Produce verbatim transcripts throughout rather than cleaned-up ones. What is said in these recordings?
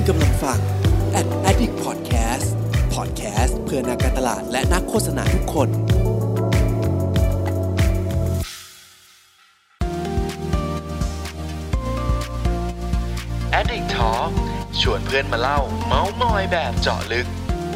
กำลังฟัง Ad Addict Podcast Podcast เพื่อนักการตลาดและนักโฆษณาทุกคน Addict Talk ชวนเพื่อนมาเล่าเม้าท์มอยแบบเจาะลึก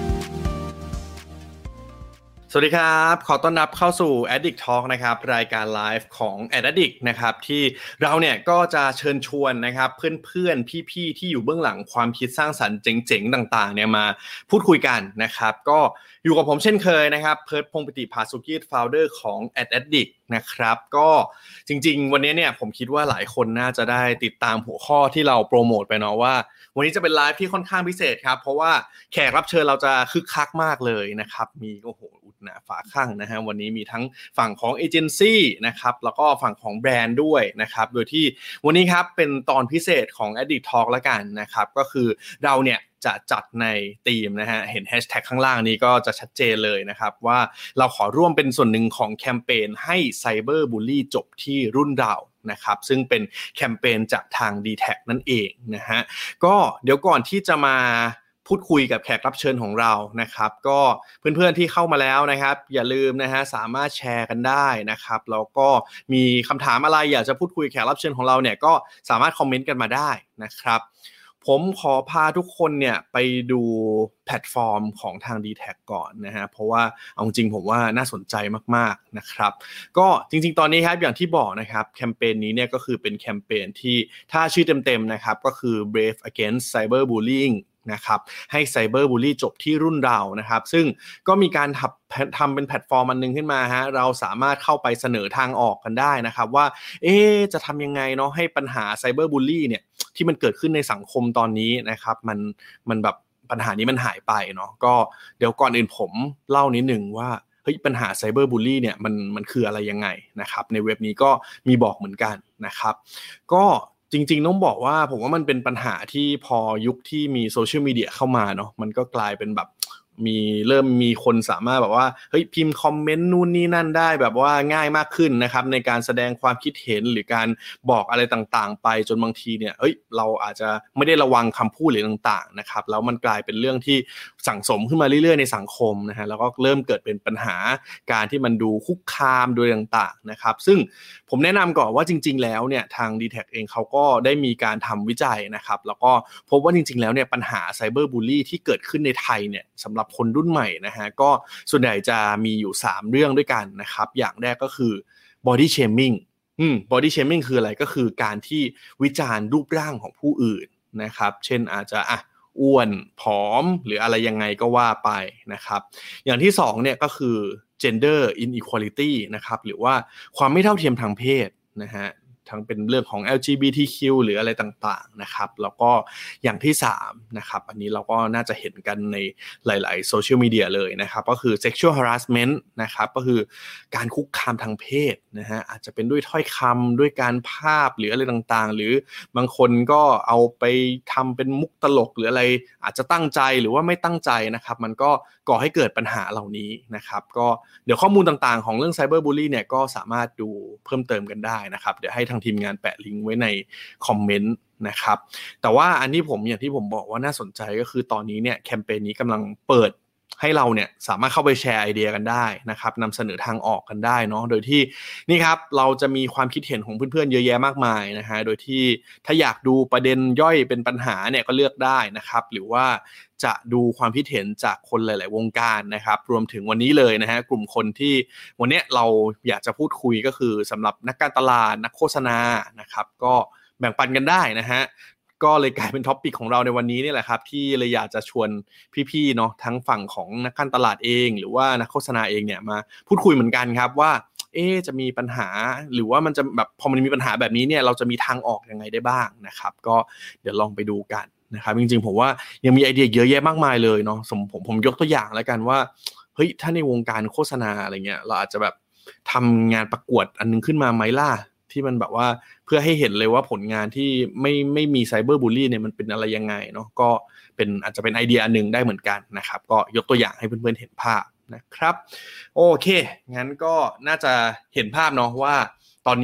สวัสดีครับขอต้อนรับเข้าสู่ Addict Talk นะครับรายการไลฟ์ของ Addict นะครับที่เราเนี่ยก็จะเชิญชวนนะครับเพื่อนๆพี่ๆที่อยู่เบื้องหลังความคิดสร้างสรรค์เจ๋งๆต่างๆเนี่ยมาพูดคุยกันนะครับก็อยู่กับผมเช่นเคยนะครับเพิร์ทพงษ์ปิติภาสุกิจ founder ของ Addict นะครับก็จริงๆวันนี้เนี่ยผมคิดว่าหลายคนน่าจะได้ติดตามหัวข้อที่เราโปรโมทไปเนาะว่าวันนี้จะเป็นไลฟ์ที่ค่อนข้างพิเศษครับเพราะว่าแขกรับเชิญเราจะคึกคักมากเลยนะครับมีโอ้โหหนาฝาข้างนะฮะวันนี้มีทั้งฝั่งของเอเจนซี่นะครับแล้วก็ฝั่งของแบรนด์ด้วยนะครับโดยที่วันนี้ครับเป็นตอนพิเศษของ Addict Talk ละกันนะครับก็คือเราเนี่ยจะจัดในธีมนะฮะเห็นแฮชแท็กข้างล่างนี้ก็จะชัดเจนเลยนะครับว่าเราขอร่วมเป็นส่วนหนึ่งของแคมเปญให้ไซเบอร์บูลลี่จบที่รุ่นเรานะครับซึ่งเป็นแคมเปญจากทาง ดี แท็ก นั่นเองนะฮะก็เดี๋ยวก่อนที่จะมาพูดคุยกับแขกรับเชิญของเรานะครับก็เพื่อนๆที่เข้ามาแล้วนะครับอย่าลืมนะฮะสามารถแชร์กันได้นะครับแล้วก็มีคำถามอะไรอยากจะพูดคุยแขกรับเชิญของเราเนี่ยก็สามารถคอมเมนต์กันมาได้นะครับผมขอพาทุกคนเนี่ยไปดูแพลตฟอร์มของทาง ดี แท็ก ก่อนนะฮะเพราะว่าเอาจริงผมว่าน่าสนใจมากๆนะครับก็จริงๆตอนนี้ครับอย่างที่บอกนะครับแคมเปญนี้เนี่ยก็คือเป็นแคมเปญที่ถ้าชื่อเต็มๆนะครับก็คือ Brave Against Cyberbullyingนะครับให้ไซเบอร์บูลลี่จบที่รุ่นเรานะครับซึ่งก็มีการทำทำเป็นแพลตฟอร์มอันนึงขึ้นมาฮะเราสามารถเข้าไปเสนอทางออกกันได้นะครับว่าเอ๊ะจะทำยังไงเนาะให้ปัญหาไซเบอร์บูลลี่เนี่ยที่มันเกิดขึ้นในสังคมตอนนี้นะครับมันมันแบบปัญหานี้มันหายไปเนาะก็เดี๋ยวก่อนอื่นผมเล่านิดนึงว่าเฮ้ยปัญหาไซเบอร์บูลลี่เนี่ยมันมันคืออะไรยังไงนะครับในเว็บนี้ก็มีบอกเหมือนกันนะครับก็จริงๆต้องบอกว่าผมว่ามันเป็นปัญหาที่พอยุคที่มีโซเชียลมีเดียเข้ามาเนาะมันก็กลายเป็นแบบมีเริ่มมีคนสามารถแบบว่าเฮ้ยพิมพ์คอมเมนต์นู่นนี่นั่นได้แบบว่าง่ายมากขึ้นนะครับในการแสดงความคิดเห็นหรือการบอกอะไรต่างๆไปจนบางทีเนี่ยเอ้ยเราอาจจะไม่ได้ระวังคำพูดหรือต่างๆนะครับแล้วมันกลายเป็นเรื่องที่สั่งสมขึ้นมาเรื่อยๆในสังคมนะฮะแล้วก็เริ่มเกิดเป็นปัญหาการที่มันดูคุกคามโดยต่างๆนะครับซึ่งผมแนะนำก่อนว่าจริงๆแล้วเนี่ยทาง ดี แท็ก เองเขาก็ได้มีการทำวิจัยนะครับแล้วก็พบว่าจริงๆแล้วเนี่ยปัญหาไซเบอร์บูลลี่ที่เกิดขึ้นในไทยเนี่ยสำหรับคนรุ่นใหม่นะฮะก็ส่วนใหญ่จะมีอยู่สามเรื่องด้วยกันนะครับอย่างแรกก็คือ body shaming อืม body shaming คืออะไรก็คือการที่วิจารณ์รูปร่างของผู้อื่นนะครับเช่นอาจจะอ่ะอ้วนผอมหรืออะไรยังไงก็ว่าไปนะครับอย่างที่สองเนี่ยก็คือ gender inequality นะครับหรือว่าความไม่เท่าเทียมทางเพศนะฮะทั้งเป็นเรื่องของ แอล จี บี ที คิว หรืออะไรต่างๆนะครับแล้วก็อย่างที่สามนะครับอันนี้เราก็น่าจะเห็นกันในหลายๆโซเชียลมีเดียเลยนะครับก็คือ sexual harassment นะครับก็คือการคุกคามทางเพศนะฮะอาจจะเป็นด้วยถ้อยคำด้วยการภาพหรืออะไรต่างๆหรือบางคนก็เอาไปทำเป็นมุกตลกหรืออะไรอาจจะตั้งใจหรือว่าไม่ตั้งใจนะครับมันก็ก่อให้เกิดปัญหาเหล่านี้นะครับก็เดี๋ยวข้อมูลต่างๆของเรื่องไซเบอร์บูลลี่เนี่ยก็สามารถดูเพิ่มเติมกันได้นะครับเดี๋ยวให้ทางทีมงานแปะลิงก์ไว้ในคอมเมนต์นะครับแต่ว่าอันที่ผมอย่างที่ผมบอกว่าน่าสนใจก็คือตอนนี้เนี่ยแคมเปญนี้กำลังเปิดให้เราเนี่ยสามารถเข้าไปแชร์ไอเดียกันได้นะครับนำเสนอทางออกกันได้เนาะโดยที่นี่ครับเราจะมีความคิดเห็นของเพื่อนๆเยอะแยะมากมายนะฮะโดยที่ถ้าอยากดูประเด็นย่อยเป็นปัญหาเนี่ยก็เลือกได้นะครับหรือว่าจะดูความคิดเห็นจากคนหลายๆวงการนะครับรวมถึงวันนี้เลยนะฮะกลุ่มคนที่วันนี้เราอยากจะพูดคุยก็คือสำหรับนักการตลาดนักโฆษณานะครับก็แบ่งปันกันได้นะฮะก็เลยกลายเป็นท็อปิกของเราในวันนี้นี่แหละครับที่เลยอยากจะชวนพี่ๆเนาะทั้งฝั่งของนักการตลาดเองหรือว่านักโฆษณาเองเนี่ยมาพูดคุยเหมือนกันครับว่าเอ๊ะจะมีปัญหาหรือว่ามันจะแบบพอมันมีปัญหาแบบนี้เนี่ยเราจะมีทางออกยังไงได้บ้างนะครับก็เดี๋ยวลองไปดูกันนะครับจริงๆผมว่ายังมีไอเดียเยอะแยะมากมายเลยเนาะสมผมผมยกตัวอย่างแล้วกันว่าเฮ้ยถ้าในวงการโฆษณาอะไรเงี้ยเราอาจจะแบบทำงานประกวดอันนึงขึ้นมาไหมล่ะที่มันแบบว่าเพื่อให้เห็นเลยว่าผลงานที่ไม่ไม่มีไซเบอร์บูลลี่เนี่ยมันเป็นอะไรยังไงเนาะก็เป็นอาจจะเป็นไอเดียอันนึงได้เหมือนกันนะครับก็ยกตัวอย่างให้เพื่อนๆเห็นภาพนะครับโอเคงั้นก็น่าจะเห็นภาพเนาะว่าตอนนี้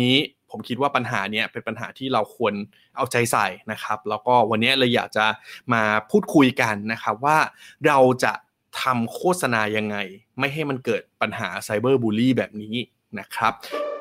ผมคิดว่าปัญหาเนี้ยเป็นปัญหาที่เราควรเอาใจใส่นะครับแล้วก็วันนี้เลยอยากจะมาพูดคุยกันนะครับว่าเราจะทำโฆษณายังไงไม่ให้มันเกิดปัญหาไซเบอร์บูลลี่แบบนี้นะครับ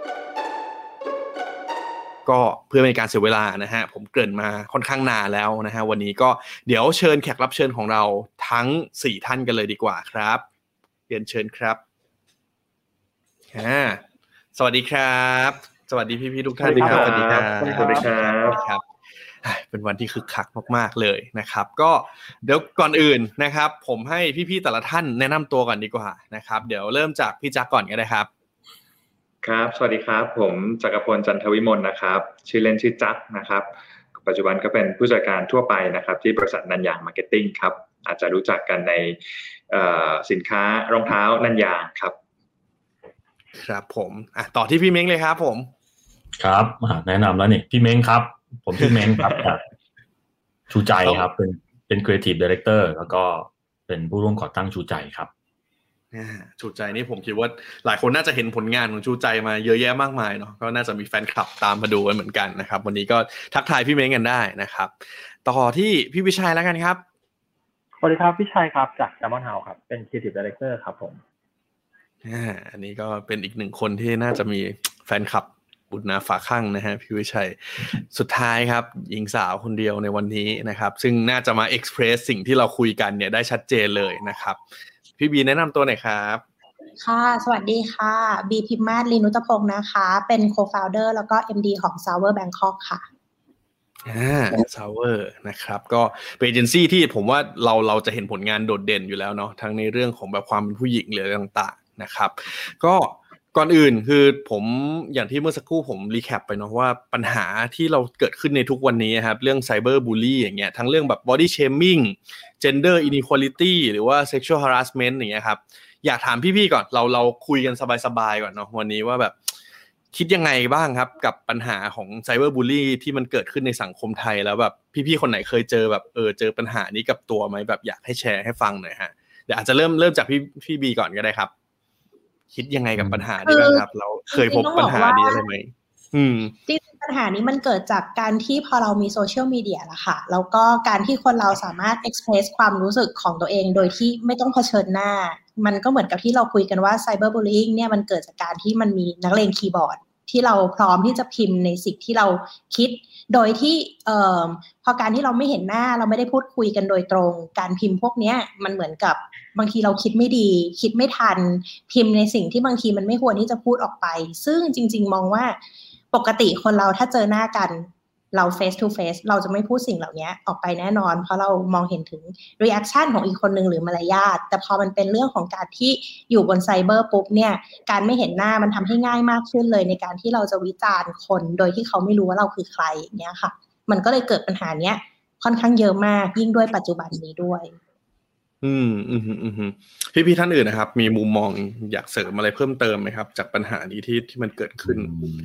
ก็เพื่อไม่ให้การเสียเวลานะฮะผมเกริ่นมาค่อนข้างนานแล้วนะฮะวันนี้ก็เดี๋ยวเชิญแขกรับเชิญของเราทั้งสี่ท่านกันเลยดีกว่าครับเรียนเชิญครับอ่าสวัสดีครับสวัสดีพี่ๆทุกท่านครับสวัสดีครับสวัสดีครับเป็นวันที่คึกคักมากๆเลยนะครับก็เดี๋ยวก่อนอื่นนะครับผมให้พี่ๆแต่ละท่านแนะนำตัวก่อนดีกว่านะครับเดี๋ยวเริ่มจากพี่จักรก่อนก็ได้ครับครับสวัสดีครับผมจักรพลจันทวิมลนะครับชื่อเล่นชื่อจักรนะครับปัจจุบันก็เป็นผู้จัดการทั่วไปนะครับที่บริษัทนันยางมาร์เก็ตติ้งครับอาจจะรู้จักกันในสินค้ารองเท้านันยางครับครับผมอ่ะต่อที่พี่เม้งเลยครับผมครับแนะนำแล้วนี่พี่เม้งครับผมชื่อเม้งครับชูใจครับเป็นเป็น Creative Director แล้วก็เป็นผู้ร่วมก่อตั้งชูใจครับชูใจนี่ผมคิดว่าหลายคนน่าจะเห็นผลงานของชูใจมาเยอะแยะมากมายเนาะก็น่าจะมีแฟนคลับตามมาดูกันเหมือนกันนะครับวันนี้ก็ทักทายพี่เม้งกันได้นะครับต่อที่พี่วิชัยแล้วกันครับสวัสดีครับพี่ชัยครับจาก Diamond House ครับเป็น Creative Director ครับผมอ่าอันนี้ก็เป็นอีกหนึ่งคนที่น่าจะมีแฟนคลับบุญนาฝาข้างนะฮะพี่วิชัยสุดท้ายครับหญิงสาวคนเดียวในวันนี้นะครับซึ่งน่าจะมาเอ็กซ์เพรสสิ่งที่เราคุยกันเนี่ยได้ชัดเจนเลยนะครับพี่บีแนะนำตัวหน่อยครับค่ะสวัสดีค่ะบีพิมมาศลีนุตพงศ์นะคะเป็น Co-founder แล้วก็ เอ็ม ดี ของ Sour Bangkok ค่ะอ่า Sour นะครับก็เป็นเอเจนซี่ที่ผมว่าเราเราจะเห็นผลงานโดดเด่นอยู่แล้วเนาะทั้งในเรื่องของแบบความเป็นผู้หญิงหรืออะไรต่างๆนะครับก็ก่อนอื่นคือผมอย่างที่เมื่อสักครู่ผมรีแคปไปเนาะว่าปัญหาที่เราเกิดขึ้นในทุกวันนี้ครับเรื่องไซเบอร์บูลลี่อย่างเงี้ยทั้งเรื่องแบบ body shaming gender inequality หรือว่า sexual harassment อย่างเงี้ยครับอยากถามพี่ๆก่อนเราเราคุยกันสบายๆก่อนเนาะวันนี้ว่าแบบคิดยังไงบ้างครับกับปัญหาของไซเบอร์บูลลี่ที่มันเกิดขึ้นในสังคมไทยแล้วแบบพี่ๆคนไหนเคยเจอแบบเออเจอปัญหานี้กับตัวไหมแบบอยากให้แชร์ให้ฟังหน่อยฮะเดี๋ยวอาจจะเริ่มเริ่มจากพี่พี่บีก่อนก็ได้ครับคิดยังไงกับปัญหานี้บ้างครับเราเคยพบปัญหานี้อะไรไหมอืมจริงปัญหานี้มันเกิดจากการที่พอเรามีโซเชียลมีเดียละค่ะแล้วก็การที่คนเราสามารถเอ็กซ์เพรสความรู้สึกของตัวเองโดยที่ไม่ต้องเผชิญหน้ามันก็เหมือนกับที่เราคุยกันว่าไซเบอร์บูลลี่เนี่ยมันเกิดจากการที่มันมีนักเลงคีย์บอร์ดที่เราพร้อมที่จะพิมพ์ในสิ่งที่เราคิดโดยที่เอ่อพอการที่เราไม่เห็นหน้าเราไม่ได้พูดคุยกันโดยตรงการพิมพ์พวกเนี้ยมันเหมือนกับบางทีเราคิดไม่ดีคิดไม่ทันพิมพ์ในสิ่งที่บางทีมันไม่ควรที่จะพูดออกไปซึ่งจริงๆมองว่าปกติคนเราถ้าเจอหน้ากันเรา face to face เราจะไม่พูดสิ่งเหล่านี้ออกไปแน่นอนเพราะเรามองเห็นถึง reaction ของอีกคนนึงหรือมารยาทแต่พอมันเป็นเรื่องของการที่อยู่บนไซเบอร์ปุ๊บเนี่ยการไม่เห็นหน้ามันทำให้ง่ายมากขึ้นเลยในการที่เราจะวิจารณ์คนโดยที่เขาไม่รู้ว่าเราคือใครอย่างเงี้ยค่ะมันก็เลยเกิดปัญหาเนี้ยค่อนข้างเยอะมากยิ่งด้วยปัจจุบันนี้ด้วยอืมอืมอืมอืมพี่พี่ท่านอื่นนะครับมีมุมมองอยากเสริมอะไรเพิ่มเติมไหมครับจากปัญหานี้ที่ที่มันเกิดขึ้น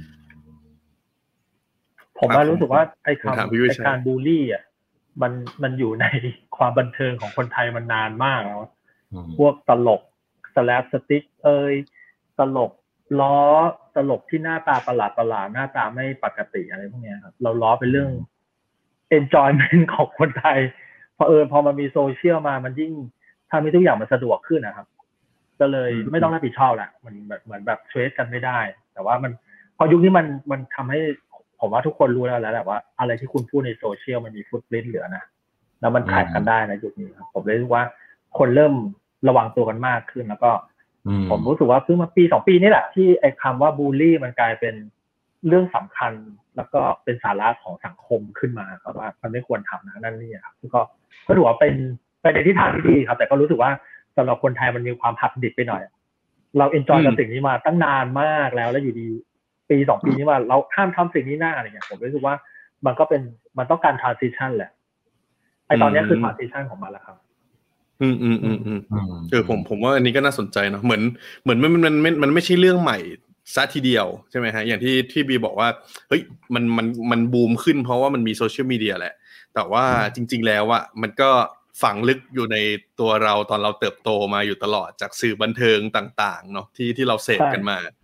ผมว่ารู้สึกว่าไอ้คำไอ้การบูลลี่อ่ะมันมันอยู่ในความบันเทิงของคนไทยมันนานมากแล้วพวกตลกสแลปสติ๊กเอ้ยตลกล้อตลกที่หน้าตาประหลาดประหลาดหน้าตาไม่ปกติอะไรพวกนี้ครับเราล้อเป็นเรื่อง enjoyment ของคนไทยพอเออพอมันมีโซเชียลมามันยิ่งทำให้ทุกอย่างมันสะดวกขึ้นนะครับก็เลยไม่ต้องรับผิดชอบแหละมันแบบเหมือนแบบเทรสกันไม่ได้แต่ว่ามันพอยุคนี้มันมันทำให้ผมว่าทุกคนรู้แล้วแหละว่าอะไรที่คุณพูดในโซเชียลมันมีฟุตพริ้นท์เหลือนะแล้วมันขายกันได้ในยุคนี้ครับผมเลยรู้ว่าคนเริ่มระวังตัวกันมากขึ้นแล้วก็ผมรู้สึกว่าเพิ่งมาปีสองปีนี่แหละที่ไอ้คำว่าบูลลี่มันกลายเป็นเรื่องสำคัญแล้วก็เป็นสาระของสังคมขึ้นมาครับว่ามันไม่ควรทำนะนั่นนี่ครับก็ก็ถือว่าเป็นไปในทิศทางที่ดีครับแต่ก็รู้สึกว่าสำหรับคนไทยมันมีความหักดิบไปหน่อยเราเอนจอยกับสิ่งนี้มาตั้งนานมากแล้วแล้วอยู่ดีปีสองปีนี้ว่าเราห้ามทำสิ่งนี้หน้าอะไรเงี้ยผมรู้สึกว่ามันก็เป็นมันต้องการ transition แหละไอตอนนี้คือ transition ของมันแล้วครับอืมอืมอืมอืมเออผมผมว่าอันนี้ก็น่าสนใจเนาะเหมือนเหมือนมันมันมันมันไม่ใช่เรื่องใหม่ซะทีเดียวใช่ไหมฮะอย่างที่ที่บีบอกว่าเฮ้ยมันมันมันบูมขึ้นเพราะว่ามันมีโซเชียลมีเดียแหละแต่ว่าจริงๆแล้วอะมันก็ฝังลึกอยู่ในตัวเราตอนเราเติบโตมาอยู่ตลอดจากสื่อบันเทิงต่างๆเนาะที่ที่เราเสพกันมา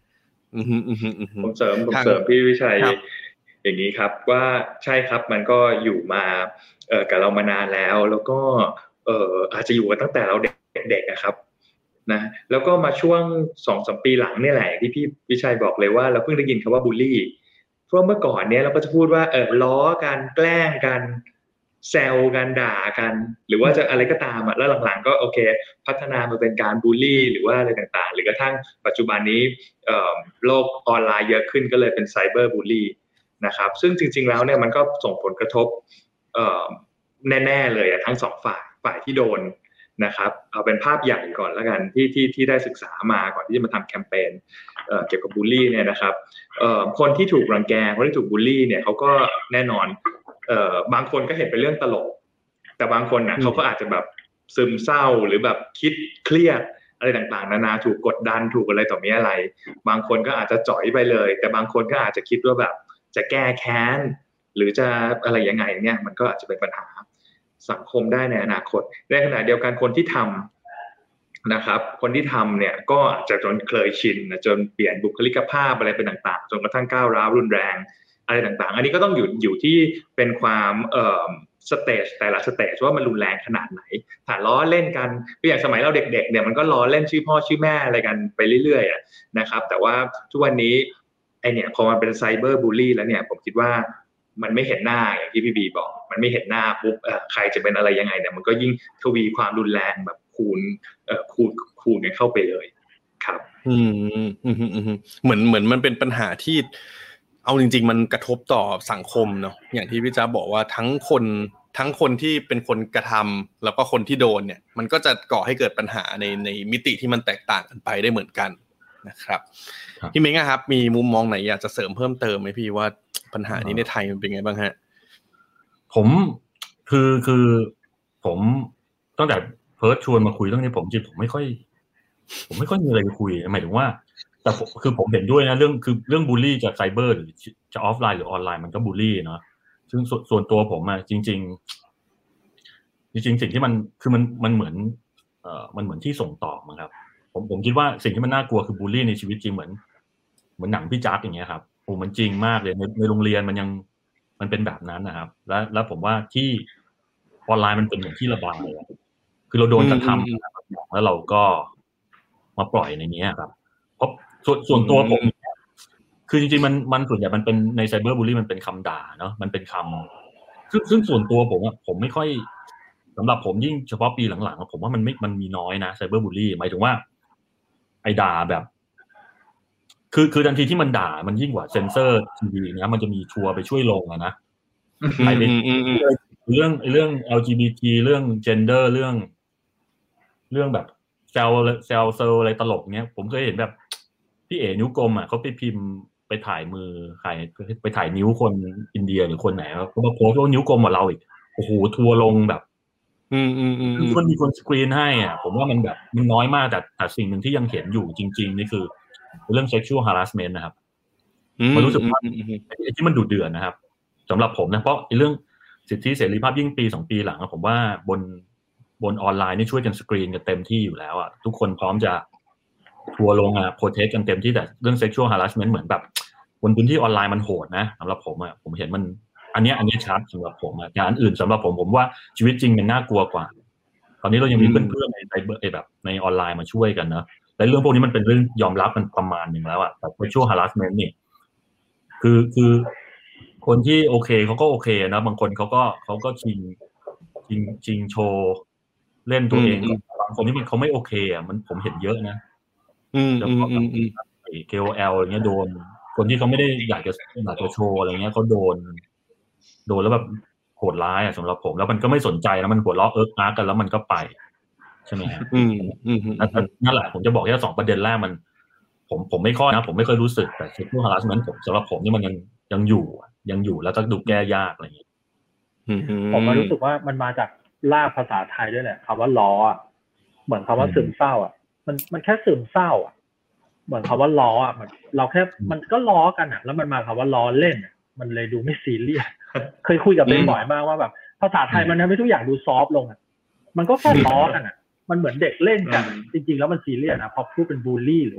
ผมเสริมผมเสริมพี่วิชัยอย่างนี้ครับว่าใช่ครับมันก็อยู่มาเอ่อกับเรามานานแล้วแล้วก็เอ่ออาจจะอยู่กันตั้งแต่เราเด็กๆนะครับนะแล้วก็มาช่วง สองถึงสาม ปีหลังนี่แหละที่พี่วิชัยบอกเลยว่าเราเพิ่งได้ยินคำว่าบูลลี่เพราะเมื่อก่อนเนี้ยเราก็จะพูดว่าเออล้อกันแกล้งกันแซวกันด่ากันหรือว่าจะอะไรก็ตามอ่ะแล้วหลังๆก็โอเคพัฒนามาเป็นการบูลลี่หรือว่าอะไรต่างๆหรือกระทั่งปัจจุบันนี้เอ่อโลกออนไลน์เยอะขึ้นก็เลยเป็นไซเบอร์บูลลี่นะครับซึ่งจริงๆแล้วเนี่ยมันก็ส่งผลกระทบเอ่อแน่ๆเลยอ่ะทั้งสองฝ่ายฝ่ายที่โดนนะครับเอาเป็นภาพใหญ่ก่อนแล้วกันที่ที่ที่ได้ศึกษามาก่อนที่จะมาทำแคมเปญเอ่อเกี่ยวกับบูลลี่เนี่ยนะครับเอ่อคนที่ถูกรังแกคนที่ถูกบูลลี่เนี่ยเขาก็แน่นอนเอ่อบางคนก็เห็นเป็นเรื่องตลกแต่บางคนน่ะเขาก็อาจจะแบบซึมเศร้าหรือแบบคิดเครียดอะไรต่างๆนานาถูกกดดันถูกอะไรต่อมีอะไรบางคนก็อาจจะจ่อยไปเลยแต่บางคนก็อาจจะคิดว่าแบบจะแก้แค้นหรือจะอะไรยังไงเนี่ยมันก็อาจจะเป็นปัญหาสังคมได้ในอนาคตในขณะเดียวกันคนที่ทำนะครับคนที่ทำเนี่ยก็อาจจะจนเคยชินจนเปลี่ยนบุคลิกภาพอะไรเป็นต่างๆจนกระทั่งก้าวร้าวรุนแรงอะไรต่างๆอันนี้ก็ต้องอยู่อยู่ที่เป็นความเอ่อสเตจแต่ละสเตจว่ามันรุนแรงขนาดไหนถ้าล้อเล่นกันก็อย่างสมัยเราเด็กๆเนี่ยมันก็ล้อเล่นชื่อพ่อชื่อแม่อะไรกันไปเรื่อยๆนะครับแต่ว่าทุกวันนี้ไอเนี่ยพอมันเป็นไซเบอร์บูลลี่แล้วเนี่ยผมคิดว่ามันไม่เห็นหน้าอย่างที่พี่บีบอกมันไม่เห็นหน้าปุ๊บใครจะเป็นอะไรยังไงเนี่ยมันก็ยิ่งทวีความรุนแรงแบบคูณเอ่อคูณคูณกันเข้าไปเลยครับอืมอืมอืมเหมือนเหมือนมันเป็นปัญหาที่เอาจริงๆมันกระทบต่อสังคมเนาะอย่างที่พี่จ๊าบอกว่าทั้งคนทั้งคนที่เป็นคนกระทำแล้วก็คนที่โดนเนี่ยมันก็จะก่อให้เกิดปัญหาในในมิติที่มันแตกต่างกันไปได้เหมือนกันนะครับพี่เม้งครับมีมุมมองไหนอยากจะเสริมเพิ่มเติมไหมพี่ว่าปัญหานี้ในไทยมันเป็นไงบ้างฮะผมคือคือผมตั้งแต่เพิร์ทชวนมาคุยเรื่องนี้ผมจริงผมไม่ค่อยผมไม่ค่อยมีอะไรจะคุยหมายถึงว่าแต่คือผมเห็นด้วยนะเรื่องคือเรื่องบูลลี่จากไซเบอร์หรือจะออฟไลน์หรือออนไลน์มันก็บูลลี่เนาะซึ่งส่วนตัวผมอะจริงๆจริงๆสิ่งที่มันคือมันมันเหมือนเอ่อมันเหมือนที่ส่งต่อมั้งครับผมผมคิดว่าสิ่งที่มันน่ากลัวคือบูลลี่ในชีวิตจริงเหมือนเหมือนหนังพี่จ๊าบอย่างเงี้ยครับโอ้มันจริงมากเลยในในโรงเรียนมันยังมันเป็นแบบนั้นนะครับแล้วแล้วผมว่าที่ออนไลน์มันเป็นเหมือนที่ระบายคือเราโดนกระทำแล้วเราก็มาปล่อยในนี้ครับเพราะส่วนส่วนตัวผมคือจริงๆมันมันส่วนใหญ่มันเป็นในไซเบอร์บูลลี่มันเป็นคำด่าเนาะมันเป็นคำซึ่งซึ่งส่วนตัวผมอะผมไม่ค่อยสำหรับผมยิ่งเฉพาะปีหลังๆผมว่ามันไม่มันมีน้อยนะไซเบอร์บูลลี่หมายถึงว่าไอ้ด่าแบบคือคือทันทีที่มันด่ามันยิ่งกว่าเซ็นเซอร์ทีวีนะมันจะมีทัวร์ไปช่วยลงอะนะไอ้เรื่องเรื่อง แอล จี บี ที เรื่อง gender เรื่องเรื่องแบบแซวแซวเซลอะไรตลกเนี้ยผมเคยเห็นแบบพี่เอ๋นิ้วกลมอ่ะเขาไปพิมพ์ไปถ่ายมือใครไปถ่ายนิ้วคนอินเดียหรือคนไหนเขามาโพสต์ว่านิ้วกลมกว่าเราอีกโอ้โหทัวร์ลงแบบอืมอืมอืมคือคนมีคนสกรีนให้อ่ะผมว่ามันแบบมันน้อยมากแต่แต่สิ่งหนึ่งที่ยังเห็นอยู่จริงๆนี่คือเรื่อง sexual harassment นะครับมันรู้สึกว่าไอ้ที่มันดุเดือดนะครับสำหรับผมนะเพราะไอ้เรื่องสิทธิเสรีภาพยิ่งปีสองปีหลังผมว่าบนบนออนไลน์นี่ช่วยกันสกรีนกันเต็มที่อยู่แล้วอ่ะทุกคนพร้อมจะทัวร์ลงอ่ะโปรเทคกันเต็มที่แต่เรื่อง sexual harassment เหมือนแบบบนพื้นที่ออนไลน์มันโหดนะสำหรับผมอ่ะผมเห็นมันอันนี้อันนี้ชัดสำหรับผมอ่ะอย่างอื่นสำหรับผมผมว่าชีวิตจริงมันน่ากลัวกว่าตอนนี้เรายังมีเพื่อนๆในไซเบอร์แบบในออนไลน์มาช่วยกันนะแต่เรื่องพวกนี้มันเป็นเรื่องยอมรับมันประมาณหนึ่งแล้วอ่ะแต่ sexual harassment นี่คือคือคนที่โอเคเขาก็โอเคนะบางคนเขาก็เขาก็ชิงชิงชิงโชว์เล่นตัวเองบางคนที่มันเขาไม่โอเคอ่ะมันผมเห็นเยอะนะอืมอืมอืมอืมเค โอ แอล อย่างเงี้ยโดนคนที่เขาไม่ได้อยากจะอยากจะโชว์อะไรเงี้ยเขาโดนโดนแล้วแบบโหดร้ายอ่ะสำหรับผมแล้วมันก็ไม่สนใจแล้วมันหัวเราะเอิ๊กอาร์กกันแล้วมันก็ไปใช่ไหมครับอืมอืมนั่นแหละผมจะบอกแค่สองประเด็นแรกมันผมผมไม่ค่อยนะผมไม่เคยรู้สึกแต่ sexual harassment ผมสำหรับผมนี่มันยังยังอยู่ยังอยู่แล้วก็ดูแก้ยากอะไรอย่างเงี้ยผมก็รู้สึกว่ามันมาจากรากภาษาไทยด้วยแหละคำว่าล้ออ่ะเหมือนคำว่าซึมเศร้าอ่ะมันมันแค่ซึมเศร้าอ่ะเหมือนคำว่าล้ออ่ะมันเราแค่มันก็ล้อกันอ่ะแล้วมันมาคำว่าล้อเล่นมันเลยดูไม่ซีเรียสเคยคุยกับเบนบ่อยมากว่าแบบภาษาไทยมันทำให้ทุกอย่างดูซอฟต์ลงอ่ะมันก็แค่ล้อกันอ่ะมันเหมือนเด็กเล่นกันจริงๆแล้วมันซีเรียสนะพอพูดเป็นบูลลี่หรือว่า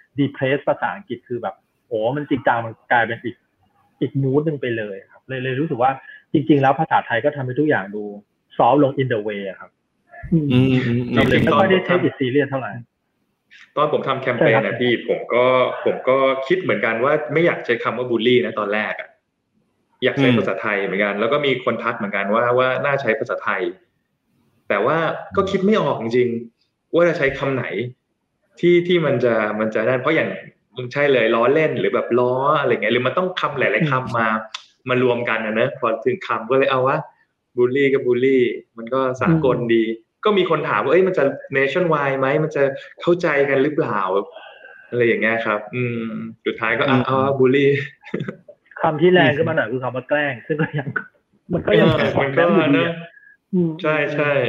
depress ภาษาอังกฤษคือแบบโอ้มันจริงจังมันกลายเป็นอีกอีกมูดนึงไปเลยครับเลยเลยรู้สึกว่าจริงๆแล้วภาษาไทยก็ทำให้ทุกอย่างดูซอฟต์ลง in the way ครับอืมเราเลยไม่ค่อยได้ใช้อิซีเรียสเท่าไหร่ตอนผมทำแคมเปญนะพี่ผมก็ผมก็คิดเหมือนกันว่าไม่อยากใช้คำว่าบูลลี่นะตอนแรกอ่ะอยากใช้ภาษาไทยเหมือนกันแล้วก็มีคนทักเหมือนกันว่าว่าน่าใช้ภาษาไทยแต่ว่าก็คิดไม่ออกจริงๆว่าจะใช้คำไหนที่ที่มันจะมันจะได้เพราะอย่างมึงใช่เลยล้อเล่นหรือแบบล้ออะไรเงี้ยหรือมันต้องคำหลายๆคำมามารวมกันนะเนอะพอถึงคำก็เลยเอาว่าบูลลี่กับบูลลี่มันก็สากลดีก็มีคนถามว่าเอ้ยมันจะ nationwide ไหมมันจะเข้าใจกันหรือเปล่าอะไรอย่างเงี้ยครับอืมสุดท้ายก็เอาบูลลี่คำที่แรงขึ้นมาหน่อยคือคำว่าแกล้งซึ่งก็ยังมันก็ยังมันก็นะใช่ใช่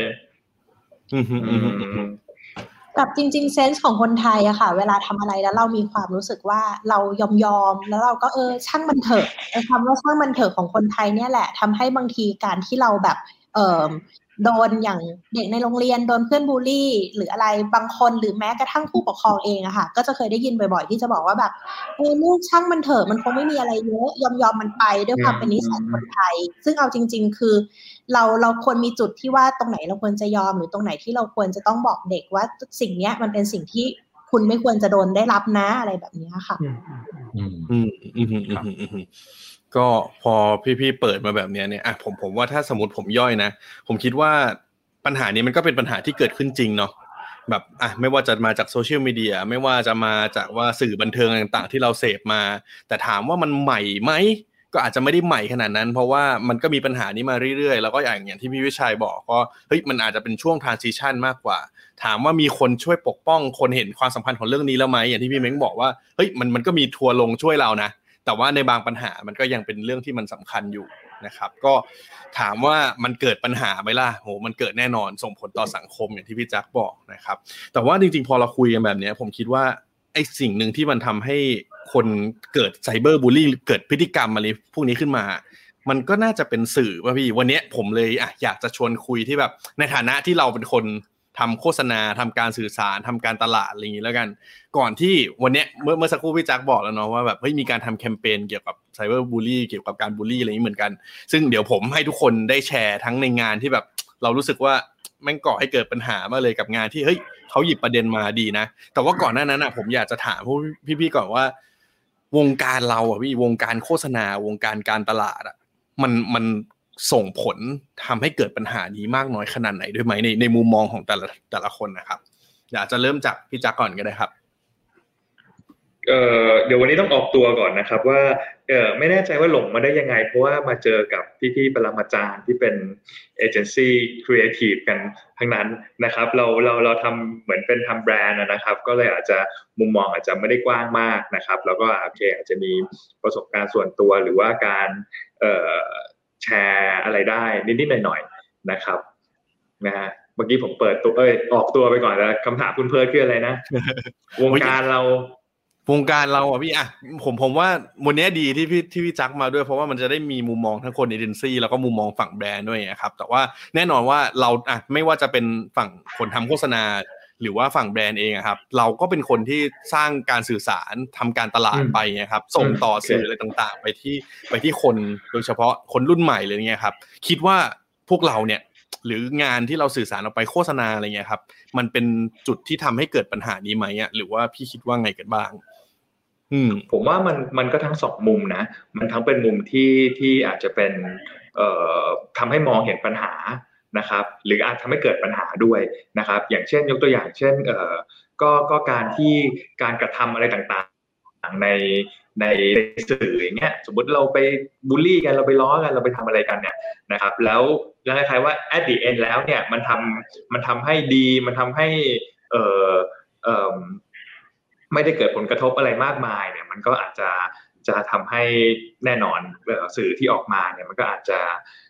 กับจริงๆเซนส์ของคนไทยอะค่ะเวลาทำอะไรแล้วเรามีความรู้สึกว่าเรายอมยอมแล้วเราก็เออช่างมันเถอะไอ้คำว่าช่างมันเถอะของคนไทยเนี่ยแหละทำให้บางทีการที่เราแบบเอ่อโดนอย่างเด็กในโรงเรียนโดนเพื่อนบูลลี่หรืออะไรบางคนหรือแม้กระทั่งผู้ปกครองเองอะค่ะก็จะเคยได้ยินบ่อยๆที่จะบอกว่าแบบเออลูกช่างมันเถอะมันคงไม่มีอะไรเยอะยอมยอมมันไปด้วยความเป็นนิสัยคนไทยซึ่งเอาจริงๆคือเราเราควรมีจุดที่ว่าตรงไหนเราควรจะยอมหรือตรงไหนที่เราควรจะต้องบอกเด็กว่าสิ่งเนี้ยมันเป็นสิ่งที่คุณไม่ควรจะโดนได้รับนะอะไรแบบนี้ค่ะอืมอืมอืมอืมก็พอพี่ๆเปิดมาแบบนี้เนี่ยอ่ะผมผมว่าถ้าสมมติผมย่อยนะผมคิดว่าปัญหานี้มันก็เป็นปัญหาที่เกิดขึ้นจริงเนาะแบบอ่ะไม่ว่าจะมาจากโซเชียลมีเดียไม่ว่าจะมาจากว่าสื่อบันเทิงต่างๆที่เราเสพมาแต่ถามว่ามันใหม่ไหมก็อาจจะไม่ได้ใหม่ขนาดนั้นเพราะว่ามันก็มีปัญหานี้มาเรื่อยๆแล้วก็อย่างอย่างที่พี่วิชัยบอกก็เฮ้ยมันอาจจะเป็นช่วง transition มากกว่าถามว่ามีคนช่วยปกป้องคนเห็นความสัมพันธ์ของเรื่องนี้แล้วไหมอย่างที่พี่เม้งบอกว่าเฮ้ยมันมันก็มีทัวร์ลงช่วยเรานะแต่ว่าในบางปัญหามันก็ยังเป็นเรื่องที่มันสำคัญอยู่นะครับก็ถามว่ามันเกิดปัญหาไหมล่ะโหมันเกิดแน่นอนส่งผลต่อสังคมอย่างที่พี่แจ็คบอกนะครับแต่ว่าจริงๆพอเราคุยกันแบบนี้ผมคิดว่าไอ้สิ่งหนึ่งที่มันทำให้คนเกิดไซเบอร์บูลลี่เกิดพฤติกรรมอะไรพวกนี้ขึ้นมามันก็น่าจะเป็นสื่อป่ะพี่วันนี้ผมเลยอ่ะอยากจะชวนคุยที่แบบในฐานะที่เราเป็นคนทำโฆษณาทำการสื่อสารทำการตลาดอะไรอย่างนี้แล้วกันก่อนที่วันนี้เมื่อเมื่อสักครู่พี่แจ็คบอกแล้วเนาะว่าแบบเฮ้ยมีการทำแคมเปญเกี่ยวกับไซเบอร์บูลลี่เกี่ยวกับการบูลลี่อะไรอย่างนี้เหมือนกันซึ่งเดี๋ยวผมให้ทุกคนได้แชร์ทั้งในงานที่แบบเรารู้สึกว่าแม่งก่อให้เกิดปัญหามาเลยกับงานที่เฮ้ยเขาหยิบประเด็นมาดีนะแต่ว่าก่อนหน้านั้นนะผมอยากจะถามพวกพี่ๆก่อนว่าวงการเราอ่ะพี่วงการโฆษณาวงการการตลาดอ่ะมันมันส่งผลทำให้เกิดปัญหานี้มากน้อยขนาดไหนด้วยไหมในในมุมมองของแต่ละแต่ละคนนะครับอยากจะเริ่มจากพี่จักรก่อนก็ได้ครับเอ่อเดี๋ยววันนี้ต้องออกตัวก่อนนะครับว่าเอ่อไม่แน่ใจว่าหลงมาได้ยังไงเพราะว่ามาเจอกับพี่ๆปรมาจารย์ที่เป็นเอเจนซี่ครีเอทีฟกันทั้งนั้นนะครับเราเราเราทำเหมือนเป็นทำแบรนด์นะครับก็เลยอาจจะมุมมองอาจจะไม่ได้กว้างมากนะครับแล้วก็โอเคอาจจะมีประสบการณ์ส่วนตัวหรือว่าการเอ่อแชร์อะไรได้นิดๆหน่อยๆนะครับนะฮะเมื่อกี้ผมเปิดตัวเอ้ยออกตัวไปก่อนแล้วคำถามคุณเพิร์ทคืออะไรนะ วงการเราวงการเราอ่ะพี่อ่ะผมผมว่าวันนี้ดีที่พี่ที่พี่จักมาด้วยเพราะว่ามันจะได้มีมุมมองทั้งคนเอเจนซี่แล้วก็มุมมองฝั่งแบรนด์ด้วยนะครับแต่ว่าแน่นอนว่าเราอ่ะไม่ว่าจะเป็นฝั่งคนทำโฆษณาหรือว่าฝั่งแบรนด์เองครับเราก็เป็นคนที่สร้างการสื่อสารทำการตลาดไปนะครับส่งต่อสื่ออะไรต่างๆไปที่ไปที่คนโดยเฉพาะคนรุ่นใหม่เลยเนี่ยครับคิดว่าพวกเราเนี่ยหรืองานที่เราสื่อสารออกไปโฆษณาอะไรเงี้ยครับมันเป็นจุดที่ทำให้เกิดปัญหานี้ไหมอ่ะหรือว่าพี่คิดว่าไงกันบ้างอืมผมว่ามันมันก็ทั้งสองมุมนะมันทั้งเป็นมุมที่ที่อาจจะเป็นเอ่อทำให้มองเห็นปัญหานะครับหรืออาจทำให้เกิดปัญหาด้วยนะครับอย่างเช่นยกตัวอย่างเช่นเอ่อก็ก็การที่การกระทำอะไรต่างๆในในสื่ออย่างเงี้ยสมมติเราไปบูลลี่กันเราไปล้อกันเราไปทำอะไรกันเนี่ยนะครับแล้วแล้วคล้ายๆว่า at the end แล้วเนี่ยมันทำมันทำให้ดีมันทำให้เอ่อเอ่อไม่ได้เกิดผลกระทบอะไรมากมายเนี่ยมันก็อาจจะจะทำให้แน่นอนสื่อที่ออกมาเนี่ยมันก็อาจจะ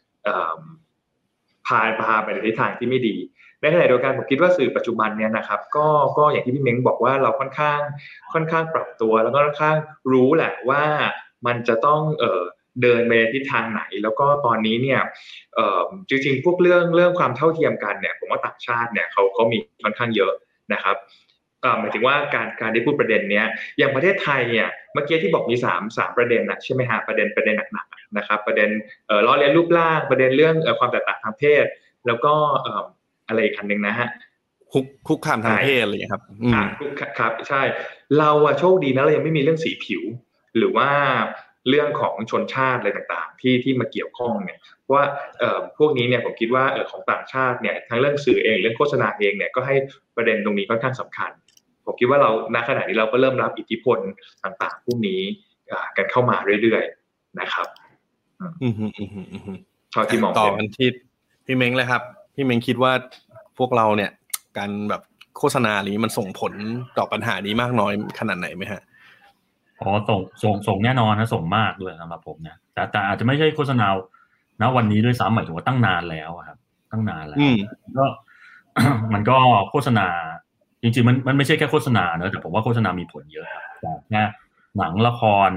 พาพาไปในทิศทางที่ไม่ดีในขณะเดียวกันผมคิดว่าสื่อปัจจุบันเนี่ยนะครับก็ก็อย่างที่พี่เม้งบอกว่าเราค่อนข้างค่อนข้างปรับตัวแล้วก็ค่อนข้างรู้แหละว่ามันจะต้องเอ่อเดินไปในทิศทางไหนแล้วก็ตอนนี้เนี่ยเอ่อจริงๆพวกเรื่องเรื่องความเท่าเทียมกันเนี่ยผมว่าต่างชาติเนี่ยเขาเขามีค่อนข้างเยอะนะครับอ่าหมายถึงว่าการการได้พูดประเด็นเนี้ยอย่างประเทศไทยเนี่ยเมื่อกี้ที่บอกมีสามสามประเด็นนะใช่ไหมฮะประเด็นประเด็นหนักๆนะครับประเด็นเอ่อล้อเลียนรูปร่างประเด็นเรื่องเอ่อความแตกต่างทางเพศแล้วก็เอ่ออะไรอีกอันนึงนะฮะคุกคุกคามทางเพศอะไรอย่างเงี้ยครับอ่าคุกครับใช่เราอะโชคดีนะเรายังไม่มีเรื่องสีผิวหรือว่าเรื่องของชนชาติอะไรต่างๆที่ที่มาเกี่ยวข้องเนี่ยเพราะว่าเอ่อพวกนี้เนี่ยผมคิดว่าเอ่อของต่างชาติเนี่ยทั้งเรื่องสื่อเองเรื่องโฆษณาเองเนี่ยก็ให้ประเด็นตรงนี้ค่อนข้างสำคัญผมคิดว่าเราณขณะนี้เราก็เริ่มรับอิทธิพลต่างๆพวกนี้กันเข้ามาเรื่อยๆนะครับอืมอืมอืมอืมเท่าที่มองต่อกันที่พี่เม้งเลยครับพี่เม้งคิดว่าพวกเราเนี่ยการแบบโฆษณานี้มันส่งผลต่อปัญหานี้มากน้อยขนาดไหนไหมฮะอ๋อส่งส่งส่งแน่นอนนะส่งมากด้วยสำหรับผมนะแต่แต่อาจจะไม่ใช่โฆษณาณวันนี้ด้วยซ้ำหมายถึงว่าตั้งนานแล้วครับตั้งนานแล้วก็มันก็โฆษณาจริงๆมันมันไม่ใช่แค่โฆษณาเนอะแต่ผมว่าโฆษณามีผลเยอะครับแต่แค่หนังละคร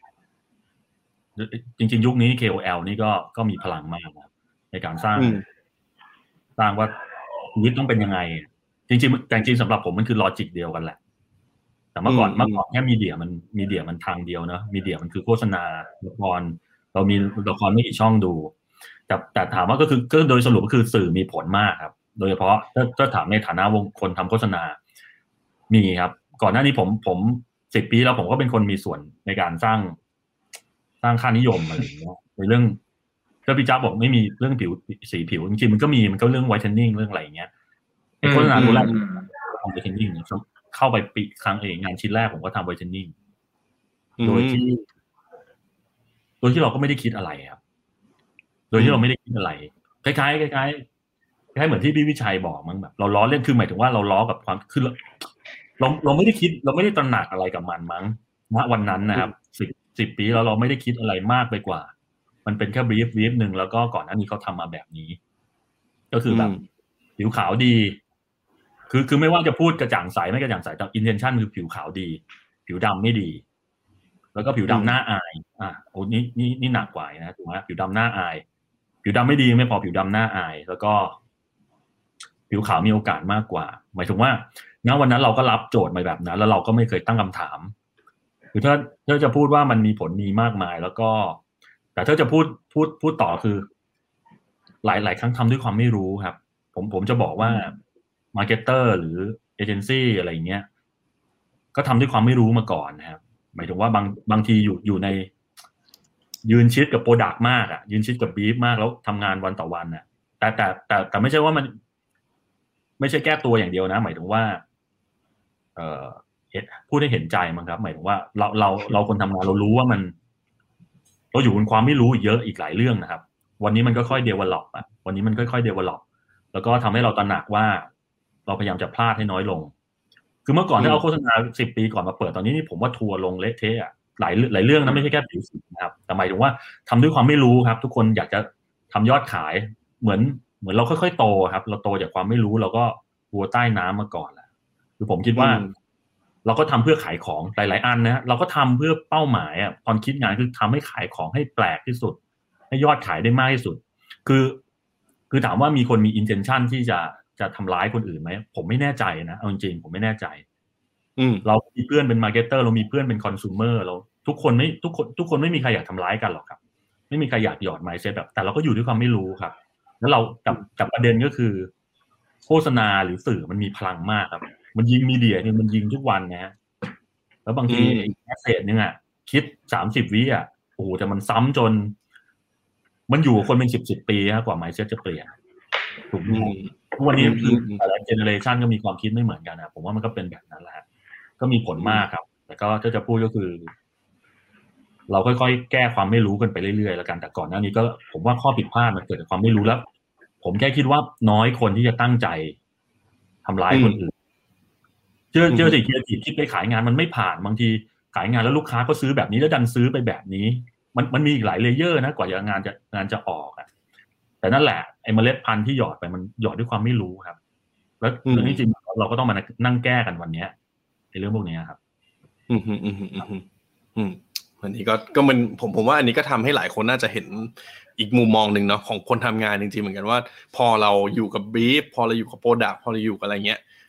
จริงๆยุคนี้ เค โอ แอล นี่ก็ก็มีพลังมากนะในการสร้างสร้างว่าชีวิตต้องเป็นยังไงจริงๆแต่จริงๆสำหรับผมมันคือลอจิกเดียวกันแหละแต่เมื่อก่อนเมื่อก่อนแค่มีเดียมันมีเดียมันทางเดียวนะมีเดียมันคือโฆษณาละครเรามีละครไม่กี่ช่องดูแต่แต่ถามว่าก็คือก็โดยสรุปก็คือสื่อมีผลมากครับโดยเฉพาะถ้าถ้าถามในฐานะวงคนทำโฆษณามีครับก่อนหน้านี้ผมผมสิบปีแล้วผมก็เป็นคนมีส่วนในการสร้างสร้างค่านิยมอะไรอย่างเงี้ยในเรื่องถ้าพี่จ๊าบอกไม่มีเรื่องผิวสีผิวจริงๆมันก็มีมันก็เรื่องไวท์เทนนิ่งเรื่องอะไรอย่างเงี้ยโฆษณาตัวแรกทำไวท์เทนนิ่งเข้าไปปีครั้งเองงานชิ้นแรกผมก็ทำไวท์เทนนิ่งโดยที่โดยที่เราก็ไม่ได้คิดอะไรครับโดยที่เราไม่ได้คิดอะไรคล้ายๆคล้ายๆคล้ายๆเหมือนที่พี่วิชัยบอกมั้งแบบเราล้อเล่นคือหมายถึงว่าเราล้อกับความคือเราเราไม่ได้คิดเราไม่ได้ตระหนักอะไรกับมันมั้งณวันนั้นนะครับสิบสิบปีแล้วเราไม่ได้คิดอะไรมากไปกว่ามันเป็นแค่บรีฟบรีฟนึงแล้วก็ก่อนหน้านี้เขาทำมาแบบนี้ก็คือแบบผิวขาวดีคือคือไม่ว่าจะพูดกระจ่างใสไม่กระจ่างใสแต่ intention คือผิวขาวดีผิวดำไม่ดีแล้วก็ผิวดำหน้าอายอ่ะโอ้นี่นี่นี่หนักกว่านะถูกไหมผิวดำหน้าอายผิวดำไม่ดีไม่พอผิวดำหน้าอายแล้วก็ผิวขาวมีโอกาสมากกว่าหมายถึงว่าณวันนั้นเราก็รับโจทย์มาแบบนั้นแล้วเราก็ไม่เคยตั้งคำถามคือถ้าถ้าจะพูดว่ามันมีผลมีมากมายแล้วก็แต่ถ้าจะพูดพูดพูดต่อคือหลายหลายครั้งทำด้วยความไม่รู้ครับผมผมจะบอกว่ามาร์เก็ตเตอร์หรือเอเจนซี่อะไรเงี้ยก็ทำด้วยความไม่รู้มาก่อนนะครับหมายถึงว่าบางบางทีอยู่อยู่ในยืนชิดกับโปรดักต์มากอ่ะยืนชิดกับบีฟมากแล้วทำงานวันต่อวันอ่ะแต่แต่แต่แต่ไม่ใช่ว่ามันไม่ใช่แก้ตัวอย่างเดียวนะหมายถึงว่าเอ่อพูดให้เห็นใจมั้งครับหมายถึงว่าเราเราเราคนทำงานเรารู้ว่ามันเราอยู่บนความไม่รู้เยอะอีกหลายเรื่องนะครับวันนี้มันก็ค่อย develop อ่ะวันนี้มันค่อยๆ develop แล้วก็ทำให้เราตระหนักว่าเราพยายามจะพลาดให้น้อยลงคือเมื่อก่อนถ้าเอาโฆษณาสิบปีก่อนมาเปิดตอนนี้นี่ผมว่าทัวร์ลงเละเทะอ่ะหลายหลายเรื่องนะไม่ใช่แค่ผิวสีนะครับแต่หมายถึงว่าทำด้วยความไม่รู้ครับทุกคนอยากจะทำยอดขายเหมือนเหมือนเราค่อยๆโตครับเราโตจากความไม่รู้เราก็วัวใต้น้ำมาก่อนแหละคือผมคิดว่าเราก็ทำเพื่อขายของหลายๆอันนะเราก็ทำเพื่อเป้าหมายอ่ะตอนคิดงานคือทำให้ขายของให้แปลกที่สุดให้ยอดขายได้มากที่สุดคือคือถามว่ามีคนมี intention ที่จะจะทำร้ายคนอื่นไหมผมไม่แน่ใจนะเอาจริงๆผมไม่แน่ใจเรามีเพื่อนเป็นมาร์เก็ตเตอร์เรามีเพื่อนเป็นคอน sumer เราทุกคนไม่ทุกคนทุกคนไม่มีใครอยากทำร้ายกันหรอกครับไม่มีใครอยากหยอด mindset แบบแต่เราก็อยู่ด้วยความไม่รู้ครับแล้วเรากับกับประเด็นก็คือโฆษณาหรือสื่อมันมีพลังมากครับมันยิงมีเดียเนี่ยมันยิงทุกวันนะฮะแล้วบางทีแอสเซทนึงอ่ะคิดสามสิบวิอ่ะโอ้โหแต่มันซ้ำจนมันอยู่คนเป็นสิบสิบปีกว่า mindset จะเปลี่ยนถูกไหมทุกวันนี้คือแต่ละเจเนอเรชันก็มีความคิดไม่เหมือนกันนะผมว่ามันก็เป็นแบบนั้นแหละก็มีผลมากครับแต่ก็ถ้าจะพูดก็คือเราค่อยๆแก้ความไม่รู้กันไปเรื่อยๆแล้วกันแต่ก่อนหน้านี้ก็ผมว่าข้อผิดพลาดมันเกิดจากความไม่รู้แล้วผมแค่คิดว่าน้อยคนที่จะตั้งใจทำร้ายคนอื่นเจอเจอสิเคียร์ทีคิดไปขายงานมันไม่ผ่านบางทีขายงานแล้วลูกค้าก็ซื้อแบบนี้แล้วดันซื้อไปแบบนี้มันมันมีอีกหลายเลเยอร์นะกว่าจะงานจะงานจะออกอ่ะแต่นั่นแหละไอ้เมล็ดพันธุ์ที่หยอดไปมันหยอดด้วยความไม่รู้ครับแล้วจริงๆเราก็ต้องมานั่งแก้กันวันนี้ในเรื่องพวกนี้ครับอืมอืมอืมอืมอืมอันนี้ก็ก็มันผมผมว่าอันนี้ก็ทำให้หลายคนน่าจะเห็นอีกมุมมองนึงเนาะของคนทำงานจริงๆเหมือนกันว่าพอเราอยู่กับบรีฟพอเราอยู่กับโปรดักต์พอเราอยู่กับอะไรเงี้ย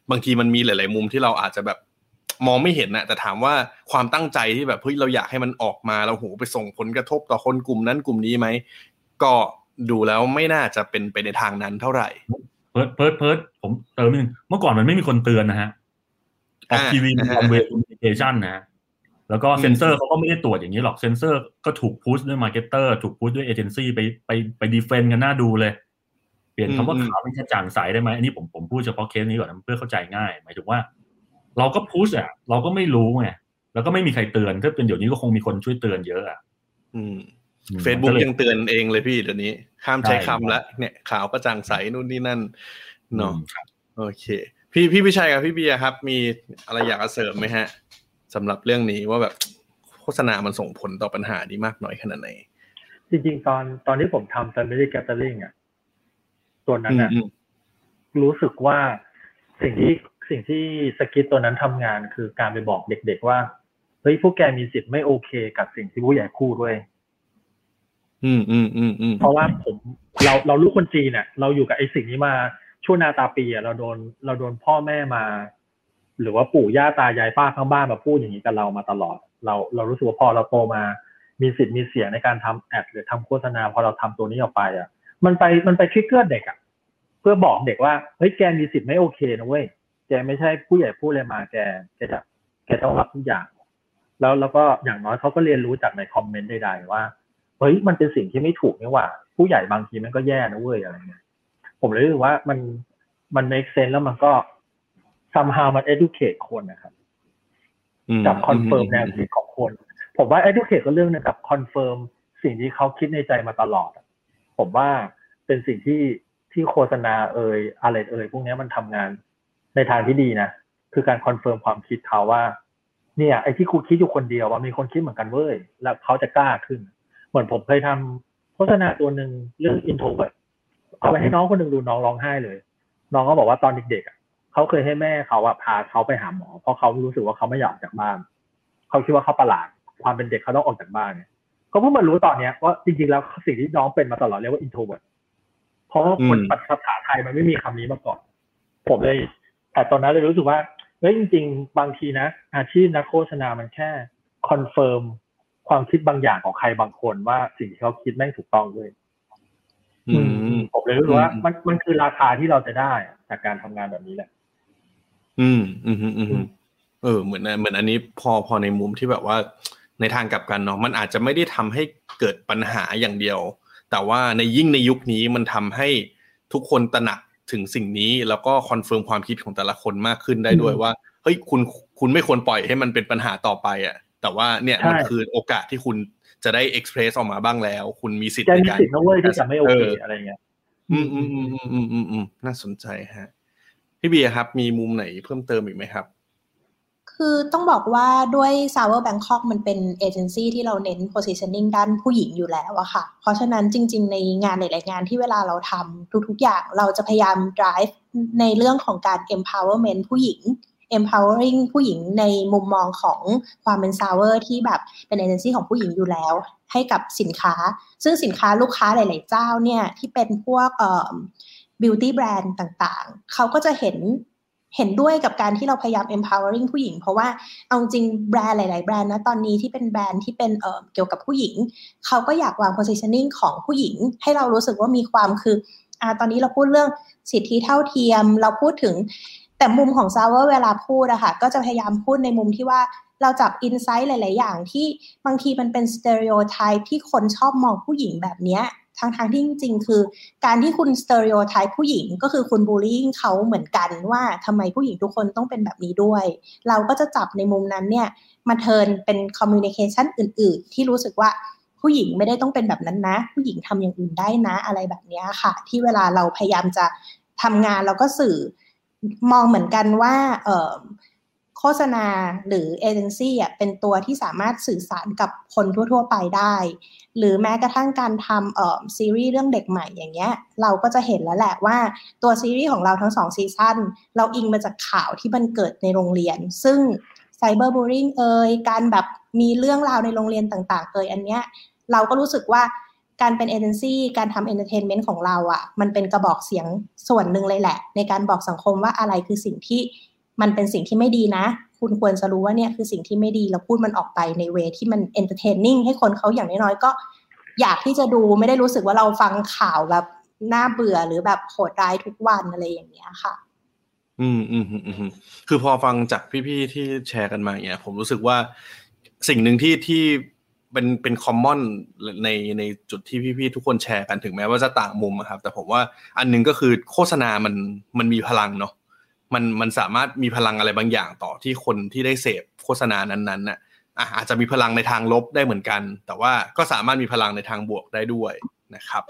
บางทีมันมีหลายๆมุมที่เราอาจจะแบบมองไม่เห็นนะแต่ถามว่าความตั้งใจที่แบบเฮ้ยเราอยากให้มันออกมาแล้วโหไปส่งผลกระทบต่อคนกลุ่มนั้นกลุ่มนี้ไหมก็ดูแล้วไม่น่าจะเป็นไปในทางนั้นเท่าไหร่เพิร์ดเพิร์ดเพิร์ดผมเติมนิดนึงเมื่อก่อนมันไม่มีคนเตือนนะฮะออกทีวีมีคอมเวอร์คอมมิวนิเคชันนะแล้วก็เซ็นเซอร์เขาก็ไม่ได้ตรวจอย่างนี้หรอกเซ็นเซอร์ก็ถูกพุชด้วยมาร์เก็ตเตอร์ถูกพุชด้วยเอเจนซี่ไปไปไปดีเฟนต์กันหน้าดูเลยเปลี่ยนคำว่าข่าวเป็นกระจ่างใสได้ไหมอันนี้ผมผมพูดเฉพาะเคสนี้ก่อนเพื่อเข้าใจง่ายหมายถึงว่าเราก็พุชอ่ะเราก็ไม่รู้ไงแล้วก็ไม่มีใครเตือนถ้าเป็นเดี๋ยวนี้ก็คงมีคนช่วยเตือนเยอะอ่ะเฟซบุ๊กยังเตือนเองเลยพี่เดี๋ยวนี้ห้ามใช้คำละเนี่ยข่าวกระจ่างใสนู่นนี่นั่นเนาะโอเคพี่พี่พิชัยกับพี่เบียร์ครับมีอะไรอยากจะเสริมไหมฮะสำหรับเรื่องนี้ว่าแบบโฆษณามันส่งผลต่อปัญหานี้มากน้อยขนาดไหนจริงๆตอนตอนที่ผมทำ Family Gathering อ่ะตัวนั้นอ่ะรู้สึกว่าสิ่งที่สิ่งที่สกิทตัวนั้นทำงานคือการไปบอกเด็กๆว่าเฮ้ยพวกแกมีสิทธิ์ไม่โอเคกับสิ่งที่ผู้ใหญ่พูดด้วยอืมอืมอืมอืมเพราะว่าผมเราเราลูกคนจีนเนี่ยเราอยู่กับไอ้สิ่งนี้มาชั่วนาตาปีอ่ะเราโดนเราโดนพ่อแม่มาหรือว่าปู่ย่าตายายป้าข้างบ้านมาพูดอย่างนี้กับเรามาตลอดเราเรารู้สึกว่าพอเราโตมามีสิทธิ์มีเสียงในการทำแอดหรือทำโฆษณาพอเราทำตัวนี้ออกไปอ่ะมันไปมันไปทริกเกอร์เด็กอ่ะเพื่อบอกเด็กว่าเฮ้ยแกมีสิทธิ์ไม่โอเคนะเว้ยแกไม่ใช่ผู้ใหญ่พูดอะไรมาแกแกจะแกต้องรับทุกอย่างแล้วแล้วก็อย่างน้อยเขาก็เรียนรู้จากในคอมเมนต์ใดๆว่าเฮ้ยมันเป็นสิ่งที่ไม่ถูกนี่หว่าผู้ใหญ่บางทีมันก็แย่นะเว้ยอะไรเงี้ยผมเลยรู้สึกว่ามันมัน make sense แล้วมันก็ somehow มัน educate คนนะครับกับ confirm แนวคิดของคนผมว่า educate ก็เรื่องนึงกับ confirm สิ่งที่เขาคิดในใจมาตลอดผมว่าเป็นสิ่งที่ที่โฆษณาเอ่ยอะไรเอ่ยพวกนี้มันทำงานในทางที่ดีนะคือการ confirm ความคิดเขาว่าเนี่ยไอ้ที่กูคิดอยู่คนเดียวว่ามีคนคิดเหมือนกันเว้ยแล้วเขาจะกล้าขึ้นเหมือนผมเคยทำโฆษณาตัวหนึ่งเรื่อง introvert เอาไปให้น้องคนหนึ่งดูน้องร้องไห้เลยน้องก็บอกว่าตอนเด็กๆเขาเคยให้แม่เขาอะพาเขาไปหาหมอเพราะเขารู้สึกว่าเขาไม่อยากออกจากบ้านเขาคิดว่าเขาประหลาดความเป็นเด็กเขาต้องออกจากบ้านเนี่ยก็เพิ่งมารู้ตอนเนี้ยว่าจริงๆแล้วสิ่งที่น้องเป็นมาตลอดเรียกว่า introvert เพราะว่าคนภาษาไทยมันไม่มีคำนี้มาก่อนผมเลยแต่ตอนนั้นเลยรู้สึกว่าเฮ้ยจริงๆบางทีนะอาชีพนักโฆษณามันแค่คอนเฟิร์มความคิดบางอย่างของใครบางคนว่าสิ่งที่เขาคิดแม่งถูกต้องด้วยผมเลยรู้สึกว่ามันมันคือราคาที่เราจะได้จากการทำงานแบบนี้แหละอืมอืมอืมเออเหมือนเหมือนอันนี้พอพอในมุมที่แบบว่าในทางกลับกันเนาะมันอาจจะไม่ได้ทำให้เกิดปัญหาอย่างเดียวแต่ว่าในยิ่งในยุคนี้มันทำให้ทุกคนตระหนักถึงสิ่งนี้แล้วก็คอนเฟิร์มความคิดของแต่ละคนมากขึ้นได้ด้วยว่าเฮ้ยคุณคุณไม่ควรปล่อยให้มันเป็นปัญหาต่อไปอ่ะแต่ว่าเนี่ยมันคือโอกาสที่คุณจะได้เอ็กซ์เพรสออกมาบ้างแล้วคุณมีสิทธิ์ในการมีสิทธิ์นะเว้ยที่จะไม่โอเคอะไรเงี้ยอืมอืมอืมอืมอืมอืมน่าสนใจฮะพี่เบียร์ครับมีมุมไหนเพิ่มเติมอีกไหมครับคือต้องบอกว่าด้วย Sour Bangkok มันเป็นเอเจนซี่ที่เราเน้น positioning ด้านผู้หญิงอยู่แล้วอะค่ะเพราะฉะนั้นจริงๆในงานหลายๆงานที่เวลาเราทำทุกๆอย่างเราจะพยายาม drive ในเรื่องของการ empowerment ผู้หญิง empowering ผู้หญิงในมุมมองของความเป็น Sour ที่แบบเป็นเอเจนซี่ของผู้หญิงอยู่แล้วให้กับสินค้าซึ่งสินค้าลูกค้าหลายๆเจ้าเนี่ยที่เป็นพวกเอ่อ beauty brand ต่างๆเขาก็จะเห็นเห็นด้วยกับการที่เราพยายาม empowering ผู้หญิงเพราะว่าเอาจริงแบรนด์หลายๆแบรนด์นะตอนนี้ที่เป็นแบรนด์ที่เป็นเอ่อเกี่ยวกับผู้หญิงเขาก็อยากวาง positioning ของผู้หญิงให้เรารู้สึกว่ามีความคืออ่าตอนนี้เราพูดเรื่องสิทธิเท่าเทียมเราพูดถึงแต่มุมของ Sour เวลาพูดอะค่ะก็จะพยายามพูดในมุมที่ว่าเราจับ insight หลายๆอย่างที่บางทีมันเป็น stereotype ที่คนชอบมองผู้หญิงแบบเนี้ยทั้งๆที่จริงๆคือการที่คุณ stereotype ผู้หญิงก็คือคุณ bullying เขาเหมือนกันว่าทำไมผู้หญิงทุกคนต้องเป็นแบบนี้ด้วยเราก็จะจับในมุมนั้นเนี่ยมาเทิร์นเป็น communication อื่นๆที่รู้สึกว่าผู้หญิงไม่ได้ต้องเป็นแบบนั้นนะผู้หญิงทำอย่างอื่นได้นะอะไรแบบนี้ค่ะที่เวลาเราพยายามจะทำงานเราก็สื่อมองเหมือนกันว่าเอ่อโฆษณาหรือเอเจนซี่อ่ะเป็นตัวที่สามารถสื่อสารกับคนทั่วๆไปได้หรือแม้กระทั่งการทำเอ่อซีรีส์เรื่องเด็กใหม่อย่างเงี้ยเราก็จะเห็นแล้วแหละว่าตัวซีรีส์ของเราทั้งสองซีซั่นเราอิงมาจากข่าวที่มันเกิดในโรงเรียนซึ่งไซเบอร์บูลลิงเอ่ยการแบบมีเรื่องราวในโรงเรียนต่างๆเอ่ยอันเนี้ยเราก็รู้สึกว่าการเป็นเอเจนซี่การทำเอนเตอร์เทนเมนต์ของเราอ่ะมันเป็นกระบอกเสียงส่วนหนึ่งเลยแหละในการบอกสังคมว่าอะไรคือสิ่งที่มันเป็นสิ่งที่ไม่ดีนะคุณควรจะรู้ว่าเนี่ยคือสิ่งที่ไม่ดีแล้วพูดมันออกไปในเวที่มันเอนเตอร์เทนนิ่งให้คนเขาอย่างน้อยๆก็อยากที่จะดูไม่ได้รู้สึกว่าเราฟังข่าวแบบน่าเบื่อหรือแบบโหดร้ายทุกวันอะไรอย่างเงี้ยค่ะอืมอืมอืมอืมคือพอฟังจากพี่ๆที่แชร์กันมาเนี่ยผมรู้สึกว่าสิ่งหนึ่งที่ที่เป็นเป็นคอมมอนในในจุดที่พี่ๆทุกคนแชร์กันถึงแม้ว่าจะต่างมุมครับแต่ผมว่าอันนึงก็คือโฆษณามันมันมีพลังเนาะมันมันสามารถมีพลังอะไรบางอย่างต่อที่คนที่ได้เสพโฆษณานั้นๆน่ะอ่ะอาจจะมีพลังในทางลบได้เหมือนกันแต่ว่าก็สามารถมีพลังในทางบวกได้ด้วยนะครับ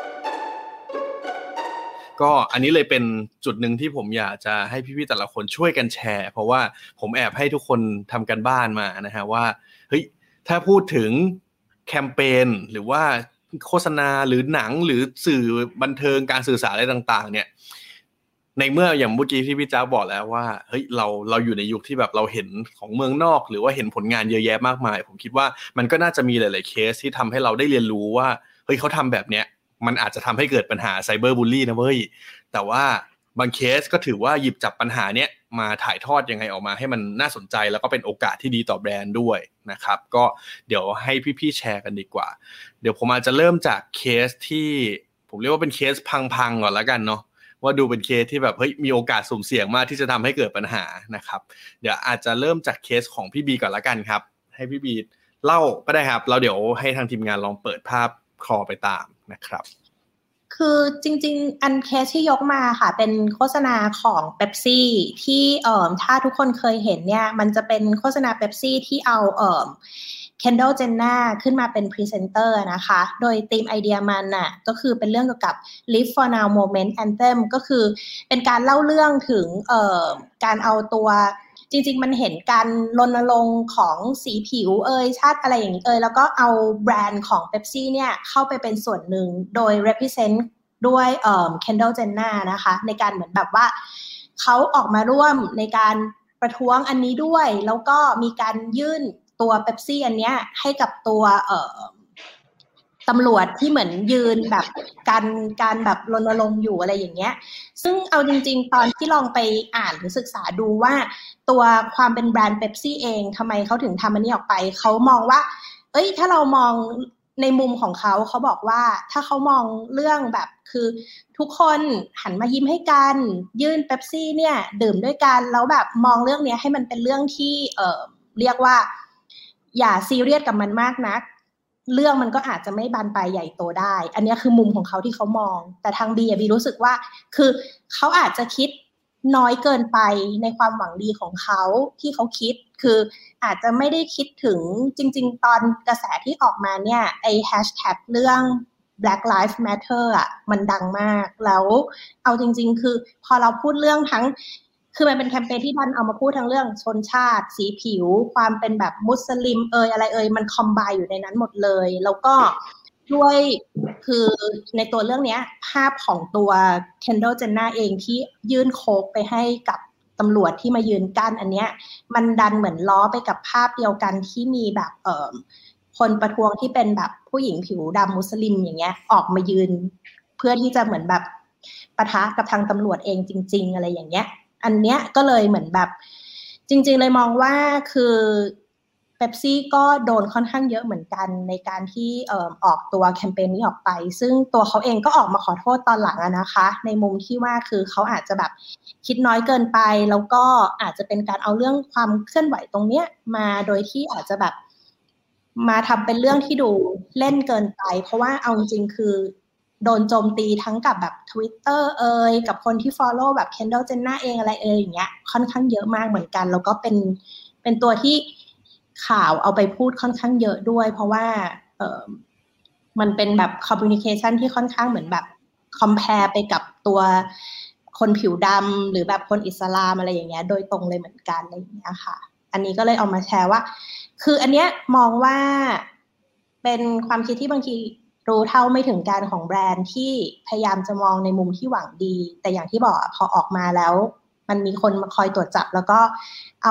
ก็อันนี้เลยเป็นจุดหนึ่งที่ผมอยากจะให้พี่ๆแต่ละคนช่วยกันแชร์เพราะว่าผมแอบให้ทุกคนทำกันบ้านมานะฮะว่าเฮ้ยถ้าพูดถึงแคมเปญหรือว่าโฆษณาหรือหนังหรือสื่อบันเทิงการสื่อสารอะไรต่างๆเนี่ยในเมื่ออย่างเมื่อกี้ที่พี่จ้าบอกแล้วว่าเฮ้ยเราเราอยู่ในยุคที่แบบเราเห็นของเมืองนอกหรือว่าเห็นผลงานเยอะแยะมากมายผมคิดว่ามันก็น่าจะมีหลายๆเคสที่ทำให้เราได้เรียนรู้ว่าเฮ้ยเขาทำแบบเนี้ยมันอาจจะทำให้เกิดปัญหาไซเบอร์บูลลี่นะเว้ยแต่ว่าบางเคสก็ถือว่าหยิบจับปัญหาเนี้ยมาถ่ายทอดยังไงออกมาให้มันน่าสนใจแล้วก็เป็นโอกาสที่ดีต่อแบรนด์ด้วยนะครับก็เดี๋ยวให้พี่ๆแชร์กันดีกว่าเดี๋ยวผมอาจจะเริ่มจากเคสที่ผมเรียกว่าเป็นเคสพังๆก่อนแล้วกันเนาะว่าดูเป็นเคสที่แบบเฮ้ยมีโอกาสสุ่มเสี่ยงมากที่จะทำให้เกิดปัญหานะครับเดี๋ยวอาจจะเริ่มจากเคสของพี่บีก่อนละกันครับให้พี่บีเล่าก็ได้ครับแล้วเดี๋ยวให้ทางทีมงานลองเปิดภาพคอไปตามนะครับคือจริงๆอันเคสที่ยกมาค่ะเป็นโฆษณาของ Pepsi ที่เอ่อถ้าทุกคนเคยเห็นเนี่ยมันจะเป็นโฆษณา Pepsi ที่เอาเอ่อ Kendall Jenner ขึ้นมาเป็นพรีเซนเตอร์นะคะโดยธีมไอเดียมันน่ะก็คือเป็นเรื่องเกี่ยวกับ Live for Now Moment Anthem ก็คือเป็นการเล่าเรื่องถึงเอ่อการเอาตัวจริงๆมันเห็นการรณรงค์ของสีผิวเอ่ยชาติอะไรอย่างนี้เอ่ยแล้วก็เอาแบรนด์ของ Pepsi เนี่ยเข้าไปเป็นส่วนหนึ่งโดย represent ด้วยเอ่อ Kendall Jenner นะคะในการเหมือนแบบว่าเขาออกมาร่วมในการประท้วงอันนี้ด้วยแล้วก็มีการยื่นตัว Pepsi อันเนี้ยให้กับตัวเอ่อตำรวจที่เหมือนยืนแบบการการแบบรณรงค์อยู่อะไรอย่างเงี้ยซึ่งเอาจริงๆตอนที่ลองไปอ่านหรือศึกษาดูว่าตัวความเป็นแบรนด์ Pepsi เองทำไมเขาถึงทำอันนี้ออกไปเขามองว่าเอ้ยถ้าเรามองในมุมของเขาเขาบอกว่าถ้าเขามองเรื่องแบบคือทุกคนหันมายิ้มให้กันยื่น Pepsi เนี่ยดื่มด้วยกันแล้วแบบมองเรื่องนี้ให้มันเป็นเรื่องที่เอ่อเรียกว่าอย่าซีเรียสกับมันมากนักเรื่องมันก็อาจจะไม่บานปลายใหญ่โตได้อันนี้คือมุมของเขาที่เขามองแต่ทางบีบีรู้สึกว่าคือเขาอาจจะคิดน้อยเกินไปในความหวังดีของเขาที่เขาคิดคืออาจจะไม่ได้คิดถึงจริงๆตอนกระแสที่ออกมาเนี่ยไอ้แฮชแท็กเรื่อง Black Lives Matter อ่ะมันดังมากแล้วเอาจริงๆคือพอเราพูดเรื่องทั้งคือมันเป็นแคมเปญที่ดันเอามาพูดทั้งเรื่องชนชาติสีผิวความเป็นแบบมุสลิมเอยอะไรเอยมันคอมไบน์อยู่ในนั้นหมดเลยแล้วก็ด้วยคือในตัวเรื่องนี้ภาพของตัว Kendall Jenner เองที่ยื่นโค้กไปให้กับตำรวจที่มายืนกั้นอันเนี้ยมันดันเหมือนล้อไปกับภาพเดียวกันที่มีแบบเอ่อคนประท้วงที่เป็นแบบผู้หญิงผิวดำมุสลิมอย่างเงี้ยออกมายืนเพื่อที่จะเหมือนแบบปะทะกับทางตำรวจเองจริงๆอะไรอย่างเงี้ยอันเนี้ยก็เลยเหมือนแบบจริงๆเลยมองว่าคือเป๊ปซี่ก็โดนค่อนข้างเยอะเหมือนกันในการที่เอ่อออกตัวแคมเปญนี้ออกไปซึ่งตัวเขาเองก็ออกมาขอโทษตอนหลังอะนะคะในมุมที่ว่าคือเขาอาจจะแบบคิดน้อยเกินไปแล้วก็อาจจะเป็นการเอาเรื่องความเคลื่อนไหวตรงเนี้ยมาโดยที่อาจจะแบบมาทำเป็นเรื่องที่ดูเล่นเกินไปเพราะว่าเอาจริงๆคือโดนโจมตีทั้งกับแบบ Twitter เอ่ยกับคนที่ follow แบบ Kendall Jenner เองอะไรเอ่ยอย่างเงี้ยค่อนข้างเยอะมากเหมือนกันแล้วก็เป็นเป็นตัวที่ข่าวเอาไปพูดค่อนข้างเยอะด้วยเพราะว่าเอ่อมันเป็นแบบ communication ที่ค่อนข้างเหมือนแบบ compare ไปกับตัวคนผิวดำหรือแบบคนอิสลามอะไรอย่างเงี้ยโดยตรงเลยเหมือนกันอะไรอย่างเงี้ยค่ะอันนี้ก็เลยเอามาแชร์ว่าคืออันเนี้ยมองว่าเป็นความคิดที่บางทีรู้เท่าไม่ถึงการของแบรนด์ที่พยายามจะมองในมุมที่หวังดีแต่อย่างที่บอกพอออกมาแล้วมันมีคนมาคอยตรวจจับแล้วก็เอา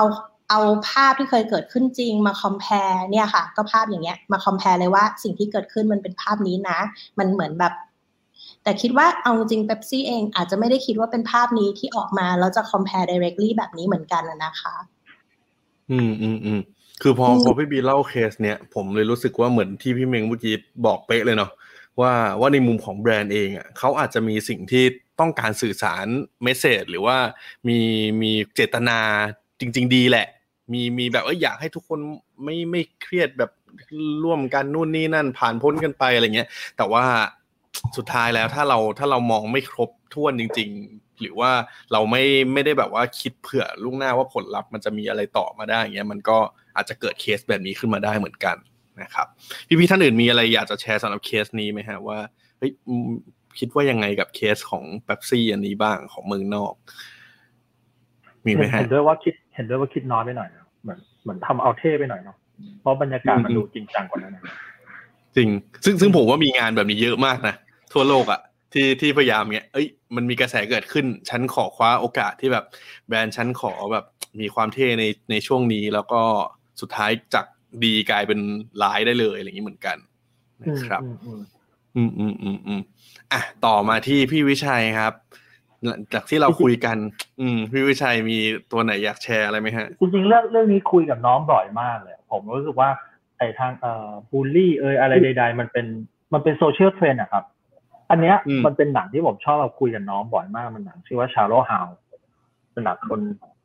เอาภาพที่เคยเกิดขึ้นจริงมาคอมแพร์เนี่ยค่ะก็ภาพอย่างเงี้ยมาคอมแพร์เลยว่าสิ่งที่เกิดขึ้นมันเป็นภาพนี้นะมันเหมือนแบบแต่คิดว่าเอาจริง Pepsi เองอาจจะไม่ได้คิดว่าเป็นภาพนี้ที่ออกมาแล้วจะ compare directly แบบนี้เหมือนกันนะคะอืมอืมอืมคือพอพอพี่บีเล่าเคสเนี้ยผมเลยรู้สึกว่าเหมือนที่พี่เมงเมื่อกี้บอกเป๊ะเลยเนาะว่าว่าในมุมของแบรนด์เองอ่ะเขาอาจจะมีสิ่งที่ต้องการสื่อสารเมสเสจหรือว่ามีมีเจตนาจริงๆดีแหละมีมีแบบเอออยากให้ทุกคนไม่ไม่เครียดแบบร่วมกันนู่นนี่นั่นผ่านพ้นกันไปอะไรเงี้ยแต่ว่าสุดท้ายแล้วถ้าเราถ้าเรามองไม่ครบถ้วนจริงๆหรือว่าเราไม่ไม่ได้แบบว่าคิดเผื่อล่วงหน้าว่าผลลัพธ์มันจะมีอะไรต่อมาได้อย่างเงี้ยมันก็อาจจะเกิดเคสแบบนี้ขึ้นมาได้เหมือนกันนะครับพี่ๆท่านอื่นมีอะไรอยากจะแชร์สำหรับเคสนี้ไหมฮะว่าเฮ้ยคิดว่ายังไงกับเคสของ Pepsi อันนี้บ้างของเมืองนอกมีไหมฮะเห็นด้วยว่าคิดเห็นด้วยว่าคิดน้อยไปหน่อยเนาะเหมือนเหมือนทำเอาเท่ไปหน่อยเนาะเพราะบรรยากาศมันดูจริงจังกว่านั้นจริงซึ่งซึ่งผมว่ามีงานแบบนี้เยอะมากนะทั่วโลกอ่ะที่ที่พยายามเงี้ยเอ้ยมันมีกระแสเกิดขึ้นฉันขอคว้าโอกาสที่แบบแบรนด์ฉันขอแบบมีความเท่ในในช่วงนี้แล้วก็สุดท้ายจากดีกลายเป็นร้ายได้เลยอะไรอย่างนี้เหมือนกันนะครับอืมอืมอืมอืมอ่ะต่อมาที่พี่วิชัยครับจากที่เราคุยกันอืมพี่วิชัยมีตัวไหนอยากแชร์อะไรไหมฮะจริงๆเรื่องเรื่องนี้คุยกับน้องบ่อยมากเลยผมรู้สึกว่าไอ้ทางเอ่อบูลลี่เอ่ยอะไรใดๆมันเป็นมันเป็นโซเชียลเทรนด์อะครับอันเนี้ยมันเป็นหนังที่ผมชอบคุยกับน้องบ่อยมากมันหนังชื่อว่า Shallow House เป็นหนังคน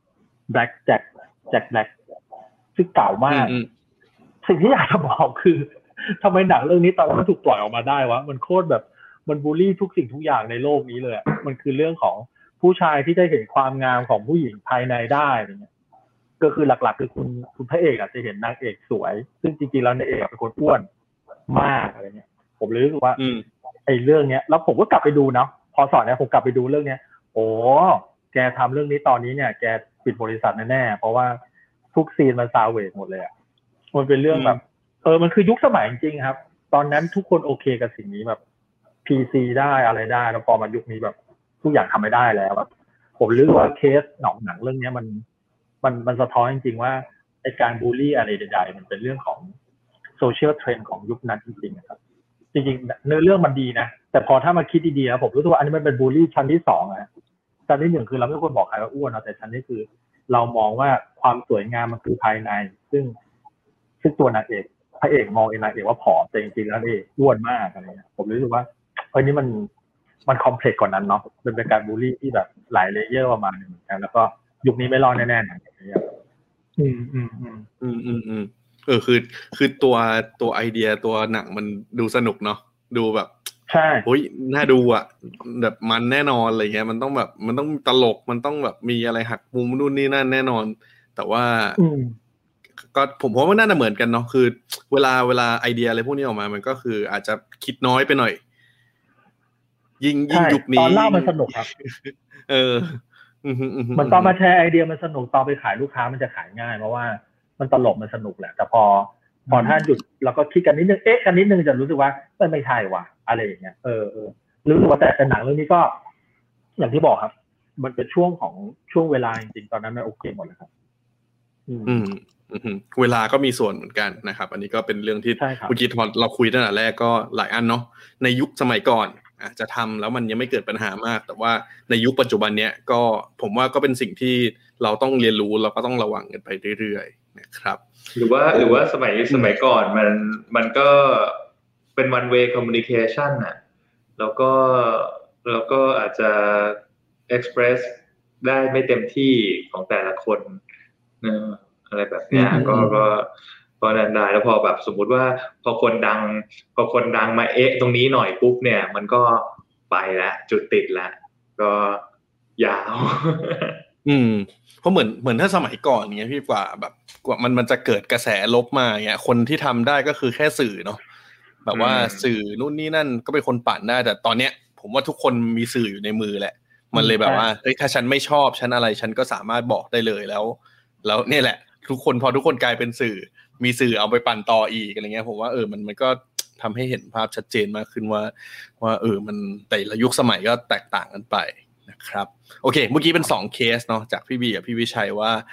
Black Jack Jack Black ซึ่งเก่ามากสิ่งที่อยากจะบอกคือทำไมหนังเรื่องนี้ตอนนั้นถูกปล่อยออกมาได้วะมันโคตรแบบมันบูลลี่ทุกสิ่งทุกอย่างในโลกนี้เลยอ่ะมันคือเรื่องของผู้ชายที่ได้เห็นความงามของผู้หญิงภายในได้อะไรเงี้ยก็คือหลักๆคือคุณคุณพระเอกอ่ะจะเห็นนางเอกสวยซึ่งจริงๆแล้วนางเอกเป็นคนอ้วนมากอะไรเงี้ยผมเลยรู้สึกว่าไอ้เรื่องเนี้ยแล้วผมก็กลับไปดูเนาะพอสอนเนี่ยผมกลับไปดูเรื่องเนี้ยโอ้แกทำเรื่องนี้ตอนนี้เนี่ยแกปิดบริษัทแน่ๆเพราะว่าทุกซีนมันซาวเวจหมดเลยอ่ะมันเป็นเรื่องแบบเออมันคือยุคสมัยจริงๆครับตอนนั้นทุกคนโอเคกับสิ่งนี้แบบ พี ซี ได้อะไรได้แล้วพอมายุคนี้แบบทุกอย่างทำไม่ได้แล้วแบบผมรู้สึกว่าเคสหนองหนังเรื่องนี้มันมันมันสะท้อนจริงๆว่าไอ้การบูลลี่อะไรใดๆมันเป็นเรื่องของโซเชียลเทรนด์ของยุคนั้นจริงๆนะครับจริงๆเนื้อเรื่องมันดีนะแต่พอถ้ามาคิดดีๆนะผมรู้สึกว่าอันนี้มันเป็นบูลลี่ชั้นที่สองนะชั้นที่หนึ่งคือเราไม่ควรบอกใครว่าอ้วนนะแต่ชั้นนี้คือเรามองว่าความสวยงามมันคือภายในซึ่งซึ่งตัวนางเอกพระเอกมองเองนางเอกว่าผอมแต่จริงๆแล้วเอกอ้วนมากอะไรเงี้ยผมรู้สึกว่าเออนี่มันมันคอมเพล็กซ์กว่านั้นเนาะเป็นการบูลลี่ที่แบบหลายเลเยอร์ประมาณนึงเหมือนกันแล้วก็ยุคนี้ไม่รอดแน่ๆนะอย่างเงี้ยอืมอืมอืมอืมอืมอืมเออคือคือตัวตัวไอเดียตัวหนังมันดูสนุกเนาะดูแบบใช่โอ้ยน่าดูอ่ะแบบมันแน่นอนอะไรเงี้ยมันต้องแบบมันต้องตลกมันต้องแบบมีอะไรหักมุมนู่นนี่นั่นแน่นอนแต่ว่าก็ผมว่ามันน่าจะเหมือนกันเนาะคือเวลาเวลาไอเดียอะไรพวกนี้ออกมามันก็คืออาจจะคิดน้อยไปหน่อยยิ่งยิ่งยุคนี้ตอนเล่ามันสนุกครับเออมันตอนมาแชร์ไอเดียมันสนุกตอนไปขายลูกค้ามันจะขายง่ายเพราะว่ามันตลกมันสนุกแหละแต่พอพอถ้าหยุดเราก็คิดกันนิดนึงเอ๊ะกันนิดนึงจะรู้สึกว่ามันไม่ใช่ว่ะอะไรอย่างเงี้ยเออเออรู้สึกว่าแต่หนังเรื่องนี้ก็อย่างที่บอกครับมันเป็นช่วงของช่วงเวลาจริงๆตอนนั้นมันโอเคหมดเลยครับอืมเวลาก็มีส่วนเหมือนกันนะครับอันนี้ก็เป็นเรื่องที่เมื่อกี้เราคุยตั้งแต่แรกก็หลายอันเนาะในยุคสมัยก่อนอาจจะทำแล้วมันยังไม่เกิดปัญหามากแต่ว่าในยุคปัจจุบันเนี้ยก็ผมว่าก็เป็นสิ่งที่เราต้องเรียนรู้เราก็ต้องระวังกันไปเรื่อยๆนะครับหรือว่าหรือว่าสมัยสมัยก่อนมันมันก็เป็น one way communication น่ะแล้วก็แล้วก็อาจจะ express ได้ไม่เต็มที่ของแต่ละคนนะอะไรแบบเนี้ยก็ก็ก็นั่นได้แล้วพอแบบสมมุติว่าพอคนดังพอคนดังมาเอ๊ะตรงนี้หน่อยปุ๊บเนี่ยมันก็ไปละจุดติดละก็ยาวอืมเพราะเหมือนเหมือนถ้าสมัยก่อนเงี้ยพี่กว่าแบบกว่ามันมันจะเกิดกระแสลบมาเงี้ยคนที่ทำได้ก็คือแค่สื่อเนาะแบบว่าสื่อนู่นนี่นั่นก็เป็นคนปั่นได้แต่ตอนเนี้ยผมว่าทุกคนมีสื่ออยู่ในมือแหละมันเลยแบบว่าเฮ้ยถ้าฉันไม่ชอบฉันอะไรฉันก็สามารถบอกได้เลยแล้วแล้วเนี่ยแหละทุกคนพอทุกคนกลายเป็นสื่อมีสื่อเอาไปปั่นต่ออีกอะไรเงี้ยผมว่าเออมันมันก็ทำให้เห็นภาพชัดเจนมากขึ้นว่าว่าเออมันแต่ละยุคสมัยก็แตกต่างกันไปนะครับโอเคเมื่อกี้เป็นสองเคสเนาะจากพี่บีกับพี่วิชัยว่า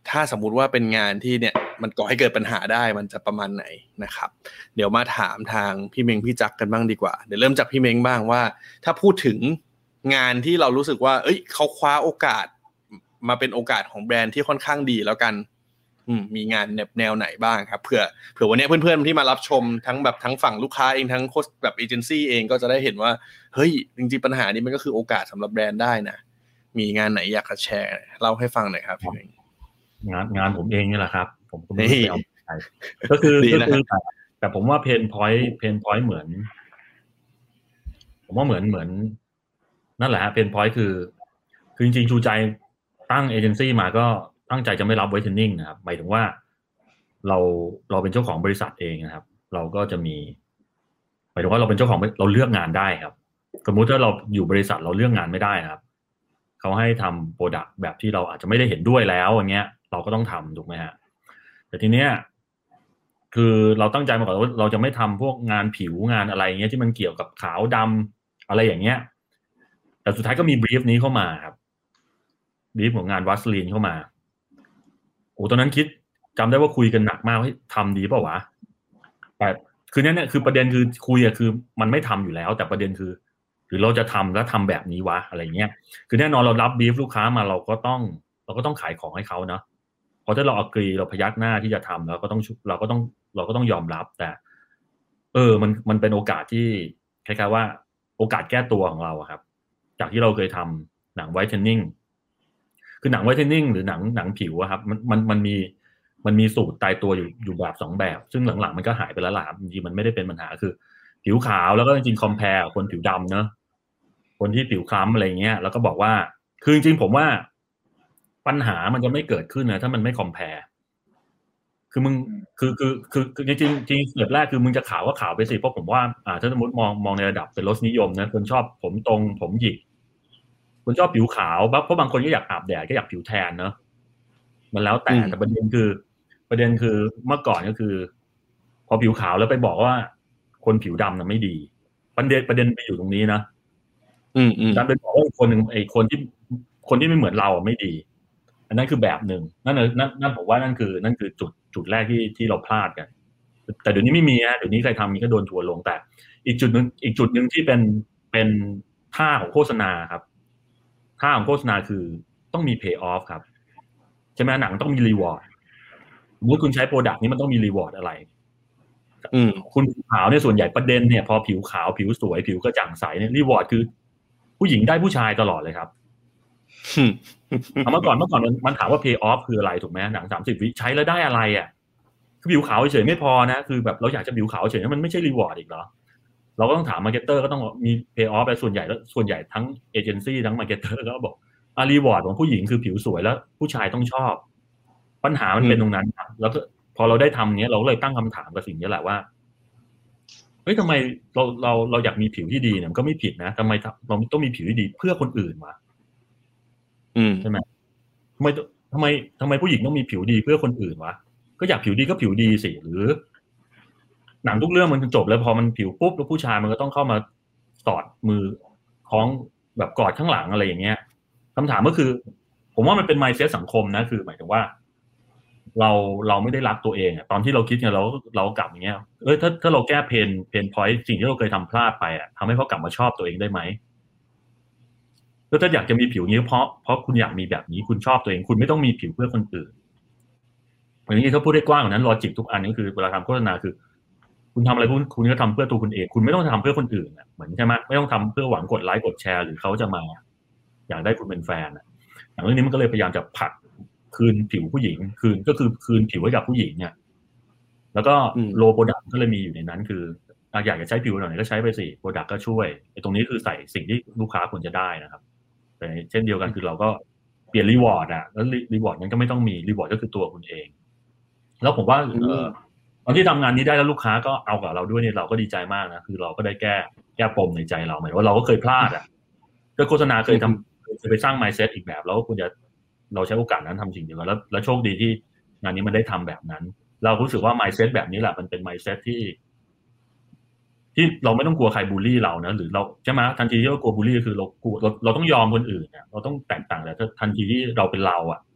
ถ้าสมมุติว่าเป็นงานที่เนี่ยมันก่อให้เกิดปัญหาได้มันจะประมาณไหนนะครับเดี๋ยวมาถามทางพี่เม้งพี่จักกันบ้างดีกว่าเดี๋ยวเริ่มจากพี่เม้งบ้างว่าถ้าพูดถึงงานที่เรารู้สึกว่าเอ้ยเขาคว้าโอกาสมาเป็นโอกาสของแบรนด์ที่ค่อนข้างดีแล้วกันอืมมีงานแนวแนวไหนบ้างครับเผื่อเผื่อวันนี้เพื่อนๆที่มารับชมทั้งแบบทั้งฝั่งลูกค้าเองทั้งโค้ชแบบเอเจนซี่เองก็จะได้เห็นว่าเฮ้ยจริงๆปัญหานี้มันก็คือโอกาสสำหรับแบรนด์ได้นะมีงานไหนอยากจะแชร์เล่าให้ฟังหน่อยครับพี่เม้งงานงานผมเองนี่แหละครับผมก็ไม่ได้เอาไปก็คือก็คือแต่ผมว่าเพนพอยต์เพนพอยต์เหมือนผมว่าเหมือนเหมือนนั่นแหละฮะเพนพอยต์คือคือจริงๆชูใจตั้งเอเจนซี่มาก็ตั้งใจจะไม่รับไวท์เทนนิ่งนะครับหมายถึงว่าเราเราเป็นเจ้าของบริษัทเองนะครับเราก็จะมีหมายถึงว่าเราเป็นเจ้าของเราเลือกงานได้ครับสมมุติถ้าเราอยู่บริษัทเราเลือกงานไม่ได้นะครับเขาให้ทำโปรดักต์แบบที่เราอาจจะไม่ได้เห็นด้วยแล้วอย่างเงี้ยเราก็ต้องทำถูกไหมฮะแต่ทีเนี้ยคือเราตั้งใจมาก่อนว่าเราจะไม่ทำพวกงานผิวงานอะไรเงี้ยที่มันเกี่ยวกับขาวดำอะไรอย่างเงี้ยแต่สุดท้ายก็มีบรีฟนี้เข้ามาครับบรีฟของงานวัสลีนเข้ามาโอ้ตอนนั้นคิดจำได้ว่าคุยกันหนักมากว่าทำดีเปล่าวะแต่คือนั่นเนี่ยคือประเด็นคือคุยอะคือมันไม่ทำอยู่แล้วแต่ประเด็นคือหรือเราจะทำแล้วทำแบบนี้วะอะไรเงี้ยคือแน่นอนเรารับบรีฟลูกค้ามาเราก็ต้องเราก็ต้องขายของให้เขาเนาะพอถ้าเราอักรีเราพยักหน้าที่จะทำแล้วก็ต้องเราก็ต้องเราก็ต้องยอมรับแต่เออมันมันเป็นโอกาสที่คล้ายๆว่าโอกาสแก้ตัวของเราครับจากที่เราเคยทำหนังไวท์เทนนิ่งคือหนังไวท์เทนนิ่งหรือหนังหนังผิวอะครับมันมันมันมีมันมีสูตรตายตัวอยู่อยู่แบบสองแบบซึ่งหลังๆมันก็หายไปแล้วล่ะจริงๆมันไม่ได้เป็นปัญหาคือผิวขาวแล้วก็จริงๆคอมแพร์คนผิวดำเนอะคนที่ผิวคล้ำอะไรเงี้ยแล้วก็บอกว่าคือจริงๆผมว่าปัญหามันจะไม่เกิดขึ้นนะถ้ามันไม่คอมแพร์คือมึงคือคือคือคือจริงๆจริงๆแบบแรกคือมึงจะขาวก็ขาวไปสิเพราะผมว่าอ่าถ้าสมมติมองมองในระดับเป็นรสนิยมนะคนชอบผมตรงผมหยิกคนชอบผิวขาวเพราะบางคนก็อยากอาบแดดก็อยากผิวแทนเนอะมันแล้วแต่แต่ประเด็นคือประเด็นคือเมื่อก่อนก็คือพอผิวขาวแล้วไปบอกว่าคนผิวดำน่ะไม่ดีประเด็นประเด็นไปอยู่ตรงนี้นะอืมอืมการไปบอกว่าคนหนึ่งไอ้คนที่คนที่ไม่เหมือนเราไม่ดีอันนั้นคือแบบหนึ่งนั่นเออนั่นนั่นผมว่านั่นคือนั่นคือจุดจุดแรกที่ที่เราพลาดกันแต่เดี๋ยวนี้ไม่มีนะเดี๋ยวนี้ใครทำมีก็โดนทัวร์ลงแต่อีกจุดนึงอีกจุดนึงที่เป็นเป็นท่าของโฆษณาครับท่าของโฆษณาคือต้องมี pay off ครับใช่ไหมหนังต้องมี reward สมมติคุณใช้โปรดักต์นี้มันต้องมี reward อะไรอืมคุณผิวขาวเนี่ยส่วนใหญ่ประเด็นเนี่ยพอผิวขาวผิวสวยผิวกระจ่างใสเนี่ย reward คือผู้หญิงได้ผู้ชายตลอดเลยครับเมื่อก่อนเมื่อก่อนมันถามว่า pay off คืออะไรถูกไหมหนังสามสิบวิใช้แล้วได้อะไรอ่ะคือผิวขาวเฉยไม่พอนะคือแบบเราอยากจะผิวขาวเฉยมันไม่ใช่ reward อีกเหรอเราก็ต้องถามมาร์เก็ตเตอร์ก็ต้องมี pay off แต่ส่วนใหญ่แล้วส่วนใหญ่ทั้งเอเจนซี่ทั้งมาร์เก็ตเตอร์ก็บอกอ่ะ reward ของผู้หญิงคือผิวสวยแล้วผู้ชายต้องชอบปัญหามันเป็นตรงนั้นครับแล้วก็พอเราได้ทำเนี้ยเราก็เลยตั้งคำถามกับสิ่งนี้แหละว่าเฮ้ยทำไมเราเราเราอยากมีผิวที่ดีเนี่ยมันก็ไม่ผิดนะทำไมเราต้องมีผิวที่ดีเพื่อคนอื่นวะอืมใช่ไหมทำไมทำไมทำไมผู้หญิงต้องมีผิวดีเพื่อคนอื่นวะก็อยากผิวดีก็ผิวดีสิหรือหนังทุกเรื่องมันจบแล้วพอมันผิวปุ๊บแล้วผู้ชายมันก็ต้องเข้ามาสอดมือคล้องแบบกอดข้างหลังอะไรอย่างเงี้ยคำถามก็คือผมว่ามันเป็น mindset สังคมนะคือหมายถึงว่าเราเราไม่ได้รักตัวเองอ่ะตอนที่เราคิดเนี่ยเราเรากลับอย่างเงี้ยเอ้ยถ้าถ้าเราแก้เพนเพนพอยต์สิ่งที่เราเคยทำพลาดไปอ่ะทำให้เขากลับมาชอบตัวเองได้ไหมแล้วถ้าอยากจะมีผิวนี้เพราะเพราะคุณอยากมีแบบนี้คุณชอบตัวเองคุณไม่ต้องมีผิวเพื่อคนอื่นอย่างนี้เขาพูดได้กว้างกว่านั้นลอจิกทุกอันนี้คือเวลาทำโฆษณาคือคุณทำอะไรคุณคุณก็ทำเพื่อตัวคุณเองคุณไม่ต้องทำเพื่อคนอื่นอ่ะเหมือนใช่ไหมไม่ต้องทำเพื่อหวังกดไลค์กดแชร์หรือเขาจะมาอยากได้คุณเป็นแฟนอ่ะอย่างเรื่องนี้มันก็เลยพยายามจะผลักคืนผิวผู้หญิงคืนก็คือคืนผิวให้กับผู้หญิงเนี่ยแล้วก็โลโปรดักต์ก็เลยมีอยู่ในนั้นคืออยากจะใช้ผิวหน่อยก็ใช้ไปสิโปรดักต์ก็ช่วยไอ้ตรงนี้คือใส่สิ่งที่ลูกค้าควรจะได้นะครับแต่เช่นเดียวกันคือเราก็เปลี่ยนรีวอร์ดอ่ะแล้วรีวอร์ดนั้นก็ไม่ต้องมีรีวอร์ดก็คือตัวคุณเองแล้วผมว่าเออตอนที่ทำงานนี้ได้แล้วลูกค้าก็เอากับเราด้วยเนี่ยเราก็ดีใจมากนะคือเราก็ได้แก้แก้ปมในใจเราหมายว่าเราก็เคยพลาดอ่ะก็โฆษณาเคยทำเคยไปสร้าง mindset อีกแบบแล้วคุณจะเราใช้โอกาสนั้นทำสิ่งเดียวกันแล้วแล้วโชคดีที่งานนี้มันได้ทำแบบนั้นเรารู้สึกว่า mindset แบบนี้แหละมันเป็น mindset ที่ที่เราไม่ต้องกลัวใครบูลลี่เรานะหรือเราใช่ไหมทันทีที่เรากลัวบูลลี่คือเรากลัวเราเราต้องยอมคนอื่นเนี่ยเราต้องแตกต่างแต่ถ้าทันทีที่เราเป็นเราอ่ะ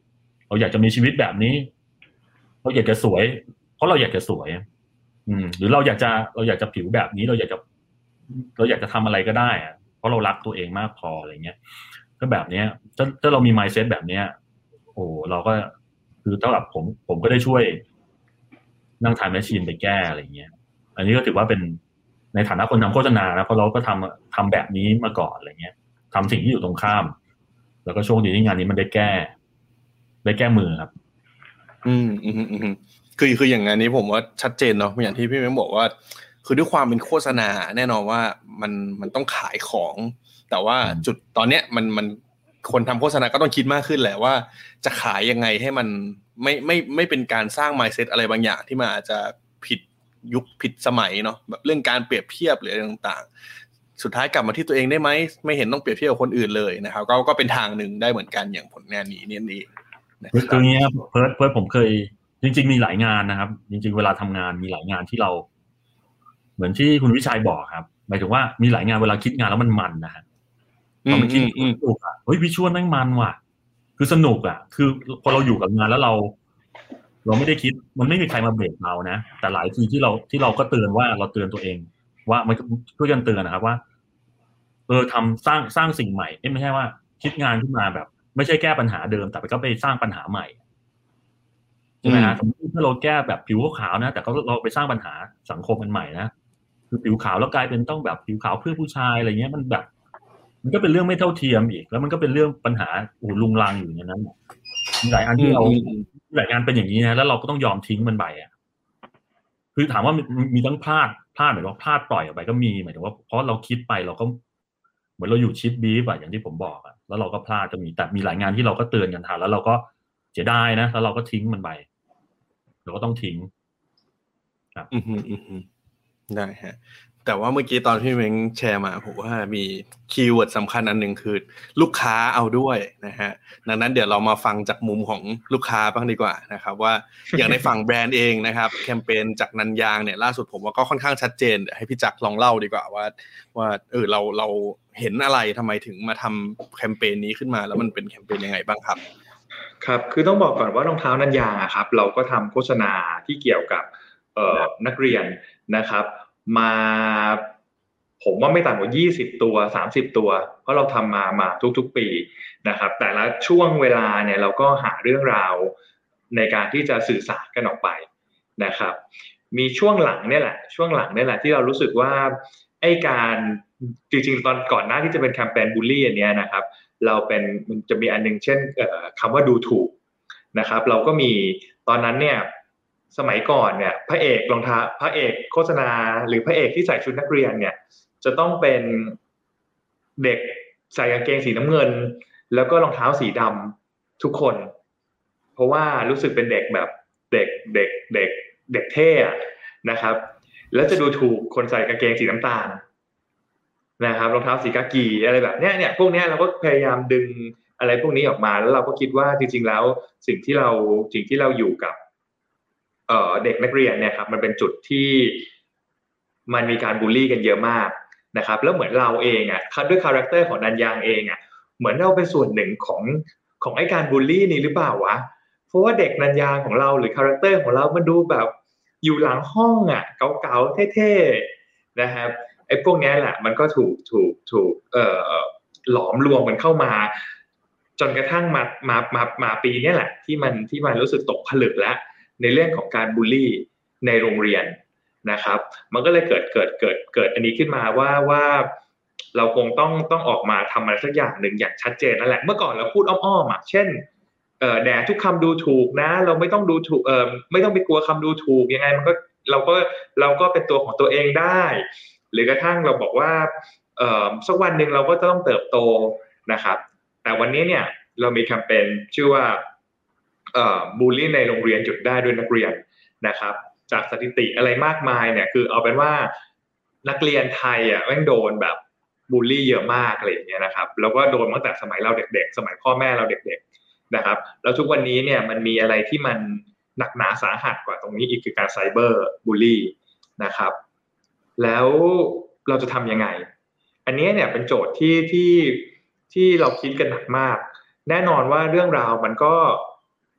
เราอยากจะมีชีวิตแบบนี้เราอยากจะสวยเพราะเราอยากจะสวยอืมหรือเราอยากจะเราอยากจะผิวแบบนี้เราอยากจะเราอยากจะทำอะไรก็ได้อะเพราะเรารักตัวเองมากพออะไรเงี้ยก็แบบเนี้ยถ้าถ้าเรามี mindset แบบเนี้ยโอ้เราก็คือเท่ากับผมผมก็ได้ช่วยนั่งทำแมชชีนไปแก้อะไรเงี้ยอันนี้ก็ถือว่าเป็นในฐานะคนทำโฆษณานะเพราะเราก็ทำทำแบบนี้มาก่อนอะไรเงี้ยทำสิ่งที่อยู่ตรงข้ามแล้วก็โชคดีที่งานนี้มันได้แก้ได้แก้มือครับอืมอืมอืมคือคืออย่างงานนี้ผมว่าชัดเจนเนาะอย่างที่พี่แม่บอกว่าคือด้วยความเป็นโฆษณาแน่นอนว่ามันมันต้องขายของแต่ว่าจุดตอนเนี้ยมันมันคนทำโฆษณาก็ต้องคิดมากขึ้นแหละว่าจะขายยังไงให้มันไม่ไม่ไม่เป็นการสร้าง mindset อะไรบางอย่างที่มันอาจจะผิดยุคผิดสมัยเนาะแบบเรื่องการเปรียบเทียบหรืออะไรต่างๆสุดท้ายกลับมาที่ตัวเองได้ไหมไม่เห็นต้องเปรียบเทียบกับคนอื่นเลยนะครับก็ก็เป็นทางหนึ่งได้เหมือนกันอย่างผลงานนี้เนี่ยนี่คือคืออย่างเงี้ยเพิร์ทเพิร์ทผมเคยจริงๆมีหลายงานนะครับจริงๆเวลาทำงานมีหลายงานที่เราเหมือนที่คุณวิชัยบอกครับหมายถึงว่ามีหลายงานเวลาคิดงานแล้วมันมันนะฮะพอมันคิดสนุกอ่ะเฮ้ยวิชวลแม่งมันว่ะคือสนุกอ่ะคือพอเราอยู่กับงานแล้วเราเราไม่ได้คิดมันไม่มีใครมาเบรกเรานะแต่หลายทีที่เราที่เราก็เตือนว่าเราเตือนตัวเองว่ามันช่วยกันเตือนนะครับว่าเออทำสร้างสร้างสิ่งใหม่ไม่ใช่ว่าคิดงานขึ้นมาแบบไม่ใช่แก้ปัญหาเดิมแต่ก็ไปสร้างปัญหาใหม่ใช่ไหมฮะสมมติถ้าเราแก้แบบผิวขาวนะแต่ก็เราไปสร้างปัญหาสังคมมันใหม่นะคือผิวขาวแล้วกลายเป็นต้องแบบผิวขาวเพื่อผู้ชายอะไรเงี้ยมันแบบมันก็เป็นเรื่องไม่เท่าเทียมอีกแล้วมันก็เป็นเรื่องปัญหาโอ้ลุงลังอยู่ในนั้นมีหลายอันที่เราหลายงานเป็นอย่างนี้นะแล้วเราก็ต้องยอมทิ้งมันไปอ่ะคือถามว่ามีทั้งพลาดพลาดหมายว่าพลาดปล่อยออกไปก็มีหมายถึงว่าเพราะเราคิดไปเราก็เหมือนเราอยู่ชิดบีฟอะอย่างที่ผมบอกอะแล้วเราก็พลาดก็มีแต่มีหลายงานที่เราก็เตือนกันทันแล้วเราก็เสียดายนะแล้วเราก็ทิ้งมันไปเราก็ต้องทิ้งครับอืมอืมได้ฮะแต่ว่าเมื่อกี้ตอนพี่เม้งแชร์มาผมว่ามีคีย์เวิร์ดสำคัญอันหนึ่งคือลูกค้าเอาด้วยนะฮะดังนั้นเดี๋ยวเรามาฟังจากมุมของลูกค้าบ้างดีกว่านะครับว่าอย่างในฝั่งแบรนด์เองนะครับแคมเปญจากนันยางเนี่ยล่าสุดผมว่าก็ค่อนข้างชัดเจนเดี๋ยวให้พี่จักรลองเล่าดีกว่าว่าว่าเออเราเราเห็นอะไรทำไมถึงมาทำแคมเปญนี้ขึ้นมาแล้วมันเป็นแคมเปญยังไงบ้างครับครับคือต้องบอกก่อนว่ารองเท้านันยางอะครับเราก็ทำโฆษณาที่เกี่ยวกับเอ่อนักเรียนนะครับมาผมว่าไม่ต่ำกว่ายี่สิบตัวสามสิบตัวเพราะเราทำมามาทุกๆปีนะครับแต่ละช่วงเวลาเนี่ยเราก็หาเรื่องราวในการที่จะสื่อสารกันออกไปนะครับมีช่วงหลังเนี่ยแหละช่วงหลังเนี่ยแหละที่เรารู้สึกว่าไอ้การจริงๆตอนก่อนหน้าที่จะเป็นแคมเปญบูลลี่อันเนี้ยนะครับเราเป็นมันจะมีอันนึงเช่นคำว่าดูถูกนะครับเราก็มีตอนนั้นเนี่ยสมัยก่อนเนี่ยพระเอกรองเท้าพระเอกโฆษณาหรือพระเอกที่ใส่ชุดนักเรียนเนี่ยจะต้องเป็นเด็กใส่กางเกงสีน้ำเงินแล้วก็รองเท้าสีดำทุกคนเพราะว่ารู้สึกเป็นเด็กแบบเด็กเด็กเด็กเด็กเท่นะครับแล้วจะดูถูกคนใส่กางเกงสีน้ำตาลนะครับรองเท้าสีกากีอะไรแบบเนี้ยเนี่ยพวกเนี้ยเราก็พยายามดึงอะไรพวกนี้ออกมาแล้วเราก็คิดว่าจริงๆแล้วสิ่งที่เราสิ่งที่เราอยู่กับเอ่อเด็กนักเรียนเนี่ยครับมันเป็นจุดที่มันมีการบูลลี่กันเยอะมากนะครับแล้วเหมือนเราเองอ่ะด้วยคาแรคเตอร์ของนันยางเองอ่ะเหมือนเราเป็นส่วนหนึ่งของของไอ้การบูลลี่นี้หรือเปล่าวะเพราะว่าเด็กนันยางของเราหรือคาแรคเตอร์ของเรามันดูแบบอยู่หลังห้องอ่ะเก่าๆเท่ๆนะครับไอ้พวกนี้แหละมันก็ถูกถูกถูกเอ่อหลอมรวมกันเข้ามาจนกระทั่งมามามามาปีนี้แหละที่มันที่มันรู้สึกตกผลึกแล้วในเรื่องของการบูลลี่ในโรงเรียนนะครับมันก็เลยเกิดเกิดเกิดเกิดอันนี้ขึ้นมาว่าว่าเราคงต้องต้องออกมาทำอะไรสักอย่างหนึ่งอย่างชัดเจนนั่นแหละเมื่อก่อนเราพูดอ้อมๆอ่ะเช่นเอ่อแด่ทุกคำดูถูกนะเราไม่ต้องดูถูกเอ่อไม่ต้องไปกลัวคำดูถูกยังไงมันก็เราก็เราก็เป็นตัวของตัวเองได้หรือกระทั่งเราบอกว่าเอ่อสักวันหนึ่งเราก็ต้องเติบโตนะครับแต่วันนี้เนี่ยเรามีแคมเปญชื่อว่าเอ่อบูลลี่ในโรงเรียนหยุดได้ด้วยนักเรียนนะครับจากสถิติอะไรมากมายเนี่ยคือเอาเป็นว่านักเรียนไทยอ่ะแม่งโดนแบบบูลลี่เยอะมากอะไรอย่างเงี้ยนะครับแล้วก็โดนตั้งแต่สมัยเราเด็กๆสมัยพ่อแม่เราเด็กๆนะครับแล้วทุกวันนี้เนี่ยมันมีอะไรที่มันหนักหนาสาหัสกว่าตรงนี้อีกคือการไซเบอร์บูลลี่นะครับแล้วเราจะทำยังไงอันนี้เนี่ยเป็นโจทย์ที่ที่ที่เราคิดกันหนักมากแน่นอนว่าเรื่องราวมันก็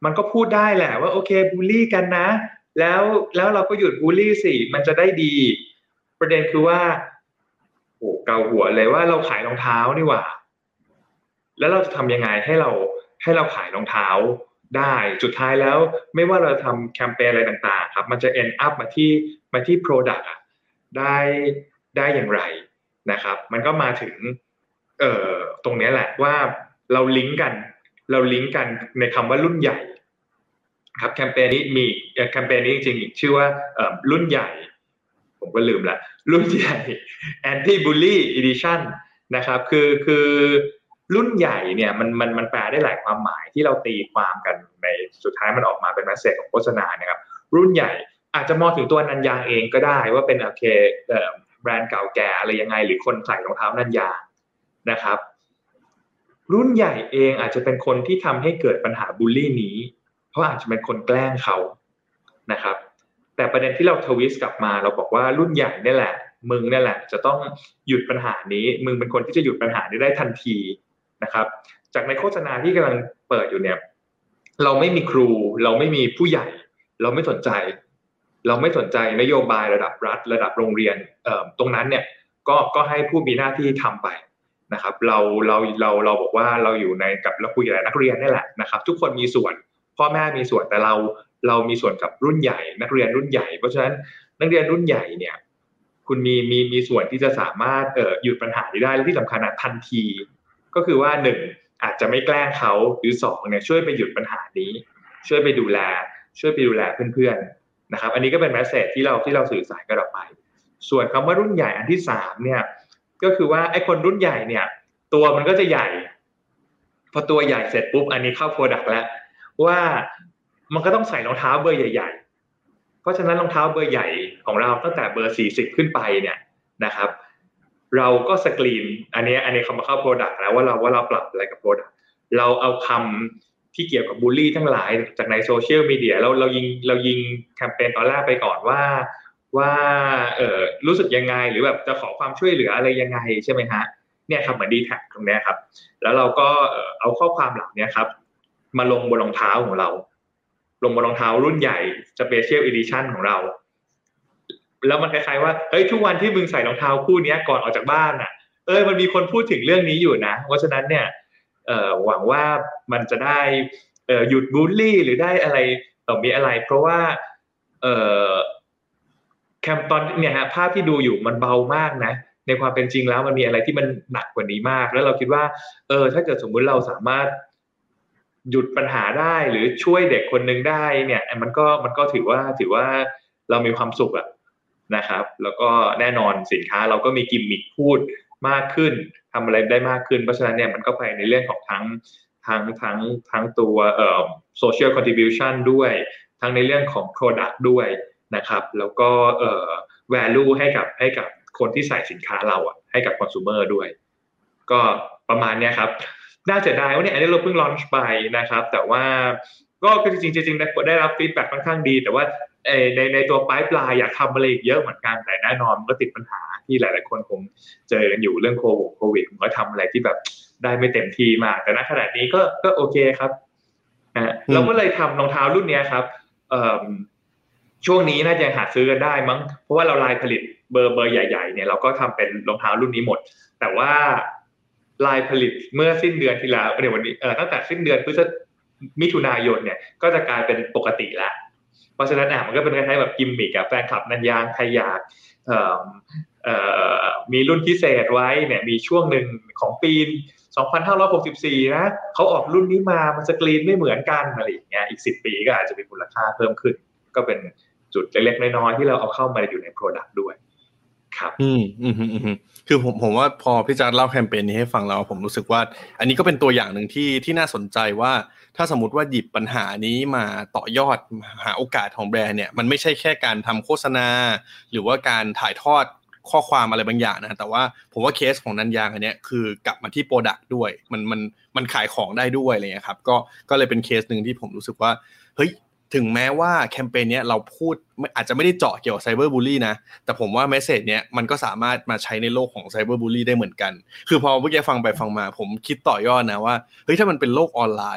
มันก็พูดได้แหละว่าโอเคบูลลี่กันนะแล้วแล้วเราก็หยุดบูลลี่สิมันจะได้ดีประเด็นคือว่าโอ้เกาหัวเลยว่าเราขายรองเท้านี่หว่าแล้วเราจะทำยังไงให้เราให้เราขายรองเท้าได้สุดท้ายแล้วไม่ว่าเราทำแคมเปญอะไรต่างๆครับมันจะ end up มาที่มาที่ product อ่ะได้ได้อย่างไรนะครับมันก็มาถึงเอ่อตรงนี้แหละว่าเราลิงก์กันเราลิงก์กันในคำว่ารุ่นใหญ่ครับแคมเปญนี้มีแคมเปญนี้จริงๆชื่อว่าเอ่อรุ่นใหญ่ผมก็ลืมละรุ่นใหญ่ Anti Bully Edition นะครับคือคือรุ่นใหญ่เนี่ยมันมันมันแปลได้หลายความหมายที่เราตีความกันในสุดท้ายมันออกมาเป็นเมสเสจของโฆษณานะครับรุ่นใหญ่อาจจะมองถึงตัวนันยางเองก็ได้ว่าเป็นโอเคเอ่อแบรนด์เก่าแก่อะไรยังไงหรือคนใส่รองเท้านันยางนะครับรุ่นใหญ่เองอาจจะเป็นคนที่ทำให้เกิดปัญหาบูลลี่นี้เพราะอาจจะเป็นคนแกล้งเขานะครับแต่ประเด็นที่เราทวิสต์กลับมาเราบอกว่ารุ่นใหญ่นี่แหละมึงนี่แหละจะต้องหยุดปัญหานี้มึงเป็นคนที่จะหยุดปัญหานี้ได้ทันทีนะครับจากในโฆษณาที่กำลังเปิดอยู่เนี่ยเราไม่มีครูเราไม่มีผู้ใหญ่เราไม่สนใจเราไม่สนใจนโยบายระดับรัฐระดับโรงเรียนเอ่อตรงนั้นเนี่ยก็ก็ให้ผู้มีหน้าที่ทำไปนะครับเราเราเราเราบอกว่าเราอยู่ในกับเราคุยกับนักเรียนนี่แหละนะครับทุกคนมีส่วนพ่อแม่มีส่วนแต่เราเรามีส่วนกับรุ่นใหญ่นักเรียนรุ่นใหญ่เพราะฉะนั้นนักเรียนรุ่นใหญ่เนี่ยคุณมีมีมีส่วนที่จะสามารถเอ่อหยุดปัญหานี้ได้และที่สำคัญนะทันทีก็คือว่าหนึ่งอาจจะไม่แกล้งเขาหรือสองเนี่ยช่วยไปหยุดปัญหานี้ช่วยไปดูแลช่วยไปดูแลเพื่อนๆนะครับอันนี้ก็เป็นเมสเสจที่เราที่เราสื่อสารกันออกไปส่วนคำว่ารุ่นใหญ่อันที่สามเนี่ยก็คือว่าไอ้คนรุ่นใหญ่เนี่ยตัวมันก็จะใหญ่พอตัวใหญ่เสร็จปุ๊บอันนี้เข้าโปรดักต์แล้วว่ามันก็ต้องใส่รองเท้าเบอร์ใหญ่ๆเพราะฉะนั้นรองเท้าเบอร์ใหญ่ของเราตั้งแต่เบอร์สี่สิบขึ้นไปเนี่ยนะครับเราก็สกรีนอันนี้อันนี้คำว่าเข้าโปรดักต์แล้วว่าเราว่าเราปรับอะไรกับโปรดักต์เราเอาคำที่เกี่ยวกับบูลลี่ทั้งหลายจากในโซเชียลมีเดียเราเรายิงเรายิงแคมเปญตอนแรกไปก่อนว่าว่าเอ่อรู้สึกยังไงหรือแบบจะขอความช่วยเหลืออะไรยังไงใช่ไหมฮะเนี่ยครับเหมือนดีแท็กตรงนี้ครับแล้วเราก็เอาข้อความเหล่านี้ครับมาลงบนรองเท้าของเราลงบนรองเท้ารุ่นใหญ่ Special Edition ของเราแล้วมันคล้ายๆว่าเฮ้ยทุกวันที่มึงใส่รองเท้าคู่นี้ก่อนออกจากบ้านน่ะเออมันมีคนพูดถึงเรื่องนี้อยู่นะเพราะฉะนั้นเนี่ยเอ่อหวังว่ามันจะได้เอ่อหยุดบูลลี่หรือได้อะไรต่อมีอะไรเพราะว่าเอ่อแคมตอนเนี่ยฮะภาพที่ดูอยู่มันเบามากนะในความเป็นจริงแล้วมันมีอะไรที่มันหนักกว่านี้มากแล้วเราคิดว่าเออถ้าเกิดสมมุติเราสามารถหยุดปัญหาได้หรือช่วยเด็กคนนึงได้เนี่ยมันก็มันก็ถือว่าถือว่าเรามีความสุขอะนะครับแล้วก็แน่นอนสินค้าเราก็มีกิมมิคพูดมากขึ้นทำอะไรได้มากขึ้นเพราะฉะนั้นเนี่ยมันก็ไปในเรื่องของทั้งทั้งทั้งทั้งตัวเอ่อ social contribution ด้วยทั้งในเรื่องของ product ด้วยนะครับแล้วก็เอ่อ value ให้กับให้กับคนที่ใส่สินค้าเราอ่ะให้กับ consumer ด้วยก็ประมาณเนี้ยครับน่าเสียดายว่าเนี่ยอันนี้เราเพิ่ง launch ไปนะครับแต่ว่าก็จริงๆจริงๆได้รับ feedback ค่อนข้างดีแต่ว่าในในตัว pipeline อยากทำอะไรอีกเยอะเหมือนกันแต่แน่นอนมันก็ติดปัญหาที่หลายๆคนคงเจอกันอยู่เรื่องโควิดโควิดผมก็ทำอะไรที่แบบได้ไม่เต็มที่มากแต่ณขณะนี้ก็ก็โอเคครับนะเราก็เลยทำรองเท้ารุ่นนี้ครับช่วงนี้น่าจะหาซื้อกันได้มั้งเพราะว่าเราลายผลิตเบอร์เบอร์ใหญ่ๆเนี่ยเราก็ทำเป็นรองเท้ารุ่นนี้หมดแต่ว่าลายผลิตเมื่อสิ้นเดือนที่แล้วในวันนี้เอ่อตั้งแต่สิ้นเดือนพฤศจิกายนมิถุนายนเนี่ยก็จะกลายเป็นปกติแล้วเพราะฉะนั้นอ่ะมันก็เป็นคล้ายๆแบบกิมมิคกับแฟนคลับนันยางใครอยากเอ่อเอ่อมีรุ่นพิเศษไว้เนี่ยมีช่วงหนึ่งของปีสองพันห้าร้อยหกสิบสี่นะเขาออกรุ่นนี้มามันสกรีนไม่เหมือนกันอะไรอย่างเงี้ยอีกสิบปีก็อาจจะมีมูลค่าเพิ่มขึ้นก็เป็นจุดเล็กๆน้อยๆที่เราเอาเข้ามาอยู่ใน product ด้วยครับอืมอืมอืมคือผมผมว่าพอพี่จัดเล่าแคมเปญนี้ให้ฟังแล้วผมรู้สึกว่าอันนี้ก็เป็นตัวอย่างหนึ่งที่ที่น่าสนใจว่าถ้าสมมติว่าหยิบปัญหานี้มาต่อยอดหาโอกาสของแบรนด์เนี่ยมันไม่ใช่แค่การทำโฆษณาหรือว่าการถ่ายทอดข้อความอะไรบางอย่างนะแต่ว่าผมว่าเคสของนันยางอันเนี้ยคือกลับมาที่โปรดักต์ด้วยมันมันมันขายของได้ด้วยอะไรเงี้ยครับก็ก็เลยเป็นเคสนึงที่ผมรู้สึกว่าเฮ้ยถึงแม้ว่าแคมเปญเนี้ยเราพูดอาจจะไม่ได้เจาะเกี่ยวกับไซเบอร์บูลลี่นะแต่ผมว่าเมสเสจเนี้ยมันก็สามารถมาใช้ในโลกของไซเบอร์บูลลี่ได้เหมือนกันคือพอเมื่อกี้ฟังไปฟังมาผมคิดต่อยอดนะว่าเฮ้ยถ้ามันเป็นโลกออนไลน์อ่ะ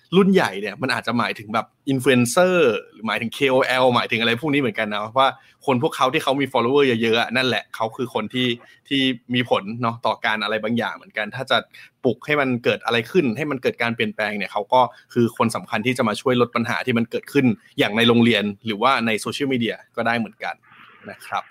รุ่นใหญ่เนี่ยมันอาจจะหมายถึงแบบอินฟลูเอนเซอร์หรือหมายถึง เค โอ แอล หมายถึงอะไรพวกนี้เหมือนกันนะว่าคนพวกเขาที่เขามี follower เยอะๆนั่นแหละเขาคือคนที่ที่มีผลเนาะต่อการอะไรบางอย่างเหมือนกันถ้าจะปลุกให้มันเกิดอะไรขึ้นให้มันเกิดการเปลี่ยนแปลงเนี่ยเขาก็คือคนสำคัญที่จะมาช่วยลดปัญหาที่มันเกิดขึ้นอย่างในโรงเรียนหรือว่าในโซเชียลมีเดียก็ได้เหมือนกันนะครับ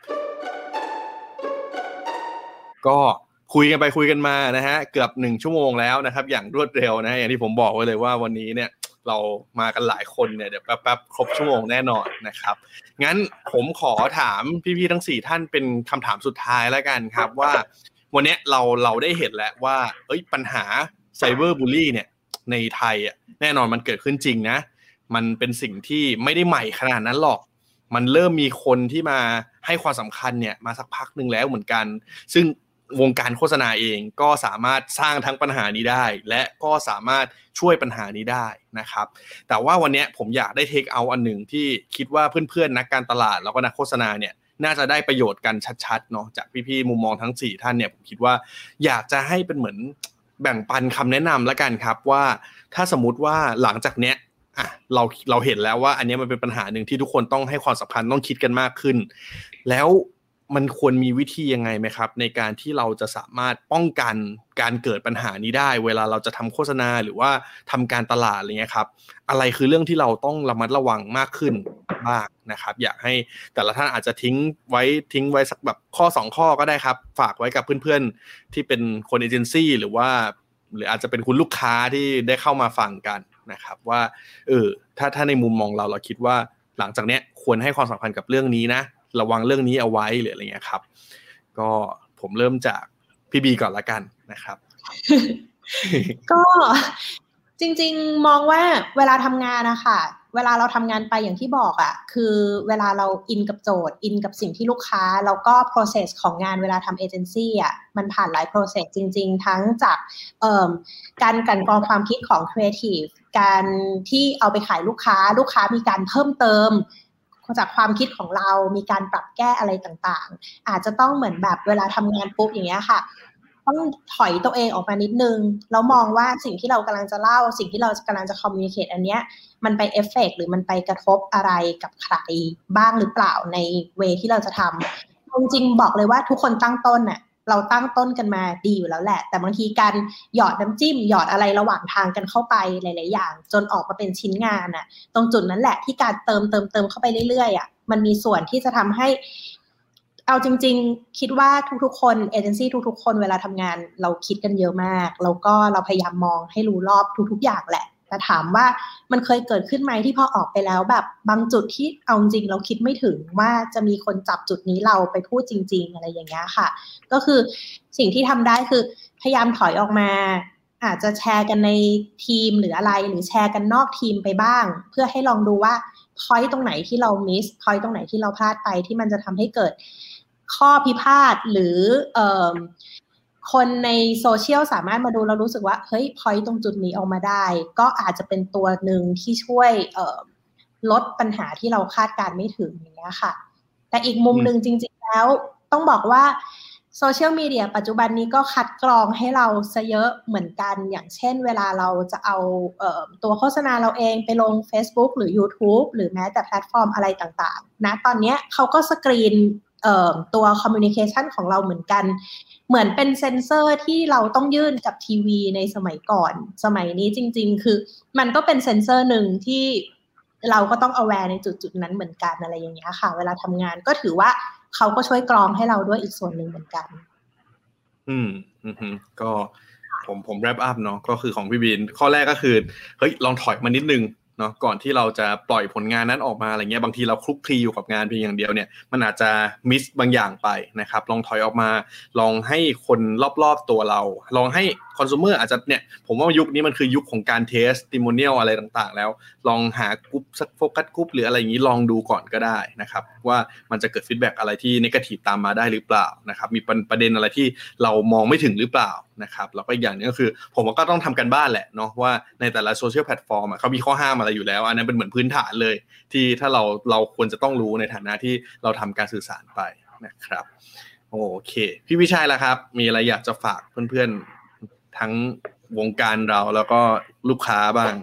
ก็คุยกันไปคุยกันมานะฮะเกือบหนึ่งชั่วโมงแล้วนะครับอย่างรวดเร็วนะอย่างที่ผมบอกไว้เลยว่าวันนี้เนี่ยเรามากันหลายคนเนี่ยเดี๋ยวแป๊บๆครบชั่วโมงแน่นอนนะครับงั้นผมขอถามพี่ๆทั้งสี่ท่านเป็นคำถามสุดท้ายแล้วกันครับว่าวันนี้เราเราได้เห็นแล้วว่าเอ้ยปัญหาไซเบอร์บูลลี่เนี่ยในไทยอ่ะแน่นอนมันเกิดขึ้นจริงนะมันเป็นสิ่งที่ไม่ได้ใหม่ขนาดนั้นหรอกมันเริ่มมีคนที่มาให้ความสำคัญเนี่ยมาสักพักนึงแล้วเหมือนกันซึ่งวงการโฆษณาเองก็สามารถสร้างทั้งปัญหานี้ได้และก็สามารถช่วยปัญหานี้ได้นะครับแต่ว่าวันนี้ผมอยากได้เทคเอาท์อันหนึ่งที่คิดว่าเพื่อนๆนักการตลาดแล้วก็นักโฆษณาเนี่ยน่าจะได้ประโยชน์กันชัดๆเนาะจากพี่ๆมุมมองทั้งสี่ท่านเนี่ยผมคิดว่าอยากจะให้เป็นเหมือนแบ่งปันคำแนะนำแล้วกันครับว่าถ้าสมมุติว่าหลังจากเนี้ยอ่ะเราเราเห็นแล้วว่าอันนี้มันเป็นปัญหาหนึ่งที่ทุกคนต้องให้ความสำคัญต้องคิดกันมากขึ้นแล้วมันควรมีวิธียังไงไหมครับในการที่เราจะสามารถป้องกันการเกิดปัญหานี้ได้เวลาเราจะทำโฆษณาหรือว่าทำการตลาดอะไรเงี้ยครับอะไรคือเรื่องที่เราต้องระมัดระวังมากขึ้นบ้างนะครับอยากให้แต่ละท่านอาจจะทิ้งไว้ทิ้งไว้สักแบบข้อสองข้อก็ได้ครับฝากไว้กับเพื่อนๆที่เป็นคนเอเจนซี่หรือว่าหรืออาจจะเป็นคุณลูกค้าที่ได้เข้ามาฟังกันนะครับว่าเออถ้าถ้าในมุมมองเราเราคิดว่าหลังจากเนี้ยควรให้ความสำคัญกับเรื่องนี้นะระวังเรื่องนี้เอาไว้หรืออะไรเงี้ยครับก็ผมเริ่มจากพี่บีก่อนละกันนะครับก็จริงๆมองว่าเวลาทำงานนะคะเวลาเราทำงานไปอย่างที่บอกอ่ะคือเวลาเราอินกับโจทย์อินกับสิ่งที่ลูกค้าแล้วก็ process ของงานเวลาทำเอเจนซี่อ่ะมันผ่านหลาย process จริงๆทั้งจากเอ่อการกลั่นกรองความคิดของ creative การที่เอาไปขายลูกค้าลูกค้ามีการเพิ่มเติมจากความคิดของเรามีการปรับแก้อะไรต่างๆอาจจะต้องเหมือนแบบเวลาทำงานปุ๊บอย่างเงี้ยค่ะต้องถอยตัวเองออกมานิดนึงแล้วมองว่าสิ่งที่เรากำลังจะเล่าสิ่งที่เรากำลังจะคอมมิวนิเคตอันเนี้ยมันไปเอฟเฟกต์หรือมันไปกระทบอะไรกับใครบ้างหรือเปล่าในเวที่เราจะทำจริงๆบอกเลยว่าทุกคนตั้งต้นน่ะเราตั้งต้นกันมาดีอยู่แล้วแหละแต่บางทีการหยอดน้ำจิ้มหยอดอะไรระหว่างทางกันเข้าไปหลายๆอย่างจนออกมาเป็นชิ้นงานน่ะตรงจุดนั้นแหละที่การเติมเติมเติมเข้าไปเรื่อยๆอ่ะมันมีส่วนที่จะทำให้เอาจริงๆคิดว่าทุกๆคนเอเจนซี่ทุกๆคนเวลาทำงานเราคิดกันเยอะมากแล้วก็เราพยายามมองให้รู้รอบทุกๆอย่างแหละแต่ถามว่ามันเคยเกิดขึ้นไหมที่พอออกไปแล้วแบบบางจุดที่เอาจริงเราคิดไม่ถึงว่าจะมีคนจับจุดนี้เราไปพูดจริงๆอะไรอย่างเงี้ยค่ะก็คือสิ่งที่ทำได้คือพยายามถอยออกมาอาจจะแชร์กันในทีมหรืออะไรหรือแชร์กันนอกทีมไปบ้างเพื่อให้ลองดูว่าพอยต์ตรงไหนที่เรามิสพอยต์ตรงไหนที่เราพลาดไปที่มันจะทำให้เกิดข้อพิพาทหรือเอ่อคนในโซเชียลสามารถมาดูแล้วรู้สึกว่าเฮ้ยพอยต์ตรงจุดนี้ออกมาได้ก็อาจจะเป็นตัวหนึ่งที่ช่วยเอ่อลดปัญหาที่เราคาดการไม่ถึงอย่างเงี้ยค่ะแต่อีกมุมนึงจริงๆแล้วต้องบอกว่าโซเชียลมีเดียปัจจุบันนี้ก็คัดกรองให้เราซะเยอะเหมือนกันอย่างเช่นเวลาเราจะเอาเอ่อตัวโฆษณาเราเองไปลง Facebook หรือ YouTube หรือแม้แต่แพลตฟอร์มอะไรต่างๆนะตอนนี้เขาก็สกรีนเอ่อตัว communication ของเราเหมือนกันเหมือนเป็นเซ็นเซอร์ที่เราต้องยื่นกับทีวีในสมัยก่อนสมัยนี้จริงๆคือมันก็เป็นเซ็นเซอร์หนึ่งที่เราก็ต้อง aware ในจุดๆนั้นเหมือนกันอะไรอย่างเงี้ยค่ะเวลาทำงานก็ถือว่าเขาก็ช่วยกรองให้เราด้วยอีกส่วนหนึ่งเหมือนกันอืมอืมก็ผมผมแรปอัพเนาะก็คือของพี่บินข้อแรกก็คือเฮ้ยลองถอยมานิดนึงเนาะก่อนที่เราจะปล่อยผลงานนั้นออกมาอะไรเงี้ยบางทีเราคลุกคลีอยู่กับงานเพียงอย่างเดียวเนี่ยมันอาจจะมิสบางอย่างไปนะครับลองถอยออกมาลองให้คนรอบๆตัวเราลองให้คอน sumer อาจจะเนี่ยผมว่ายุคนี้มันคือยุคของการเทสติโมเนียลอะไรต่างๆแล้วลองหากรุ๊ปสักโฟกัสกรุ๊ปหรืออะไรอย่างนี้ลองดูก่อนก็ได้นะครับว่ามันจะเกิดฟีดแบ็กอะไรที่เนกาทีฟตามมาได้หรือเปล่านะครับมีประเด็นอะไรที่เรามองไม่ถึงหรือเปล่านะครับแล้วก็อีกอย่างนึงก็คือผมก็ต้องทำกันบ้านแหละเนาะว่าในแต่ละโซเชียลแพลตฟอร์มเขามีข้อห้ามอะไรอยู่แล้วอันนั้นเป็นเหมือนพื้นฐานเลยที่ถ้าเราเราควรจะต้องรู้ในฐานะที่เราทำการสื่อสารไปนะครับโอเคพี่วิชัยล่ะครับมีอะไรอยากจะฝากเพื่อนๆทั้งวงการเราแล้วก็ลูกค้าบ้าง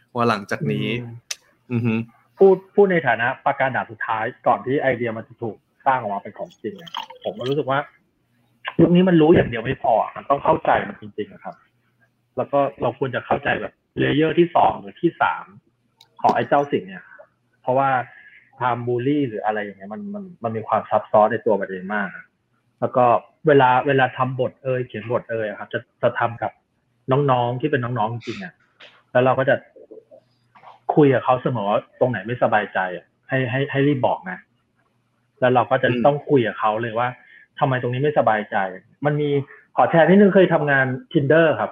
ว่าหลังจากนี้อือฮึพูดพูดในฐานะประการด่านสุดท้ายก่อนที่ไอเดียมันจะถูกสร้างออกมาเป็นของจริงเนี่ยผมก็รู้สึกว่ายุคนี้มันรู้อย่างเดียวไม่พอมันต้องเข้าใจมันจริงๆนะครับแล้วก็เราควรจะเข้าใจแบบเลเยอร์ที่สองหรือที่สามของไอ้เจ้าสิ่งเนี่ยเพราะว่าทำบูลลี่หรืออะไรอย่างเงี้ยมันมันมันมีความซับซ้อนในตัวมันเองมากแล้วก็เวลาเวลาทำบทเอ่ยเขียนบทเอ่ยครับจะจะทำกับน้องๆที่เป็นน้องๆจริงๆอ่ะแล้วเราก็จะคุยกับเขาเสมอว่าตรงไหนไม่สบายใจให้ให้ให้รีบบอกนะแล้วเราก็จะต้องคุยกับเขาเลยว่าทำไมตรงนี้ไม่สบายใจมันมีขอแชร์นิดนึงเคยทำงาน Tinder ครับ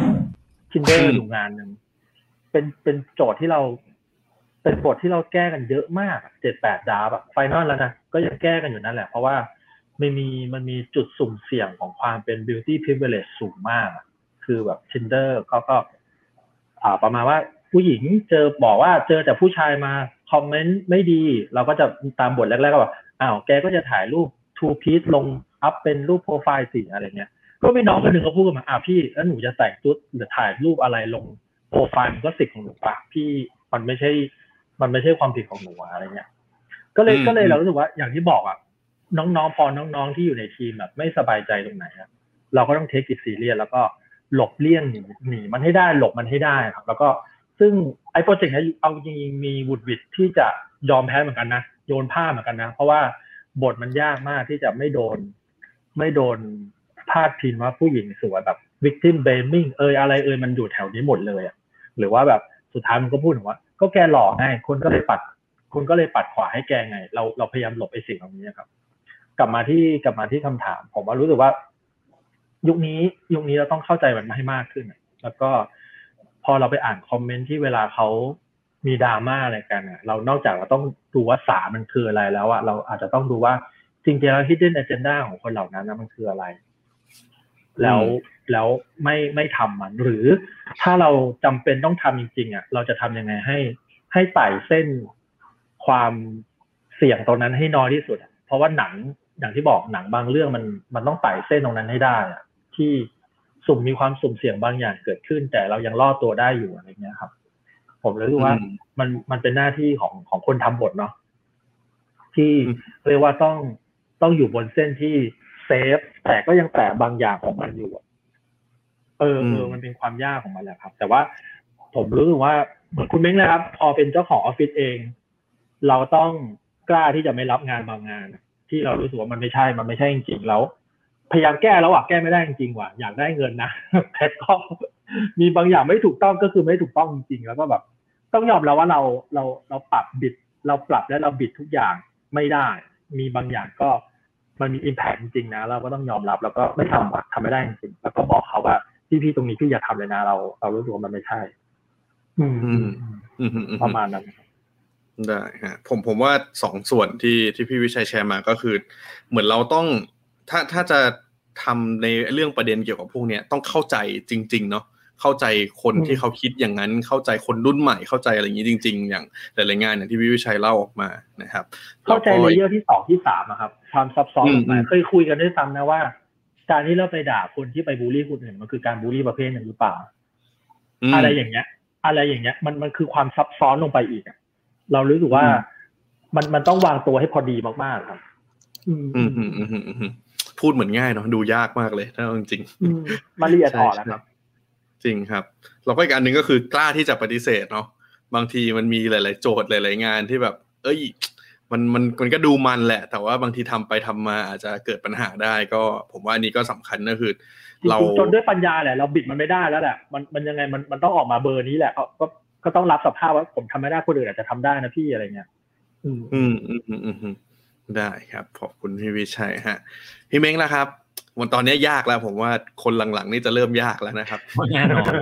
Tinder อยู่งานนึงเป็นเป็นโจทย์ที่เราเป็นบทที่เราแก้กันเยอะมาก เจ็ดแปด ดราฟอ่ะไฟนอลแล้วนะก็ยังแก้กันอยู่นั่นแหละเพราะว่าไม่มีมันมีจุดสุ่มเสี่ยงของความเป็น beauty privilege สูงมากคือแบบ Tinder เขาก็อ่าประมาณว่าผู้หญิงเจอบอกว่าเจอแต่ผู้ชายมาคอมเมนต์ไม่ดีเราก็จะตามบทแรกๆก็แบบอ้าวแกก็จะถ่ายรูป two piece ลงอัพเป็นรูปโปรไฟล์สิอะไรเงี้ยก็มีน้องคนนึงเขาพูดมาอ่ะพี่แล้วหนูจะแต่งชุดหรือถ่ายรูปอะไรลงโปรไฟล์มันก็สิทธิ์ของหนูป่ะพี่มันไม่ใช่มันไม่ใช่ความผิดของหนูอะไรเงี้ยก็เลยก็เลยเรารู้สึกว่าอย่างที่บอกอ่ะน้องๆพอน้องๆที่อยู่ในทีมแบบไม่สบายใจตรงไหนอ่ะเราก็ต้องเทคอิทซีเรียสแล้วก็หลบเลี่ยงหนีหนีมันให้ได้หลบมันให้ได้ครับแล้วก็ซึ่งไอ้โปรเจกต์นี้เอาจริงๆมีวุดวิดที่จะยอมแพ้เหมือนกันนะโยนผ้าเหมือนกันนะเพราะว่าบทมันยากมากที่จะไม่โดนไม่โดนพาดพิงว่าผู้หญิงสวยแบบ victim blaming เอยอะไรเอยมันอยู่แถวนี้หมดเลยอ่ะหรือว่าแบบสุดท้ายมันก็พูดถึงว่าก็แกหลอกไงคนก็เลยปัดคนก็เลยปัดขวาให้แกไงเราเราพยายามหลบไอ้สิ่งเหล่านี้ครับกลับมาที่กลับมาที่คำถามผมว่ารู้สึกว่ายุคนี้ยุคนี้เราต้องเข้าใจมันให้มากขึ้นแล้วก็พอเราไปอ่านคอมเมนต์ที่เวลาเขามีดราม่าอะไรกันอ่ะเรานอกจากเราต้องดูว่าสามันคืออะไรแล้วอ่ะเราอาจจะต้องดูว่าจริงๆแล้ว hidden agenda ของคนเหล่านั้นนะมันคืออะไรแล้วแล้วไม่ไม่ทำมันหรือถ้าเราจำเป็นต้องทำจริงๆอ่ะเราจะทำยังไงให้ให้ไต่เส้นความเสี่ยงตรงนั้นให้น้อยที่สุดเพราะว่าหนังอย่างที่บอกหนังบางเรื่องมันมันต้องไต่เส้นตรงนั้นให้ได้อ่ะที่สุ่มมีความสุ่มเสี่ยงบางอย่างเกิดขึ้นแต่เรายังรอดตัวได้อยู่อะไรเงี้ยครับผมเลยรู้ว่ามันมันเป็นหน้าที่ของของคนทำบทเนาะที่เรียกว่าต้องต้องอยู่บนเส้นที่เซฟแต่ก็ยังแตะบางอย่างของมันอยู่เออเออมันเป็นความยากของมันแหละครับแต่ว่าผมรู้สึกว่าเหมือนคุณเม้งเลยครับพอเป็นเจ้าของออฟฟิศเองเราต้องกล้าที่จะไม่รับงานบางงานที่เรารู้สึกว่ามันไม่ใช่มันไม่ใช่จริงๆแล้วพยายามแก้แล้วอ่ะแก้ไม่ได้จริงๆว่ะอยากได้เงินนะแต่ก็มีบางอย่างไม่ถูกต้องก็คือไม่ถูกต้องจริงๆแล้วก็แบบต้องยอมรับว่าเราเราเราปรับบิดเราปรับและเราบิดทุกอย่างไม่ได้มีบางอย่างก็มันมี impact จริงๆนะเราก็ต้องยอมรับแล้วก็ไม่ทำทำไม่ได้จริงๆแล้วก็บอกเขาว่าพี่ๆตรงนี้พี่อย่าทำเลยนะเราเรารู้สึกว่ามันไม่ใช่อืมประมาณนั้นได้ฮะผมผมว่าสองส่วนที่ที่พี่วิชัยแชร์มาก็คือเหมือนเราต้องถ้าถ้าจะทำในเรื่องประเด็นเกี่ยวกับพวกนี้ต้องเข้าใจจริงๆเนาะเข้าใจคนที่เขาคิดอย่างนั้นเข้าใจคนรุ่นใหม่เข้าใจอะไรอย่างนี้จริงๆอย่างหลายๆงานอย่างที่พี่วิชัยเล่าออกมานะครับเข้าใจเลเยอร์ที่สองที่สามนะครับความซับซ้อนมาเคยคุยกันด้วยซ้ำนะว่าการที่เราไปด่าคนที่ไปบูลลี่คนอื่นมันคือการบูลลี่ประเภทหนึ่งหรือเปล่าอะไรอย่างเงี้ยอะไรอย่างเงี้ยมันมันคือความซับซ้อนลงไปอีกเรารู้สึกว่ามันมันต้องวางตัวให้พอดีมากๆครับอืมอืมอืมอืมพูดเหมือนง่ายเนาะดูยากมากเลยถ้าจริงๆมาละเอียดอ่อนนะครับจริงครับแล้วก็อีกอันนึงก็คือกล้าที่จะปฏิเสธเนาะบางทีมันมีหลายๆโจทย์หลายๆงานที่แบบเอ้ยมันมันมันก็ดูมันแหละแต่ว่าบางทีทำไปทำมาอาจจะเกิดปัญหาได้ก็ผมว่าอันนี้ก็สำคัญก็คือเราจนด้วยปัญญาแหละเราบิดมันไม่ได้แล้วแหละมันมันยังไงมันมันต้องออกมาเบอร์นี้แหละก็ก็ต้องรับสภาพว่าผมทำไม่ได้คนอื่นอาจจะทำได้นะพี่อะไรเงี้ยอืมอืมอืมอืมอืมได้ครับขอบคุณพี่วิชัยฮะพี่เม้งล่ะครับวันตอนนี้ยากแล้วผมว่าคนหลังๆนี่จะเริ่มยากแล้วนะครับแน่นอน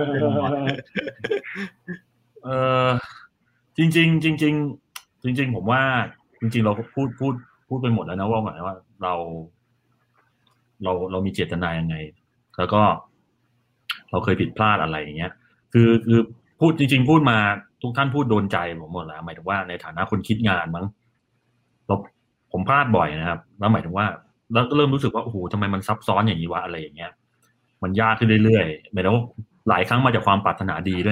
เออจริงๆจริงๆจริงๆผมว่าจริงๆเราพูดพูดพูดไปหมดแล้วนะว่าหมายว่าเราเราเรามีเจตนายังไงแล้วก็เราเคยผิดพลาดอะไรอย่างเงี้ยคือคือพูดจริงๆพูดมาทุกท่านพูดโดนใจผมหมดแล้วหมายถึงว่าในฐานะคนคิดงานมั้งเราผมพลาดบ่อยนะครับแล้วหมายถึงว่าแล้วก็เริ่มรู้สึกว่าโอ้โหทำไมมันซับซ้อนอย่างนี้วะอะไรอย่างเงี้ยมันยากขึ้นเรื่อยๆหมายถึงว่าหลายครั้งมาจากความปรารถนาดีด้วยนะ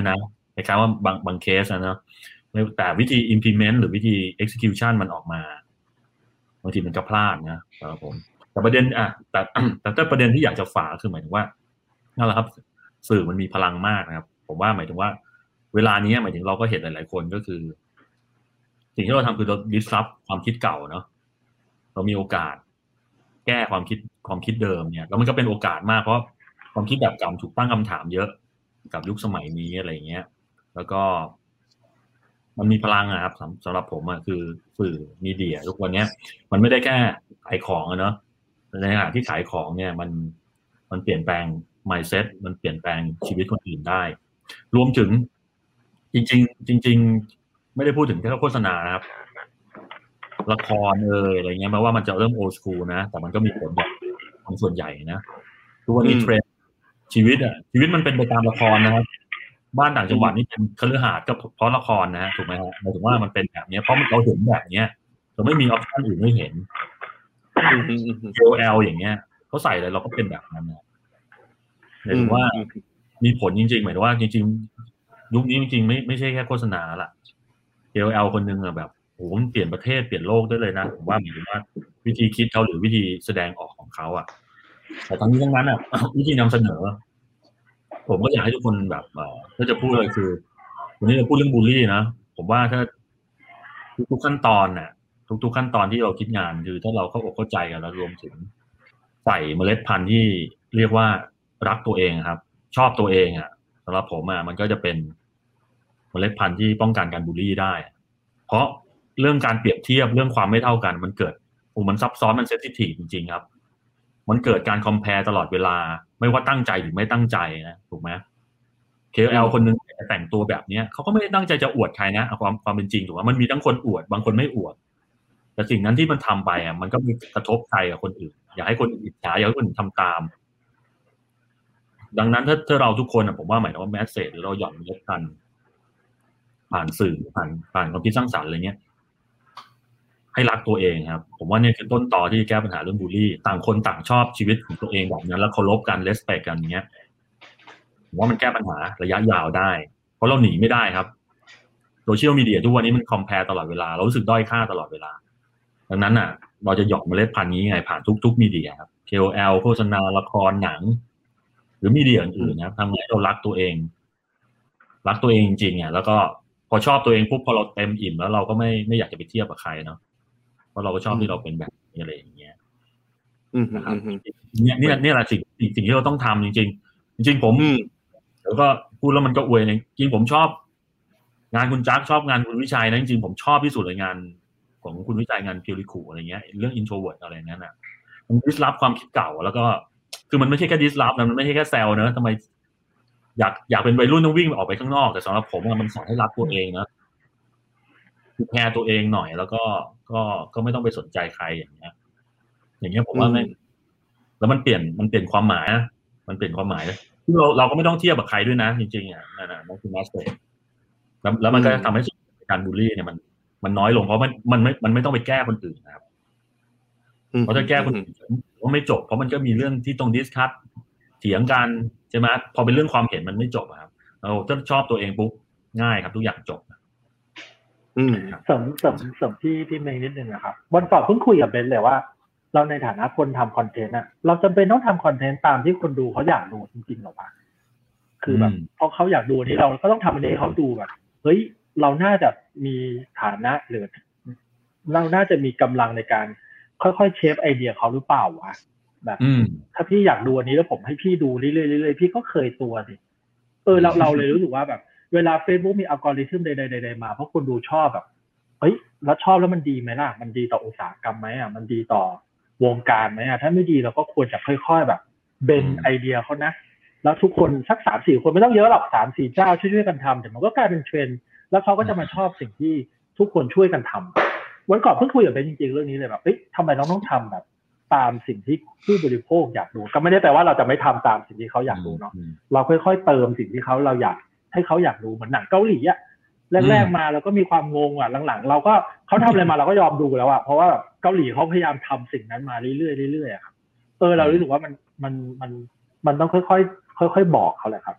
คล้ายๆว่าบางบางเคสนะเนาะแต่วิธี implement หรือวิธี execution มันออกมาบางทีมันก็พลาดนะครับผมแต่ประเด็นอ่ะแต่แต่แต่ประเด็นที่อยากจะฝากคือหมายถึงว่านั่นแหละครับสื่อมันมีพลังมากนะครับผมว่าหมายถึงว่าเวลานี้หมายถึงเราก็เห็นหลายๆคนก็คือสิ่งที่เราทำคือเรา disrupt ความคิดเก่าเนาะเรามีโอกาสแก้ความคิดความคิดเดิมเนี่ยแล้วมันก็เป็นโอกาสมากเพราะความคิดแบบเก่าถูกตั้งคำถามเยอะกับยุคสมัยนี้อะไรเงี้ยแล้วก็มันมีพลังอะครับสำหรับผมอะคือสื่อมีเดียทุกวันนี้มันไม่ได้แค่ขายของอะเนาะในขณะที่ขายของเนี่ยมันมันเปลี่ยนแปลง mindset มันเปลี่ยนแปลงชีวิตคนอื่นได้รวมถึงจริงๆจริงๆไม่ได้พูดถึงแค่โฆษณานะครับละครเอออะไรเงี้ยแม้ว่ามันจะเริ่ม old school นะแต่มันก็มีผลแบบของส่วนใหญ่นะทุกวันนี้เทรนด์ชีวิตอะชีวิตมันเป็นไปตามละครนะครับบ้านต่างจังหวัดนี่เป็นคฤหาสน์ก็เพราะละครนะถูกไหมฮะหมายถึงว่ามันเป็นแบบนี้เพราะเราเห็นแบบนี้เราไม่มีออปชั่นอื่นไม่เห็น เค โอ แอล อย่างเงี้ยเขาใส่อะไรเราก็เป็นแบบนั้นนะหมายถึงว่ามีผลจริงๆหมายถึงว่าจริงๆยุคนี้จริงๆไม่ไม่ใช่แค่โฆษณาละ เค โอ แอล คนนึงอะแบบโหมันเปลี่ยนประเทศเปลี่ยนโลกได้เลยนะผมว่าหมายถึงว่าวิธีคิดเขาหรือวิธีแสดงออกของเขาอะแต่ทั้งนี้ทั้งนั้นอะวิธีนำเสนอผมก็อยากให้ทุกคนแบบถ้าจะพูดเลยคือวันนี้เราพูดเรื่องบูลลี่นะผมว่าถ้าทุกๆขั้นตอนน่ะทุกๆขั้นตอนที่เราคิดงานคือถ้าเราเข้าอกเข้าใจกันแล้วรวมถึงใส่เมล็ดพันธุ์ที่เรียกว่ารักตัวเองครับชอบตัวเองอ่ะสำหรับผมอ่ะมันก็จะเป็นเมล็ดพันธุ์ที่ป้องกันการบูลลี่ได้เพราะเรื่องการเปรียบเทียบเรื่องความไม่เท่ากันมันเกิดโอ้มันซับซ้อนมันเซนซิทีฟจริงๆครับมันเกิดการคอมแพร์ตลอดเวลาไม่ว่าตั้งใจหรือไม่ตั้งใจนะถูกไหม เค โอ แอล คนนึงแต่งตัวแบบนี้เขาก็ไม่ได้ตั้งใจจะอวดใครนะความความเป็นจริงถูกไหมมันมีทั้งคนอวดบางคนไม่อวดแต่สิ่งนั้นที่มันทำไปอ่ะมันก็มีกระทบใจกับคนอื่นอยากให้คนอื่นอิจฉาอยากให้คนอื่นทำตามดังนั้นถ้าถ้าเราทุกคนอ่ะผมว่าหมายถึงว่าแมสเสจหรือเราหย่อนเล็กกันผ่านสื่อผ่านผ่านความคิดสร้างสรรค์อะไรเงี้ยให้รักตัวเองครับผมว่าเนี่ยคือต้นตอที่แก้ปัญหาเรื่องบูลลี่ต่างคนต่างชอบชีวิตของตัวเองแบบนั้นแล้วเคารพกันเรสเพคกันอย่างเงี้ยผมว่ามันแก้ปัญหาระยะยาวได้เพราะเราหนีไม่ได้ครับโซเชียลมีเดียทุกวันนี้มันคอมแพร์ตลอดเวลาเรารู้สึกด้อยค่าตลอดเวลาดังนั้นอ่ะเราจะหยอกเมล็ดพันธุ์นี้ไงผ่านทุกๆมีเดียครับ เค โอ แอล โฆษณาละครหนังหรือมีเดียอื่นๆนะทำให้เรารักตัวเองรักตัวเองจริงๆอ่ะแล้วก็พอชอบตัวเองปุ๊บพอเราเต็มอิ่มแล้วเราก็ไม่ไม่อยากจะไปเทียบกับใครเนาะเพราะเราก็ชอบที่เราเป็นแบบนี้อะไรอย่างเงี้ยนะครับเนี่ยเนี่ยเนี่ยแหละสิ่งสิ่งที่เราต้องทำจริงๆจริงๆผมแล้วก็พูดแล้วมันก็อวยจริงๆผมชอบงานคุณจักชอบงานคุณวิชัยนะจริงๆผมชอบที่สุดเลยงานของคุณวิจัยงานพิวริคูอะไรเงี้ยเรื่อง introvert อะไรนั้นน่ะมันดิสรับความคิดเก่าแล้วก็คือมันไม่ใช่แค่ดิสรับนะมันไม่ใช่แค่แซลเนอะทำไมอยากอยากเป็นวัยรุ่นต้องวิ่งออกไปข้างนอกแต่สำหรับผมมันสอนให้รักตัวเองนะคือแคร์ตัวเองหน่อยแล้วก็ก็ก็ไม่ต้องไปสนใจใครอย่างเงี้ยอย่างเงี้ยผมว่าไม่แล้วมันเปลี่ยนมันเปลี่ยนความหมายนะมันเปลี่ยนความหมายที่เราเราก็ไม่ต้องเทียบกับใครด้วยนะจริงๆอ่ะนั่นน่ะนั่นคือมาสเตอร์แล้วแล้วมันก็ทำให้การบูลลี่เนี่ยมันมันน้อยลงเพราะมันมันไม่มันไม่ต้องไปแก้คนอื่นนะครับเพราะถ้าแก้คนอื่นก็ไม่จบเพราะมันก็มีเรื่องที่ต้องดิสคัสเถียงกันใช่ไหมพอเป็นเรื่องความเห็นมันไม่จบครับเราถ้าชอบตัวเองปุ๊บง่ายครับทุกอย่างจบอืมเสริมเสริมเสริมที่พี่เมย์นิดนึงนะครับวันก่อนเพิ่งคุยกับเบนเลยว่าเราในฐานะคนทำคอนเทนต์อะเราจำเป็นต้องทำคอนเทนต์ตามที่คนดูเขาอยากดูจริงๆหรอวะคือแบบเพราะเขาอยากดูนี้เราก็ต้องทำอันนี้เขาดูแบบเฮ้ยเราน่าจะมีฐานะหรือเราน่าจะมีกำลังในการค่อยๆเชฟไอเดียเขาหรือเปล่าวะแบบถ้าพี่อยากดูอันนี้แล้วผมให้พี่ดูเรื่อยๆเรื่อยๆพี่ก็เคยตัวสิเออเราเราเลยรู้สึกว่าแบบเวลา Facebook มีอัลกอริทึมใดๆๆมาเพราะคนดูชอบแบบเฮ้ยแล้วชอบแล้วมันดีไหมล่ะมันดีต่ออุตสาหกรรมไหมอ่ะมันดีต่อวงการไหมอ่ะถ้าไม่ดีเราก็ควรจะค่อยๆแบบเบนไอเดียเขานะแล้วทุกคนสัก สามสี่ คนไม่ต้องเยอะหรอก สามสี่ เจ้าช่วยๆกันทำเดี๋ยวมันก็กลายเป็นเทรนด์แล้วเขาก็จะมาชอบสิ่งที่ทุกคนช่วยกันทำวันก่อนเพิ่งคุยกับเบนจริงๆเรื่องนี้เลยแบบเอ๊ะทำไมเราต้องทำแบบตามสิ่งที่ผู้บริโภคอยากดูก็ไม่ได้แปลว่าเราจะไม่ทำตามสิ่งที่เขาอยากดูเนาะเราค่อยๆเติมสิ่งที่เขาเราอยากให้เขาอยากดูเหมือนหนังเกาหลีอะแรกๆมาเราก็มีความงงอ่ะหลังๆเราก็เขาทำอะไรมาเราก็ยอมดูแล้วอ่ะเพราะว่าเกาหลีเขาพยายามทำสิ่งนั้นมาเรื่อยๆเรื่อยๆครับเออเรารู้สึกว่ามันมันมันมันต้องค่อยๆค่อยๆบอกเขาแหละครับ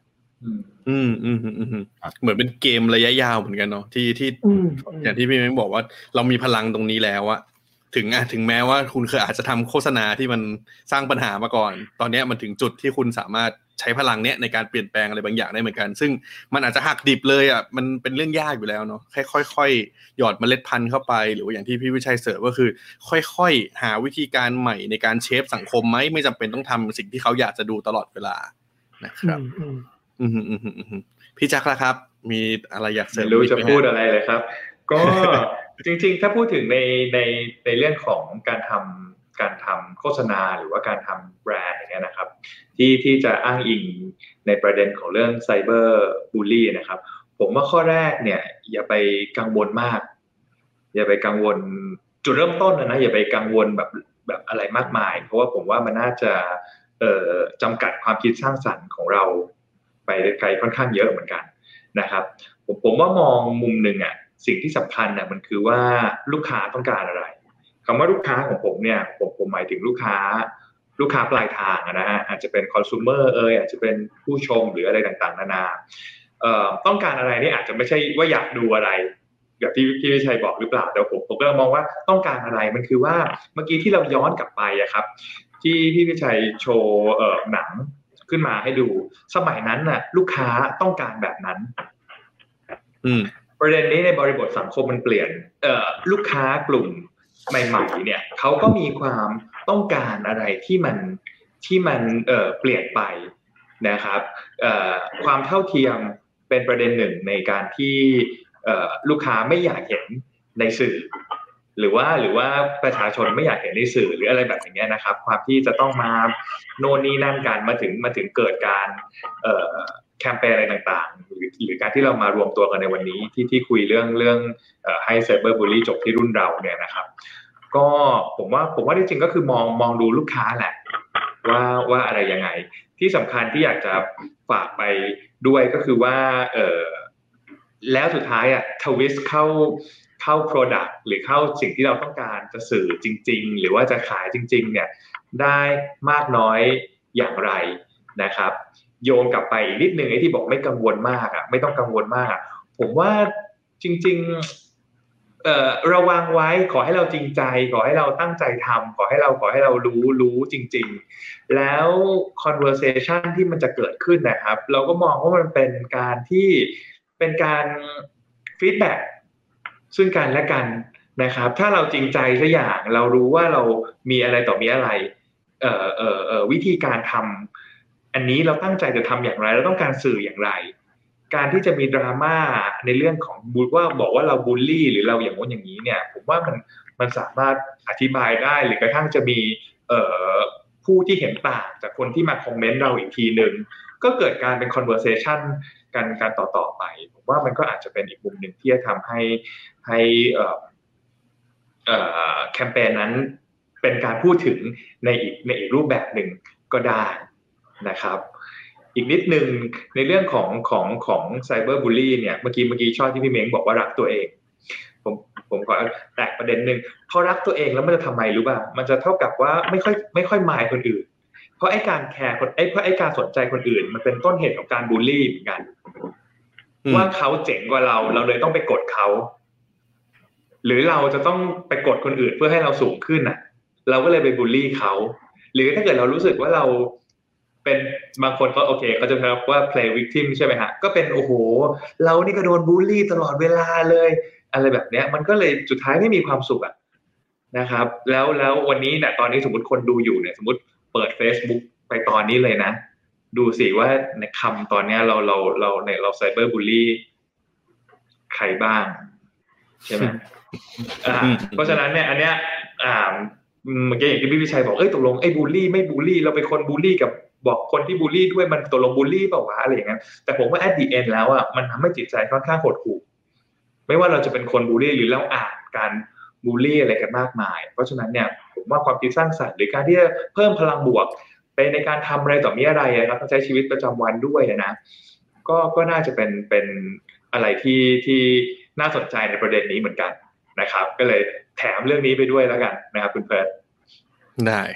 อืมอืมอืมอืมเหมือนเป็นเกมระยะยาวเหมือนกันเนาะที่ที่อย่างที่พี่เม้งบอกว่าเรามีพลังตรงนี้แล้วอะถึงอ่ะถึงแม้ว่าคุณเคยอาจจะทำโฆษณาที่มันสร้างปัญหามาก่อนตอนนี้มันถึงจุดที่คุณสามารถใช้พลังเนี้ยในการเปลี่ยนแปลงอะไรบางอย่างได้เหมือนกันซึ่งมันอาจจะหักดิบเลยอ่ะมันเป็นเรื่องยากอยู่แล้วเนาะค่อยๆหยอดเมล็ดพันธุ์เข้าไปหรือว่าอย่างที่พี่วิชัยเสริมก็คือค่อยๆหาวิธีการใหม่ในการเชฟสังคมไหมไม่จำเป็นต้องทำสิ่งที่เขาอยากจะดูตลอดเวลานะครับอืมอืมอืมพี่จักรล่ะครับมีอะไรอยากเสริมไม่รู้จะพูดอะไรเลยครับก็จริงๆถ้าพูดถึงในในในเรื่องของการทำการทำโฆษณาหรือว่าการทำแบรนด์อย่างเงี้ยนะครับที่ที่จะอ้างอิงในประเด็นของเรื่องไซเบอร์บูลลี่นะครับผมว่าข้อแรกเนี่ยอย่าไปกังวลมากอย่าไปกังวลจุดเริ่มต้นนะอย่าไปกังวลแบบแบบอะไรมากมายเพราะว่าผมว่ามันน่าจะเอ่อจำกัดความคิดสร้างสรรค์ของเราไปไกลค่อนข้างเยอะเหมือนกันนะครับผมผมว่ามองมุมหนึ่งอ่ะสิ่งที่สำคัญน่ะมันคือว่าลูกค้าต้องการอะไรคำว่าลูกค้าของผมเนี่ยผมผมหมายถึงลูกค้าลูกค้าปลายทางนะฮะอาจจะเป็นคอน sumer เอยอาจจะเป็นผู้ชมหรืออะไรต่างๆนานาเอ่อต้องการอะไรนี่อาจจะไม่ใช่ว่าอยากดูอะไรแบบที่พี่วิชัยบอกหรือเปล่าแต่ผมผมก็มองว่าต้องการอะไรมันคือว่าเมื่อกี้ที่เราย้อนกลับไปอะครับที่พี่วิชัยโชว์เอ่อหนังขึ้นมาให้ดูสมัยนั้นน่ะลูกค้าต้องการแบบนั้นอืมประเด็นนี้ในบริบทสังคมมันเปลี่ยนเอ่อลูกค้ากลุ่มใหม่ๆเนี่ยเขาก็มีความต้องการอะไรที่มันที่มันเอ่อเปลี่ยนไปนะครับเอ่อความเท่าเทียมเป็นประเด็นหนึ่งในการที่เอ่อลูกค้าไม่อยากเห็นในสื่อหรือว่าหรือว่าประชาชนไม่อยากเห็นในสื่อหรืออะไรแบบอย่างเงี้ยนะครับความที่จะต้องมาโน่นนี่นั่นกันมาถึงมาถึงเกิดการเอ่อแคมเปญอะไรต่างๆหรือหรือการที่เรามารวมตัวกันในวันนี้ที่ที่คุยเรื่องเรื่องเอ่อให้ไซเบอร์บูลลี่จบที่รุ่นเราเนี่ยนะครับก็ผมว่าผมว่าจริงๆก็คือมองมองดูลูกค้าแหละว่าว่าอะไรยังไงที่สำคัญที่อยากจะฝากไปด้วยก็คือว่าเอ่อแล้วสุดท้ายอ่ะทวิสต์เข้าเข้า product หรือเข้าสิ่งที่เราต้องการจะสื่อจริงๆหรือว่าจะขายจริงๆเนี่ยได้มากน้อยอย่างไรนะครับโยงกลับไปอีกนิดนึงไอ้ที่บอกไม่กังวลมากอ่ะไม่ต้องกังวลมากผมว่าจริงๆเอ่อระวังไว้ขอให้เราจริงใจขอให้เราตั้งใจทำขอให้เราขอให้เรารู้รู้จริงๆแล้ว conversation ที่มันจะเกิดขึ้นนะครับเราก็มองว่ามันเป็นการที่เป็นการ feedback ซึ่งกันและกันนะครับถ้าเราจริงใจสักอย่างเรารู้ว่าเรามีอะไรต่อมีอะไรเอ่อเอ่อเอ่อวิธีการทำอันนี้เราตั้งใจจะทำอย่างไรเราต้องการสื่ออย่างไรการที่จะมีดราม่าในเรื่องของบูลว่าบอกว่าเราบูลลี่หรือเราอย่างโน้นอย่างนี้เนี่ยผมว่ามันมันสามารถอธิบายได้หรือกระทั่งจะมีเอ่อผู้ที่เห็นต่างจากคนที่มาคอมเมนต์เราอีกทีนึงก็เกิดการเป็น conversation กันการต่อๆไปผมว่ามันก็อาจจะเป็นอีกมุมหนึ่งที่จะทำให้ให้เอ่อเอ่อแคมเปญนั้นเป็นการพูดถึงในอีกในอีกรูปแบบหนึ่งก็ได้นะครับอีกนิดนึงในเรื่องของของของไซเบอร์บูลลี่เนี่ยเมื่อกี้เมื่อกี้ชอบที่พี่เม้งบอกว่ารักตัวเองผมผมขอแตกประเด็นนึงพอรักตัวเองแล้วมันจะทำไมรู้ป่ะมันจะเท่ากับว่าไม่ค่อยไม่ค่อยมายคนอื่นเพราะไอ้การแคร์คนไอ้เพราะไอ้การสนใจคนอื่นมันเป็นต้นเหตุของการบูลลี่เหมือนกันว่าเขาเจ๋งกว่าเราเราเลยต้องไปกดเขาหรือเราจะต้องไปกดคนอื่นเพื่อให้เราสูงขึ้นน่ะเราก็เลยไปบูลลี่เขาหรือถ้าเกิดเรารู้สึกว่าเราเป็นบางคนก็โอเคเขาจะเรียกว่า play victim ใช่ไหมฮะก็เป็นโอ้โหเรานี่ก็โดนบูลลี่ตลอดเวลาเลยอะไรแบบเนี้ยมันก็เลยสุดท้ายไม่มีความสุขอะนะครับแล้วแล้ววันนี้เนี่ยตอนนี้สมมติคนดูอยู่เนี่ยสมมติเปิด Facebook ไปตอนนี้เลยนะดูสิว่าในคำตอนนี้เราเราเราในเราไซเบอร์บูลลี่ใครบ้างใช่ไหมอ่าเพราะฉะนั้นเนี่ยอันเนี้ยอ่าเมื่อกี้อย่างที่พี่วิชัยบอกเอ้ยตกลงไอ้บูลลี่ไม่บูลลี่เราเป็นคนบูลลี่กับบอกคนที่บูลลี่ด้วยมันตกลงบูลลี่เปล่าวะอะไรอย่างเงี้ยแต่ผมว่า at the end แล้วอ่ะมันทำให้จิตใจค่อนข้างหดหู่ไม่ว่าเราจะเป็นคนบูลลี่หรือเราอ่านการบูลลี่อะไรกันมากมายเพราะฉะนั้นเนี่ยผมว่าความคิดสร้างสรรค์หรือการที่จะเพิ่มพลังบวกไปในการทำอะไรต่อมีอะไรนะครับต้องใช้ชีวิตประจำวันด้วยนะก็ก็น่าจะเป็นเป็นอะไรที่ที่น่าสนใจในประเด็นนี้เหมือนกันนะครับก็เลยแถมเรื่องนี้ไปด้วยแล้วกันนะครับคุณเพิร์ทได้ครับ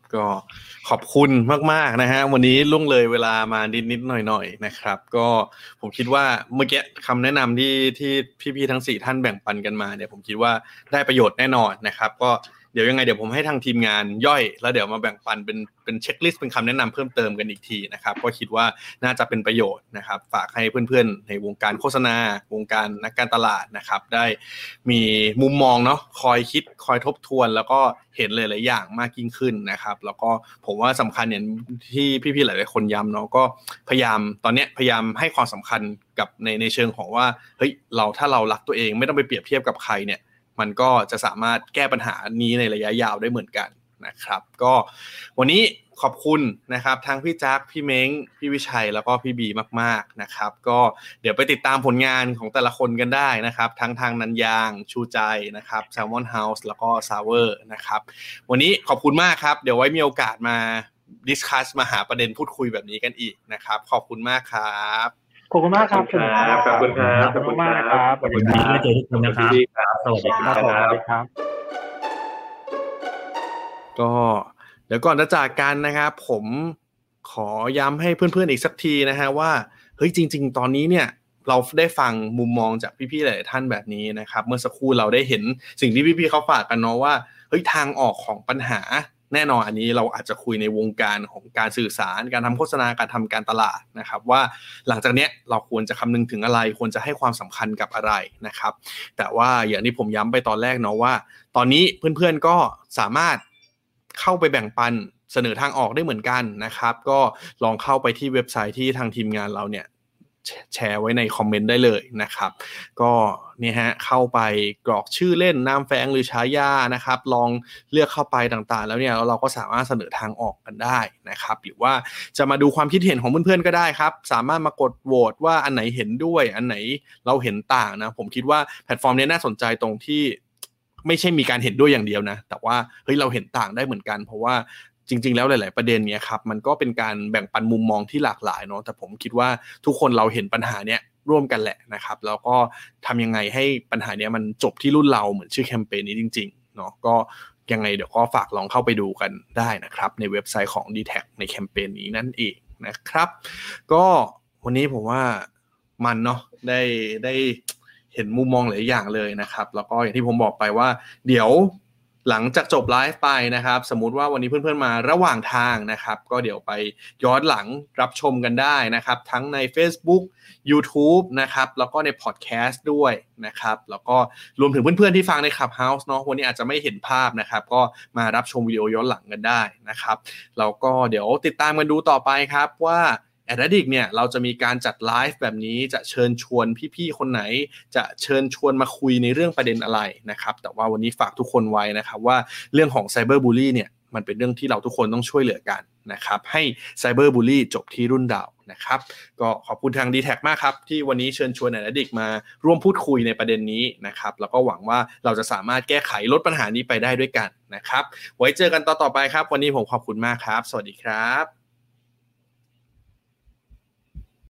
ก็ขอบคุณมากๆนะฮะวันนี้ล่วงเลยเวลามานิดๆหน่อยๆนะครับก็ผมคิดว่าเมื่อกี้คำแนะนำที่ที่พี่ๆทั้งสี่ท่านแบ่งปันกันมาเนี่ยผมคิดว่าได้ประโยชน์แน่นอนนะครับก็เดี๋ยวยังไงเดี๋ยวผมให้ทางทีมงานย่อยแล้วเดี๋ยวมาแบ่งปันเป็นเป็นเช็คลิสต์เป็นคำแนะนำเพิ่มเติมกันอีกทีนะครับก็คิดว่าน่าจะเป็นประโยชน์นะครับฝากให้เพื่อนๆในวงการโฆษณาวงการนักการตลาดนะครับได้มีมุมมองเนาะคอยคิดคอยทบทวนแล้วก็เห็นหลายๆอย่างมากยิ่งขึ้นนะครับแล้วก็ผมว่าสำคัญอย่างที่พี่ๆหลายๆคนย้ำเนาะก็พยายามตอนนี้พยายามให้ความสำคัญกับในในเชิงของว่าเฮ้ยเราถ้าเรารักตัวเองไม่ต้องไปเปรียบเทียบกับใครเนี่ยมันก็จะสามารถแก้ปัญหานี้ในระยะยาวได้เหมือนกันนะครับก็วันนี้ขอบคุณนะครับทั้งพี่จักพี่เม้งพี่วิชัยแล้วก็พี่บีมากๆนะครับก็เดี๋ยวไปติดตามผลงานของแต่ละคนกันได้นะครับทั้งทางนันยางชูใจนะครับ Salmon House แล้วก็ Sour นะครับวันนี้ขอบคุณมากครับเดี๋ยวไว้มีโอกาสมาดิสคัสมาหาประเด็นพูดคุยแบบนี้กันอีกนะครับขอบคุณมากครับขอบคุณมากครับขอบคุณครับขอบคุณมากครับขอบคุณครับเจอทุกคนนะครับสวัสดีครับสวัสดีครับก็เดี๋ยวก่อนจะจากกันนะครับผมขอย้ำให้เพื่อนๆอีกสักทีนะฮะว่าเฮ้ยจริงๆตอนนี้เนี่ยเราได้ฟังมุมมองจากพี่ๆหลายท่านแบบนี้นะครับเมื่อสักครู่เราได้เห็นสิ่งที่พี่ๆเขาฝากกันเนาะว่าเฮ้ยทางออกของปัญหาแน่นอนอันนี้เราอาจจะคุยในวงการของการสื่อสารการทำโฆษณาการทำการตลาดนะครับว่าหลังจากเนี้ยเราควรจะคำนึงถึงอะไรควรจะให้ความสำคัญกับอะไรนะครับแต่ว่าอย่างที่ผมย้ำไปตอนแรกเนาะว่าตอนนี้เพื่อนๆก็สามารถเข้าไปแบ่งปันเสนอทางออกได้เหมือนกันนะครับก็ลองเข้าไปที่เว็บไซต์ที่ทางทีมงานเราเนี่ยแชร์ไว้ในคอมเมนต์ได้เลยนะครับก็นี่ฮะเข้าไปกรอกชื่อเล่นนามแฝงหรือฉายานะครับลองเลือกเข้าไปต่างๆแล้วเนี่ยเราก็สามารถเสนอทางออกกันได้นะครับหรือว่าจะมาดูความคิดเห็นของเพื่อนๆก็ได้ครับสามารถมากดโหวตว่าอันไหนเห็นด้วยอันไหนเราเห็นต่างนะผมคิดว่าแพลตฟอร์มนี้น่าสนใจตรงที่ไม่ใช่มีการเห็นด้วยอย่างเดียวนะแต่ว่าเฮ้ยเราเห็นต่างได้เหมือนกันเพราะว่าจริงๆแล้วหลายๆประเด็นเนี้ยครับมันก็เป็นการแบ่งปันมุมมองที่หลากหลายเนาะแต่ผมคิดว่าทุกคนเราเห็นปัญหาเนี้ยร่วมกันแหละนะครับแล้วก็ทำยังไงให้ปัญหาเนี้ยมันจบที่รุ่นเราเหมือนชื่อแคมเปญนี้จริงๆเนาะก็ยังไงเดี๋ยวก็ฝากลองเข้าไปดูกันได้นะครับในเว็บไซต์ของ ดี แท็ก ในแคมเปญนี้นั่นเองนะครับก็วันนี้ผมว่ามันเนาะได้ได้เห็นมุมมองหลายอย่างเลยนะครับแล้วก็อย่างที่ผมบอกไปว่าเดี๋ยวหลังจากจบไลฟ์ไปนะครับสมมุติว่าวันนี้เพื่อนๆมาระหว่างทางนะครับก็เดี๋ยวไปย้อนหลังรับชมกันได้นะครับทั้งใน Facebook YouTube นะครับแล้วก็ในพอดแคสต์ด้วยนะครับแล้วก็รวมถึงเพื่อนๆที่ฟังใน Clubhouse เนาะวันนี้อาจจะไม่เห็นภาพนะครับก็มารับชมวิดีโอย้อนหลังกันได้นะครับแล้วก็เดี๋ยวติดตามกันดูต่อไปครับว่าAddict เนี่ยเราจะมีการจัดไลฟ์แบบนี้จะเชิญชวนพี่ๆคนไหนจะเชิญชวนมาคุยในเรื่องประเด็นอะไรนะครับแต่ว่าวันนี้ฝากทุกคนไว้นะครับว่าเรื่องของ Cyber Bully เนี่ยมันเป็นเรื่องที่เราทุกคนต้องช่วยเหลือกันนะครับให้ Cyber Bully จบที่รุ่นดาวนะครับก็ขอบคุณทาง ดี แท็ก มากครับที่วันนี้เชิญชวน Addict มาร่วมพูดคุยในประเด็นนี้นะครับแล้วก็หวังว่าเราจะสามารถแก้ไขลดปัญหานี้ไปได้ด้วยกันนะครับไว้เจอกันต่อๆไปครับวันนี้ผมขอบคุณมากครับสวัสดีครับ